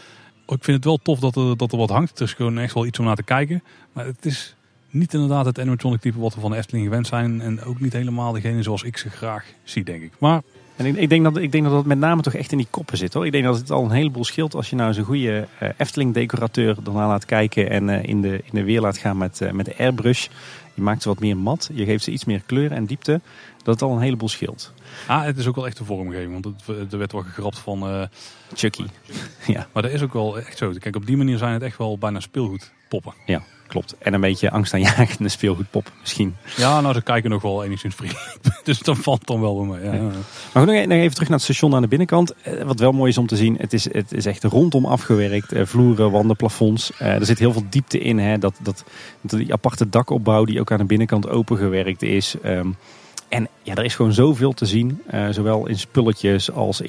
S1: Ik vind het wel tof dat er wat hangt. Het is gewoon echt wel iets om naar te kijken. Maar het is niet inderdaad het animatronic type wat we van de Efteling gewend zijn. En ook niet helemaal degene zoals ik ze graag zie, denk ik. Maar
S2: En ik denk dat het met name toch echt in die koppen zit, hoor. Ik denk dat het al een heleboel scheelt als je nou zo'n goede Efteling-decorateur ernaar laat kijken en in de weer laat gaan met de airbrush. Je maakt ze wat meer mat, je geeft ze iets meer kleur en diepte. Dat het al een heleboel scheelt.
S1: het is ook wel echt een vormgeving. Want er werd wel gegrapt van
S2: Chucky. Ja.
S1: Maar dat is ook wel echt zo. Kijk, op die manier zijn het echt wel bijna speelgoedpoppen.
S2: Ja, klopt. En een beetje angstaanjagende speelgoedpop misschien.
S1: Ja, nou, ze kijken nog wel enigszins vriendelijk. Dus dat valt dan wel bij mij. Ja.
S2: Maar goed, nog even terug naar het station aan de binnenkant. Wat wel mooi is om te zien, het is echt rondom afgewerkt. Vloeren, wanden, plafonds. Er zit heel veel diepte in. Hè. Die aparte dakopbouw die ook aan de binnenkant opengewerkt is. En ja, er is gewoon zoveel te zien. Zowel in spulletjes als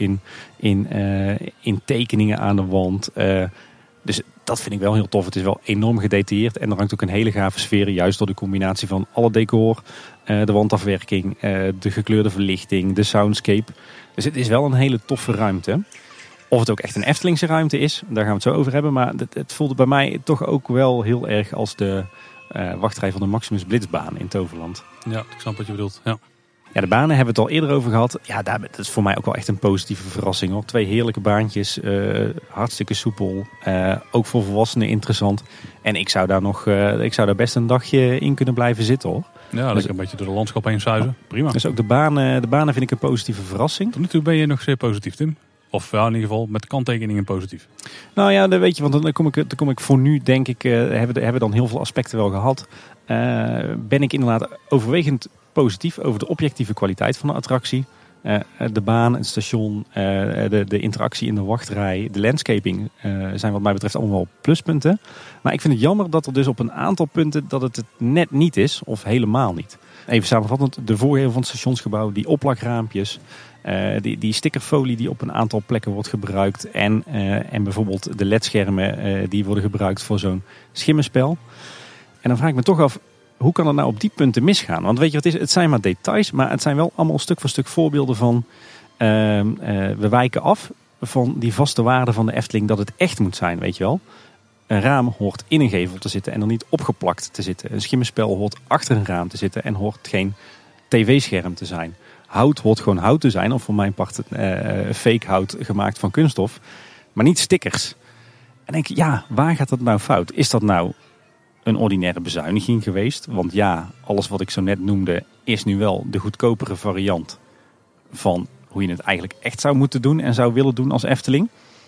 S2: in tekeningen aan de wand. Dus dat vind ik wel heel tof. Het is wel enorm gedetailleerd. En er hangt ook een hele gave sfeer. Juist door de combinatie van alle decor. De wandafwerking. De gekleurde verlichting. De soundscape. Dus het is wel een hele toffe ruimte. Of het ook echt een Eftelingse ruimte is. Daar gaan we het zo over hebben. Maar het voelde bij mij toch ook wel heel erg als de wachtrij van de Maximus Blitzbaan in Toverland.
S1: Ja, ik snap wat je bedoelt. Ja.
S2: Ja, de banen hebben we het al eerder over gehad. Ja, dat is voor mij ook wel echt een positieve verrassing, hoor. 2 heerlijke baantjes, hartstikke soepel. Ook voor volwassenen interessant. En ik zou daar best een dagje in kunnen blijven zitten, hoor.
S1: Ja, lekker dus een beetje door de landschap heen zuizen. Prima.
S2: Dus ook de banen vind ik een positieve verrassing.
S1: Tot nu toe ben je nog zeer positief, Tim. Of ja, in ieder geval met kanttekeningen positief.
S2: Nou ja, weet je, want dan kom ik voor nu, denk ik, hebben we dan heel veel aspecten wel gehad. Ben ik inderdaad overwegend positief over de objectieve kwaliteit van de attractie. De baan, het station, de interactie in de wachtrij, de landscaping zijn wat mij betreft allemaal wel pluspunten. Maar ik vind het jammer dat er dus op een aantal punten dat het net niet is of helemaal niet. Even samenvattend, de voorgevel van het stationsgebouw, die oplagraampjes, die stickerfolie die op een aantal plekken wordt gebruikt en bijvoorbeeld de ledschermen die worden gebruikt voor zo'n schimmenspel. En dan vraag ik me toch af, hoe kan het nou op die punten misgaan? Want weet je wat het is? Het zijn maar details, maar het zijn wel allemaal stuk voor stuk voorbeelden van we wijken af van die vaste waarden van de Efteling dat het echt moet zijn, weet je wel. Een raam hoort in een gevel te zitten en er niet opgeplakt te zitten. Een schimmenspel hoort achter een raam te zitten en hoort geen tv-scherm te zijn. Hout hoort gewoon hout te zijn, of voor mijn part fake hout gemaakt van kunststof. Maar niet stickers. En denk ik, ja, waar gaat dat nou fout? Is dat nou een ordinaire bezuiniging geweest? Want ja, alles wat ik zo net noemde is nu wel de goedkopere variant van hoe je het eigenlijk echt zou moeten doen en zou willen doen als Efteling.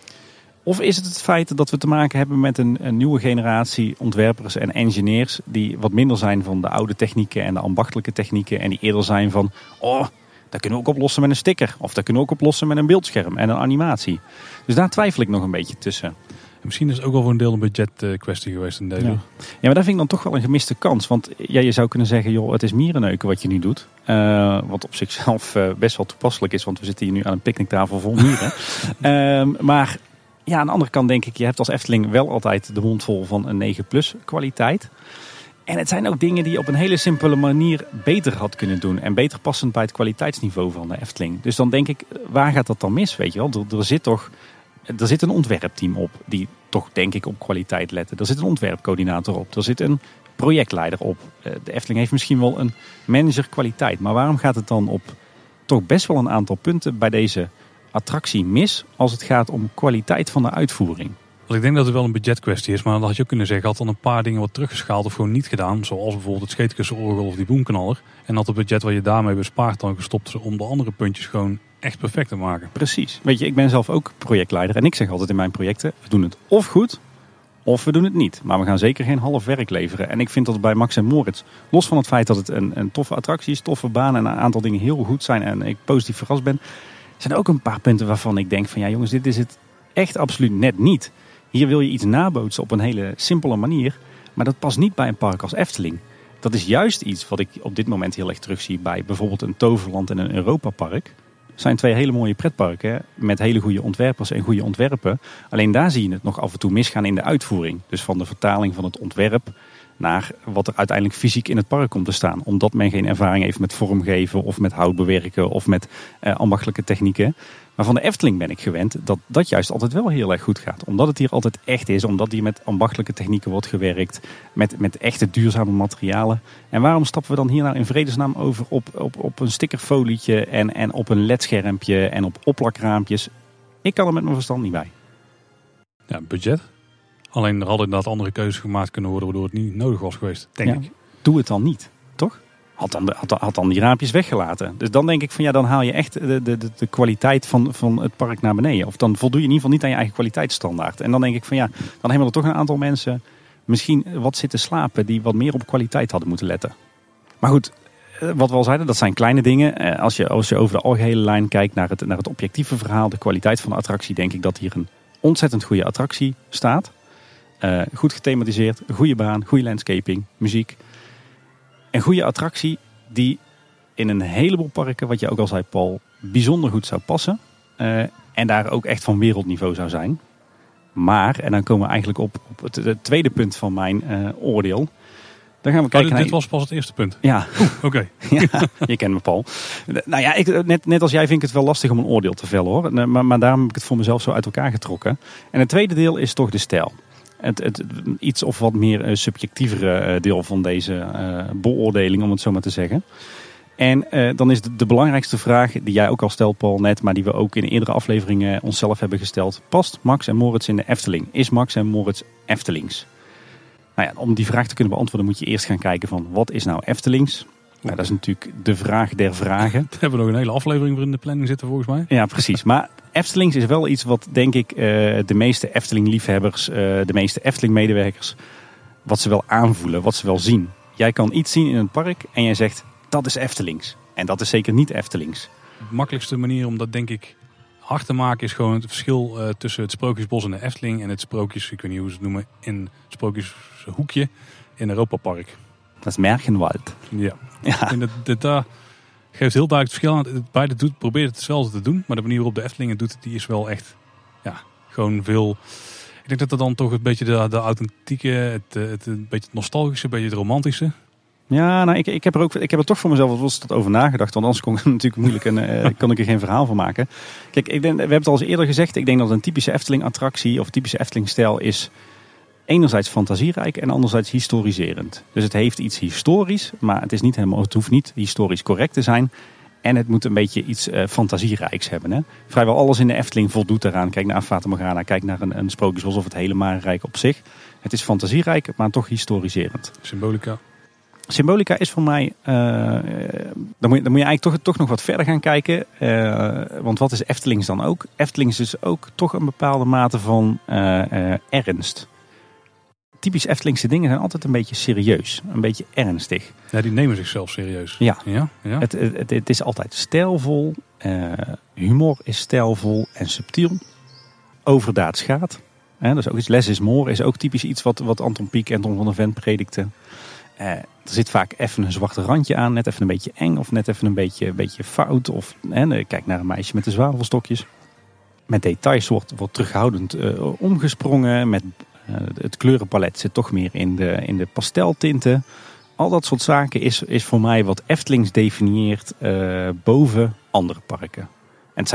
S2: Of is het het feit dat we te maken hebben met een nieuwe generatie ontwerpers en engineers die wat minder zijn van de oude technieken en de ambachtelijke technieken en die eerder zijn van, dat kunnen we ook oplossen met een sticker. Of dat kunnen we ook oplossen met een beeldscherm en een animatie. Dus daar twijfel ik nog een beetje tussen.
S1: Misschien is het ook wel voor een deel een budget kwestie geweest in deze.
S2: Ja, maar daar vind ik dan toch wel een gemiste kans. Want ja, je zou kunnen zeggen, joh, het is mierenneuken wat je nu doet. Wat op zichzelf best wel toepasselijk is. Want we zitten hier nu aan een picknicktafel vol mieren. Maar ja, aan de andere kant denk ik, je hebt als Efteling wel altijd de mond vol van een 9+ kwaliteit. En het zijn ook dingen die je op een hele simpele manier beter had kunnen doen. En beter passend bij het kwaliteitsniveau van de Efteling. Dus dan denk ik, waar gaat dat dan mis? Weet je wel? Er zit een ontwerpteam op die toch denk ik op kwaliteit letten. Er zit een ontwerpcoördinator op. Er zit een projectleider op. De Efteling heeft misschien wel een manager kwaliteit. Maar waarom gaat het dan op toch best wel een aantal punten bij deze attractie mis als het gaat om kwaliteit van de uitvoering?
S1: Want ik denk dat het wel een budgetkwestie is. Maar dan had je ook kunnen zeggen, had dan een paar dingen wat teruggeschaald of gewoon niet gedaan. Zoals bijvoorbeeld het scheetkussenorgel of die boomknaller. En had het budget wat je daarmee bespaart dan gestopt om de andere puntjes gewoon echt perfect te maken.
S2: Precies. Weet je, ik ben zelf ook projectleider. En ik zeg altijd in mijn projecten, we doen het of goed, of we doen het niet. Maar we gaan zeker geen half werk leveren. En ik vind dat bij Max en Moritz, los van het feit dat het een toffe attractie is, toffe baan en een aantal dingen heel goed zijn en ik positief verrast ben, zijn er ook een paar punten waarvan ik denk van ja jongens, dit is het echt absoluut net niet. Hier wil je iets nabootsen op een hele simpele manier, maar dat past niet bij een park als Efteling. Dat is juist iets wat ik op dit moment heel erg terugzie bij bijvoorbeeld een Toverland en een Europapark. Het zijn 2 hele mooie pretparken met hele goede ontwerpers en goede ontwerpen. Alleen daar zie je het nog af en toe misgaan in de uitvoering. Dus van de vertaling van het ontwerp naar wat er uiteindelijk fysiek in het park komt te staan. Omdat men geen ervaring heeft met vormgeven of met hout bewerken of met ambachtelijke technieken. Maar van de Efteling ben ik gewend dat dat juist altijd wel heel erg goed gaat. Omdat het hier altijd echt is. Omdat hier met ambachtelijke technieken wordt gewerkt. Met echte duurzame materialen. En waarom stappen we dan hier nou in vredesnaam over op een stickerfolietje en op een ledschermpje en op opplakraampjes? Ik kan er met mijn verstand niet bij.
S1: Ja, budget. Alleen er hadden inderdaad andere keuzes gemaakt kunnen worden waardoor het niet nodig was geweest, denk ik.
S2: Doe het dan niet, toch? Had dan die raampjes weggelaten. Dus dan denk ik van dan haal je echt de kwaliteit van het park naar beneden. Of dan voldoe je in ieder geval niet aan je eigen kwaliteitsstandaard. En dan denk ik van dan hebben er toch een aantal mensen misschien wat zitten slapen die wat meer op kwaliteit hadden moeten letten. Maar goed, wat we al zeiden, dat zijn kleine dingen. Als je over de algehele lijn kijkt naar het objectieve verhaal, de kwaliteit van de attractie, denk ik dat hier een ontzettend goede attractie staat. Goed gethematiseerd, goede baan, goede landscaping, muziek. Een goede attractie die in een heleboel parken, wat je ook al zei Paul, bijzonder goed zou passen. En daar ook echt van wereldniveau zou zijn. Maar, en dan komen we eigenlijk op het tweede punt van mijn oordeel. Dan gaan we kijken
S1: dit was pas het eerste punt?
S2: Ja.
S1: Oké.
S2: Ja, je kent me Paul. Nou ja, net als jij vind ik het wel lastig om een oordeel te vellen hoor. Maar daarom heb ik het voor mezelf zo uit elkaar getrokken. En het tweede deel is toch de stijl. Het iets of wat meer subjectievere deel van deze beoordeling, om het zo maar te zeggen. En dan is de belangrijkste vraag, die jij ook al stelt Paul net, maar die we ook in eerdere afleveringen onszelf hebben gesteld. Past Max en Moritz in de Efteling? Is Max en Moritz Eftelings? Nou ja, om die vraag te kunnen beantwoorden moet je eerst gaan kijken van wat is nou Eftelings? Nou, dat is natuurlijk de vraag der vragen.
S1: Daar hebben we nog een hele aflevering voor in de planning zitten volgens mij.
S2: Ja, precies. Maar Eftelings is wel iets wat denk ik de meeste Efteling-liefhebbers, de meeste Efteling-medewerkers, wat ze wel aanvoelen, wat ze wel zien. Jij kan iets zien in een park en jij zegt dat is Eftelings. En dat is zeker niet Eftelings.
S1: De makkelijkste manier om dat denk ik hard te maken is gewoon het verschil tussen het Sprookjesbos en de Efteling en het Sprookjes, ik weet niet hoe ze het noemen, in het Sprookjeshoekje in Europa Park.
S2: Dat is Märchenwald.
S1: Ja. En daar geeft heel duidelijk het verschil aan. Beide probeert hetzelfde te doen, maar de manier waarop de Efteling het doet, die is wel echt gewoon veel. Ik denk dat dat dan toch een beetje de authentieke, het een beetje het nostalgische, een beetje het romantische.
S2: Ja, nou, ik heb er toch voor mezelf wat over nagedacht. Want anders kon ik natuurlijk moeilijk en kon ik er geen verhaal van maken. Kijk, we hebben het al eens eerder gezegd. Ik denk dat een typische Efteling-attractie of typische Efteling-stijl is enerzijds fantasierijk en anderzijds historiserend. Dus het heeft iets historisch, maar het hoeft niet historisch correct te zijn. En het moet een beetje iets fantasierijks hebben. Hè? Vrijwel alles in de Efteling voldoet eraan. Kijk naar Fata Morgana, kijk naar een Sprookjesbos of het hele Marenrijk op zich. Het is fantasierijk, maar toch historiserend. Symbolica is voor mij, dan moet je eigenlijk toch nog wat verder gaan kijken. Want wat is Eftelings dan ook? Eftelings is dus ook toch een bepaalde mate van ernst. Typisch Eftelingse dingen zijn altijd een beetje serieus, een beetje ernstig.
S1: Ja, die nemen zichzelf serieus.
S2: Ja.
S1: Ja?
S2: Het is altijd stijlvol, humor is stijlvol en subtiel. Overdaad schaadt. Dus ook iets less is more is ook typisch iets wat Anton Pieck en Tom van der Ven predikten. Er zit vaak even een zwarte randje aan, net even een beetje eng of net even een beetje fout. Of kijk naar een meisje met de zwavelstokjes. Met details wordt terughoudend omgesprongen. Met het kleurenpalet zit toch meer in de pasteltinten. Al dat soort zaken is voor mij wat Eftelings definieert boven andere parken. En het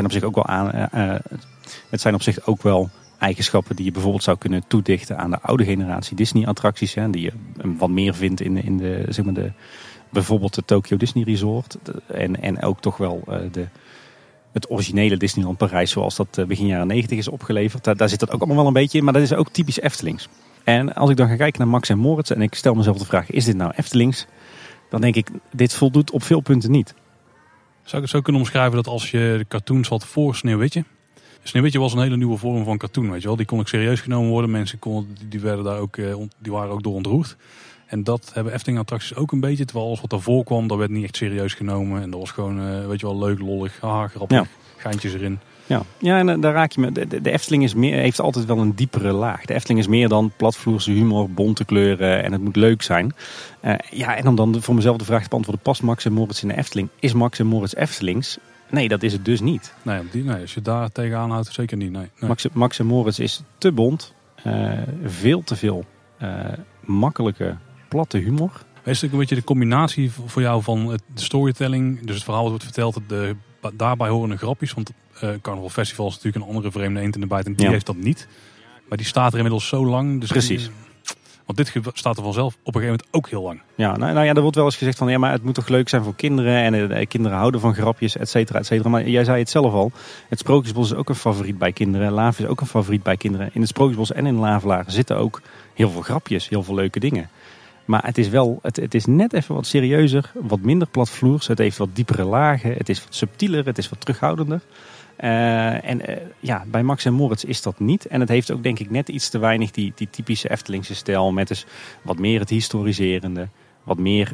S2: zijn op zich ook wel eigenschappen die je bijvoorbeeld zou kunnen toedichten aan de oude generatie Disney-attracties. Die je wat meer vindt in bijvoorbeeld de Tokyo Disney Resort. En ook toch wel het originele Disneyland Parijs zoals dat begin jaren 90 is opgeleverd. Daar zit dat ook allemaal wel een beetje in, maar dat is ook typisch Eftelings. En als ik dan ga kijken naar Max en Moritz en ik stel mezelf de vraag, is dit nou Eftelings? Dan denk ik, dit voldoet op veel punten niet.
S1: Zou ik het zo kunnen omschrijven dat als je de cartoons had voor Sneeuwwitje. Sneeuwwitje was een hele nieuwe vorm van cartoon, weet je wel. Die kon ook serieus genomen worden. Mensen die werden daar ook, die waren ook door ontroerd. En dat hebben Efteling attracties ook een beetje. Terwijl alles wat daarvoor kwam, dat werd niet echt serieus genomen. En dat was gewoon, weet je wel, leuk, lollig, grappig, geintjes erin.
S2: Ja, en daar raak je me. De Efteling heeft altijd wel een diepere laag. De Efteling is meer dan platvloerse humor, bonte kleuren en het moet leuk zijn. En om dan voor mezelf de vraag te beantwoorden, past Max en Moritz in de Efteling? Is Max en Moritz Eftelings? Nee, dat is het dus niet.
S1: Nee, als je daar tegenaan houdt, zeker niet. Nee.
S2: Max en Moritz is te bont. Veel te veel makkelijke, platte humor.
S1: Is het ook een beetje de combinatie voor jou van de storytelling, dus het verhaal dat wordt verteld, de daarbij horen de grapjes. Want Carnaval Festival is natuurlijk een andere vreemde eend in de bijt. En die heeft dat niet. Maar die staat er inmiddels zo lang. Dus
S2: Precies.
S1: Want dit staat er vanzelf op een gegeven moment ook heel lang.
S2: Ja, nou ja, er wordt wel eens gezegd van ja, maar het moet toch leuk zijn voor kinderen. En kinderen houden van grapjes, et cetera, et cetera. Maar jij zei het zelf al. Het Sprookjesbos is ook een favoriet bij kinderen. Laaf is ook een favoriet bij kinderen. In het Sprookjesbos en in Lavelaar zitten ook heel veel grapjes, heel veel leuke dingen. Maar het is net even wat serieuzer, wat minder platvloers. Het heeft wat diepere lagen, het is wat subtieler, het is wat terughoudender. Bij Max en Moritz is dat niet. En het heeft ook denk ik net iets te weinig die typische Eftelingse stijl. Met dus wat meer het historiserende, wat meer,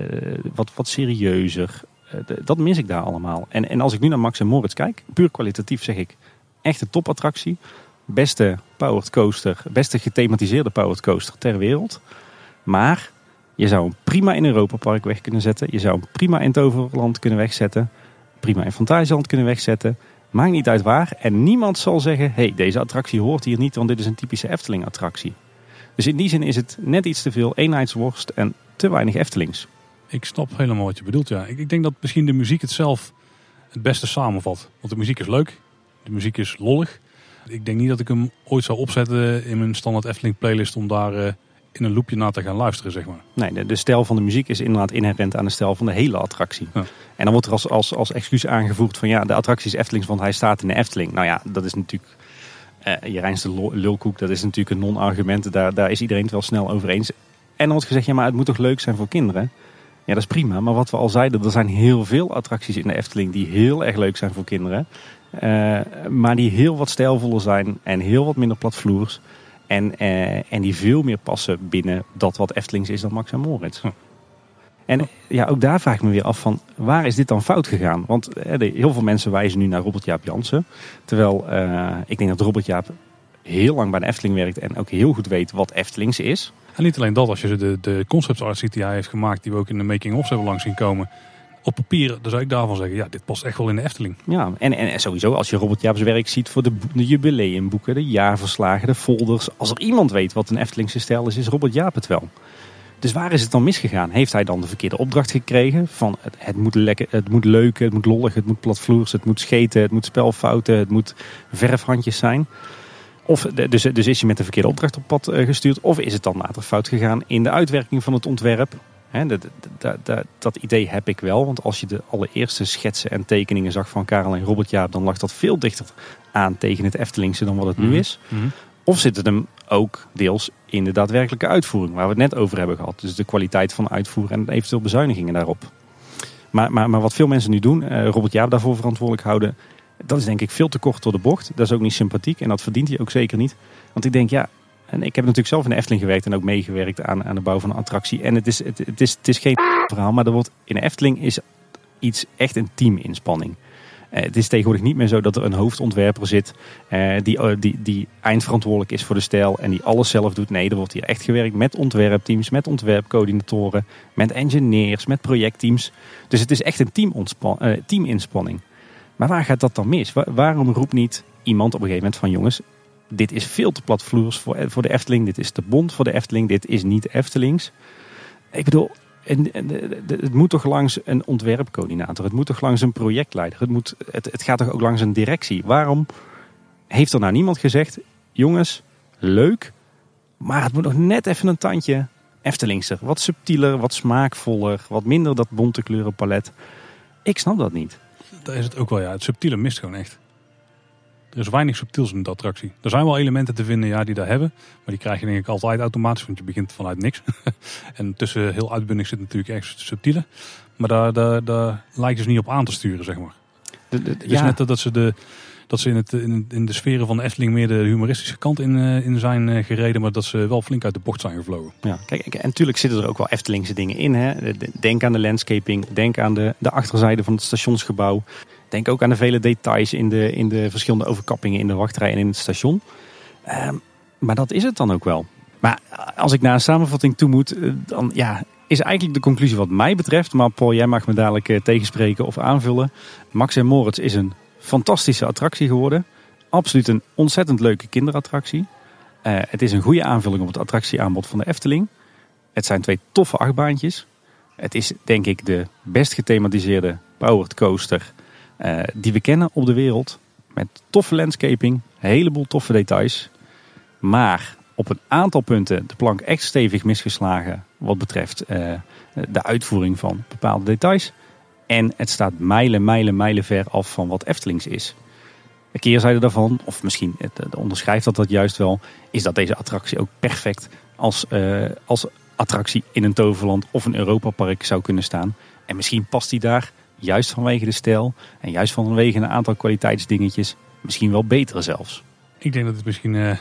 S2: wat serieuzer. Dat mis ik daar allemaal. En als ik nu naar Max en Moritz kijk, puur kwalitatief zeg ik, echt een topattractie. Beste powered coaster, beste gethematiseerde powered coaster ter wereld. Maar je zou hem prima in Europa Park weg kunnen zetten. Je zou hem prima in Toverland kunnen wegzetten. Prima in Fantasieland kunnen wegzetten. Maakt niet uit waar. En niemand zal zeggen, hey, deze attractie hoort hier niet, want dit is een typische Efteling attractie. Dus in die zin is het net iets te veel eenheidsworst en te weinig Eftelings.
S1: Ik snap helemaal wat je bedoelt, ja. Ik denk dat misschien de muziek het zelf het beste samenvat. Want de muziek is leuk. De muziek is lollig. Ik denk niet dat ik hem ooit zou opzetten in mijn standaard Efteling playlist om daar in een loopje naar te gaan luisteren, zeg maar.
S2: Nee, de stijl van de muziek is inderdaad inherent aan de stijl van de hele attractie. Ja. En dan wordt er als excuus aangevoerd van ja, de attractie is Eftelings, want hij staat in de Efteling. Nou ja, dat is natuurlijk je reinste lulkoek, dat is natuurlijk een non-argument. Daar is iedereen het wel snel over eens. En dan wordt gezegd, ja, maar het moet toch leuk zijn voor kinderen? Ja, dat is prima. Maar wat we al zeiden, er zijn heel veel attracties in de Efteling die heel erg leuk zijn voor kinderen. Maar die heel wat stijlvoller zijn en heel wat minder platvloers. En die veel meer passen binnen dat wat Eftelings is dan Max en Moritz. En ja, ook daar vraag ik me weer af van, waar is dit dan fout gegaan? Want heel veel mensen wijzen nu naar Robert Jaap Jansen. Terwijl ik denk dat Robert Jaap heel lang bij de Efteling werkt en ook heel goed weet wat Eftelings is.
S1: En niet alleen dat, als je de concept art ziet die hij heeft gemaakt, die we ook in de making-ofs hebben langs zien komen. Op papier, dan zou ik daarvan zeggen, ja, dit past echt wel in de Efteling.
S2: Ja, en sowieso als je Robert Jaap's werk ziet voor de jubileumboeken, de jaarverslagen, de folders. Als er iemand weet wat een Eftelingse stijl is Robert Jaap het wel. Dus waar is het dan misgegaan? Heeft hij dan de verkeerde opdracht gekregen? Van het moet lekker, het moet leuk, het moet lollig, het moet platvloers, het moet scheten, het moet spelfouten, het moet verfhandjes zijn. Of dus is hij met de verkeerde opdracht op pad gestuurd? Of is het dan later fout gegaan in de uitwerking van het ontwerp? Dat idee heb ik wel. Want als je de allereerste schetsen en tekeningen zag van Karel en Robert Jaap, dan lag dat veel dichter aan tegen het Eftelingse dan wat het nu is. Mm-hmm. Of zit het hem ook deels in de daadwerkelijke uitvoering, waar we het net over hebben gehad. Dus de kwaliteit van uitvoeren en eventueel bezuinigingen daarop. Maar wat veel mensen nu doen, Robert Jaap daarvoor verantwoordelijk houden, dat is denk ik veel te kort door de bocht. Dat is ook niet sympathiek en dat verdient hij ook zeker niet. Want ik denk, ja, en ik heb natuurlijk zelf in de Efteling gewerkt en ook meegewerkt aan de bouw van een attractie. En het is geen verhaal, maar in de Efteling is iets echt een teaminspanning. Het is tegenwoordig niet meer zo dat er een hoofdontwerper zit die eindverantwoordelijk is voor de stijl en die alles zelf doet. Nee, er wordt hier echt gewerkt met ontwerpteams, met ontwerpcoördinatoren, met engineers, met projectteams. Dus het is echt een teaminspanning. Maar waar gaat dat dan mis? Waarom roept niet iemand op een gegeven moment van jongens, dit is veel te platvloers voor de Efteling, dit is te bont voor de Efteling, dit is niet Eftelings. Ik bedoel, het moet toch langs een ontwerpcoördinator, het moet toch langs een projectleider, het gaat toch ook langs een directie. Waarom heeft er nou niemand gezegd, jongens, leuk, maar het moet nog net even een tandje Eftelingser. Wat subtieler, wat smaakvoller, wat minder dat bonte kleurenpalet. Ik snap dat niet.
S1: Dat is het ook wel, ja. Het subtiele mist gewoon echt. Er is weinig subtiels in de attractie. Er zijn wel elementen te vinden, ja, die daar hebben. Maar die krijg je denk ik altijd automatisch, want je begint vanuit niks. En tussen heel uitbundig zit natuurlijk echt subtiele. Maar daar lijkt dus niet op aan te sturen, zeg maar. Het is net dat ze in de sferen van de Efteling meer de humoristische kant in zijn gereden. Maar dat ze wel flink uit de bocht zijn gevlogen.
S2: Ja, kijk, en natuurlijk zitten er ook wel Eftelingse dingen in. Hè? Denk aan de landscaping. Denk aan de achterzijde van het stationsgebouw. Denk ook aan de vele details in de verschillende overkappingen in de wachtrij en in het station. Maar dat is het dan ook wel. Maar als ik naar een samenvatting toe moet, dan is eigenlijk de conclusie wat mij betreft. Maar Paul, jij mag me dadelijk tegenspreken of aanvullen. Max en Moritz is een fantastische attractie geworden. Absoluut een ontzettend leuke kinderattractie. Het is een goede aanvulling op het attractieaanbod van de Efteling. Het zijn 2 toffe achtbaantjes. Het is denk ik de best gethematiseerde powered coaster die we kennen op de wereld. Met toffe landscaping, een heleboel toffe details. Maar op een aantal punten de plank echt stevig misgeslagen wat betreft de uitvoering van bepaalde details. En het staat mijlen ver af van wat Eftelings is. De keerzijde daarvan, of misschien onderschrijft dat juist wel, is dat deze attractie ook perfect als attractie in een toverland of een Europapark zou kunnen staan. En misschien past die daar, juist vanwege de stijl en juist vanwege een aantal kwaliteitsdingetjes, misschien wel beter zelfs.
S1: Ik denk dat het misschien een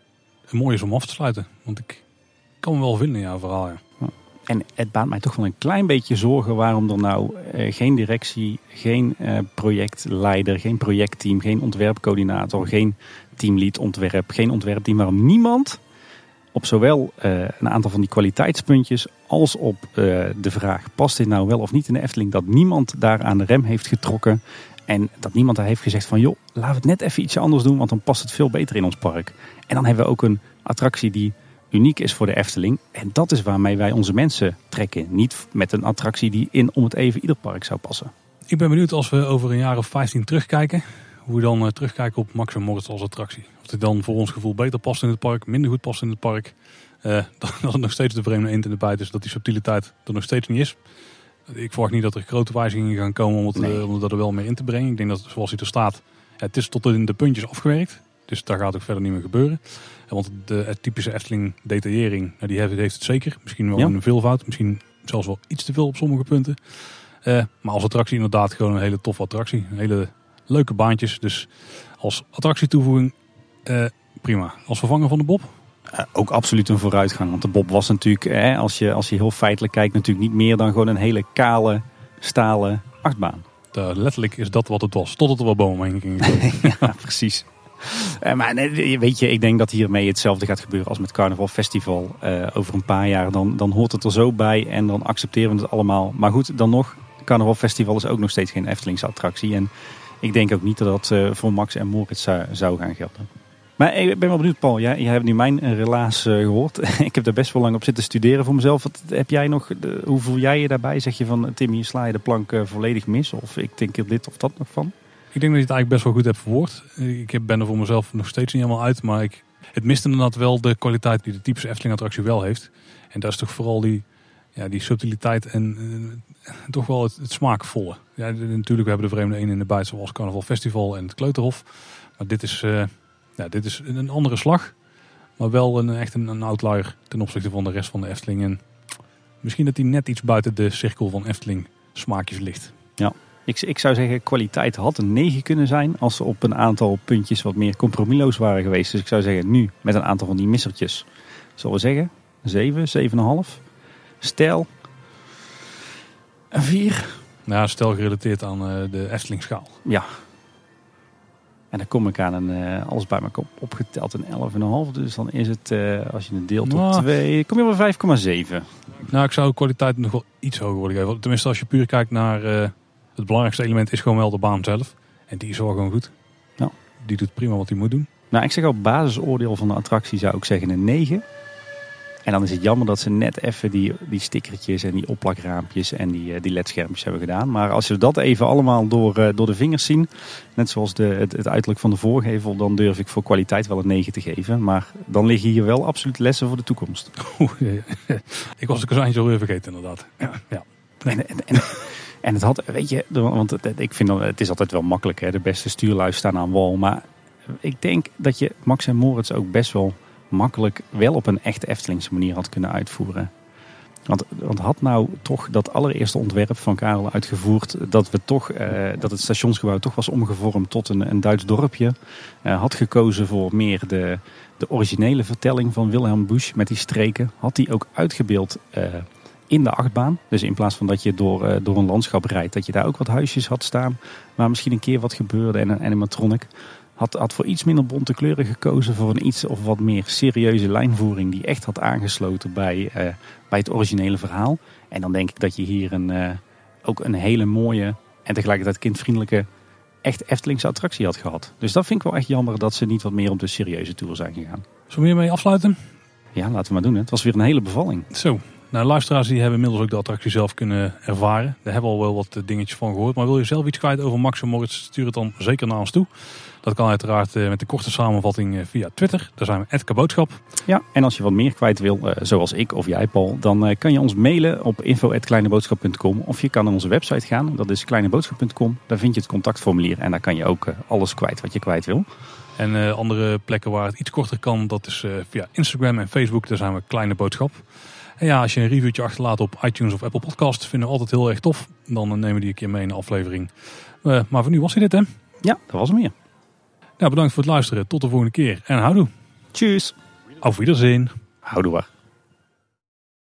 S1: mooi is om af te sluiten. Want ik kan me wel vinden in jouw verhaal. Ja.
S2: En het baart mij toch wel een klein beetje zorgen waarom er nou geen directie, geen projectleider, geen projectteam, geen ontwerpcoördinator, geen teamlead ontwerp, geen ontwerpteam, waarom niemand op zowel een aantal van die kwaliteitspuntjes als op de vraag, past dit nou wel of niet in de Efteling, dat niemand daar aan de rem heeft getrokken en dat niemand daar heeft gezegd van joh, laten we het net even ietsje anders doen, want dan past het veel beter in ons park. En dan hebben we ook een attractie die uniek is voor de Efteling. En dat is waarmee wij onze mensen trekken. Niet met een attractie die in om het even ieder park zou passen.
S1: Ik ben benieuwd als we over een jaar of 15 terugkijken. Hoe we dan terugkijken op Max en Moritz als attractie. Of het dan voor ons gevoel beter past in het park. Minder goed past in het park. Dat het nog steeds de vreemde eend in de bijt is. Dat die subtiliteit er nog steeds niet is. Ik verwacht niet dat er grote wijzigingen gaan komen om het er wel mee in te brengen. Ik denk dat zoals hij er staat. Het is tot in de puntjes afgewerkt. Dus daar gaat ook verder niet meer gebeuren. Want de typische Efteling detaillering, die heeft het zeker. Misschien wel een veelvoud. Misschien zelfs wel iets te veel op sommige punten. Maar als attractie inderdaad gewoon een hele toffe attractie. Hele leuke baantjes. Dus als attractietoevoeging prima. Als vervanger van de Bob?
S2: Ook absoluut een vooruitgang. Want de Bob was natuurlijk, als je heel feitelijk kijkt, natuurlijk niet meer dan gewoon een hele kale, stalen achtbaan.
S1: Letterlijk is dat wat het was. Totdat er wel bomen heen gingen.
S2: Ja, precies. Maar weet je, ik denk dat hiermee hetzelfde gaat gebeuren als met Carnaval Festival. Over een paar jaar, dan hoort het er zo bij en dan accepteren we het allemaal. Maar goed, dan nog, Carnaval Festival is ook nog steeds geen Eftelingse attractie. En ik denk ook niet dat dat voor Max en Moritz zou gaan gelden. Maar ik ben wel benieuwd, Paul. Jij hebt nu mijn relaas gehoord. Ik heb daar best wel lang op zitten studeren voor mezelf. Hoe voel jij je daarbij? Zeg je van, Tim, hier sla je de plank volledig mis? Of ik denk er dit of dat nog van?
S1: Ik denk dat je het eigenlijk best wel goed hebt verwoord. Ik ben er voor mezelf nog steeds niet helemaal uit. Maar het mist inderdaad wel de kwaliteit die de typische Efteling attractie wel heeft. En dat is toch vooral die subtiliteit en toch wel het smaakvolle. Ja, natuurlijk, we hebben de vreemde eend in de bijt zoals Carnaval Festival en het Kleuterhof. Maar dit is een andere slag. Maar wel echt een outlier ten opzichte van de rest van de Efteling. En misschien dat die net iets buiten de cirkel van Efteling smaakjes ligt.
S2: Ja. Ik zou zeggen, kwaliteit had een 9 kunnen zijn als ze op een aantal puntjes wat meer compromisloos waren geweest. Dus ik zou zeggen, nu met een aantal van die missertjes, zullen we zeggen, 7, 7,5. Stijl, een 4.
S1: Ja, stijl gerelateerd aan de Efteling schaal.
S2: Ja. En dan kom ik aan alles bij elkaar opgeteld een 11,5. Dus dan is het, als je het deelt door 2, kom je op 5,7.
S1: Nou, ik zou de kwaliteit nog wel iets hoger willen geven. Tenminste, als je puur kijkt naar het belangrijkste element is gewoon wel de baan zelf. En die is wel gewoon goed.
S2: Ja.
S1: Die doet prima wat hij moet doen.
S2: Nou, ik zeg op basisoordeel van de attractie zou ik zeggen een 9. En dan is het jammer dat ze net even die stickertjes en die opplakraampjes en die ledschermpjes hebben gedaan. Maar als je dat even allemaal door de vingers zien, net zoals het uiterlijk van de voorgevel, dan durf ik voor kwaliteit wel een 9 te geven. Maar dan liggen hier wel absoluut lessen voor de toekomst.
S1: Ik was de kozijntje alweer vergeten inderdaad. Ja.
S2: En het had, weet je, want ik vind het is altijd wel makkelijk, hè, de beste stuurlui staan aan wal. Maar ik denk dat je Max en Moritz ook best wel makkelijk wel op een echte Eftelingse manier had kunnen uitvoeren. Want had nou toch dat allereerste ontwerp van Karel uitgevoerd, dat het stationsgebouw toch was omgevormd tot een Duits dorpje, had gekozen voor meer de originele vertelling van Wilhelm Busch met die streken, had die ook uitgebeeld in de achtbaan. Dus in plaats van dat je door een landschap rijdt, dat je daar ook wat huisjes had staan, waar misschien een keer wat gebeurde en een animatronic. Had voor iets minder bonte kleuren gekozen, voor een iets of wat meer serieuze lijnvoering die echt had aangesloten bij het originele verhaal. En dan denk ik dat je hier ook een hele mooie en tegelijkertijd kindvriendelijke echt Eftelingse attractie had gehad. Dus dat vind ik wel echt jammer dat ze niet wat meer op de serieuze tour zijn gegaan.
S1: Zullen we hiermee afsluiten?
S2: Ja, laten we maar doen. Hè. Het was weer een hele bevalling.
S1: Zo, Nou, luisteraars die hebben inmiddels ook de attractie zelf kunnen ervaren. Daar hebben we al wel wat dingetjes van gehoord. Maar wil je zelf iets kwijt over Max & Moritz, stuur het dan zeker naar ons toe. Dat kan uiteraard met de korte samenvatting via Twitter. Daar zijn we @kaboodschap.
S2: Ja, en als je wat meer kwijt wil, zoals ik of jij Paul, dan kan je ons mailen op info@kleineboodschap.com. Of je kan naar onze website gaan, dat is kleineboodschap.com. Daar vind je het contactformulier en daar kan je ook alles kwijt wat je kwijt wil.
S1: En andere plekken waar het iets korter kan, dat is via Instagram en Facebook. Daar zijn we Kleine Boodschap. En ja, als je een reviewtje achterlaat op iTunes of Apple Podcast, vinden we altijd heel erg tof. Dan nemen we die een keer mee in de aflevering. Maar voor nu was dit, hè?
S2: Ja, dat was hem weer.
S1: Nou, bedankt voor het luisteren. Tot de volgende keer. En houdoe.
S2: Tjus.
S1: Auf Wiedersehen.
S2: Houdoe.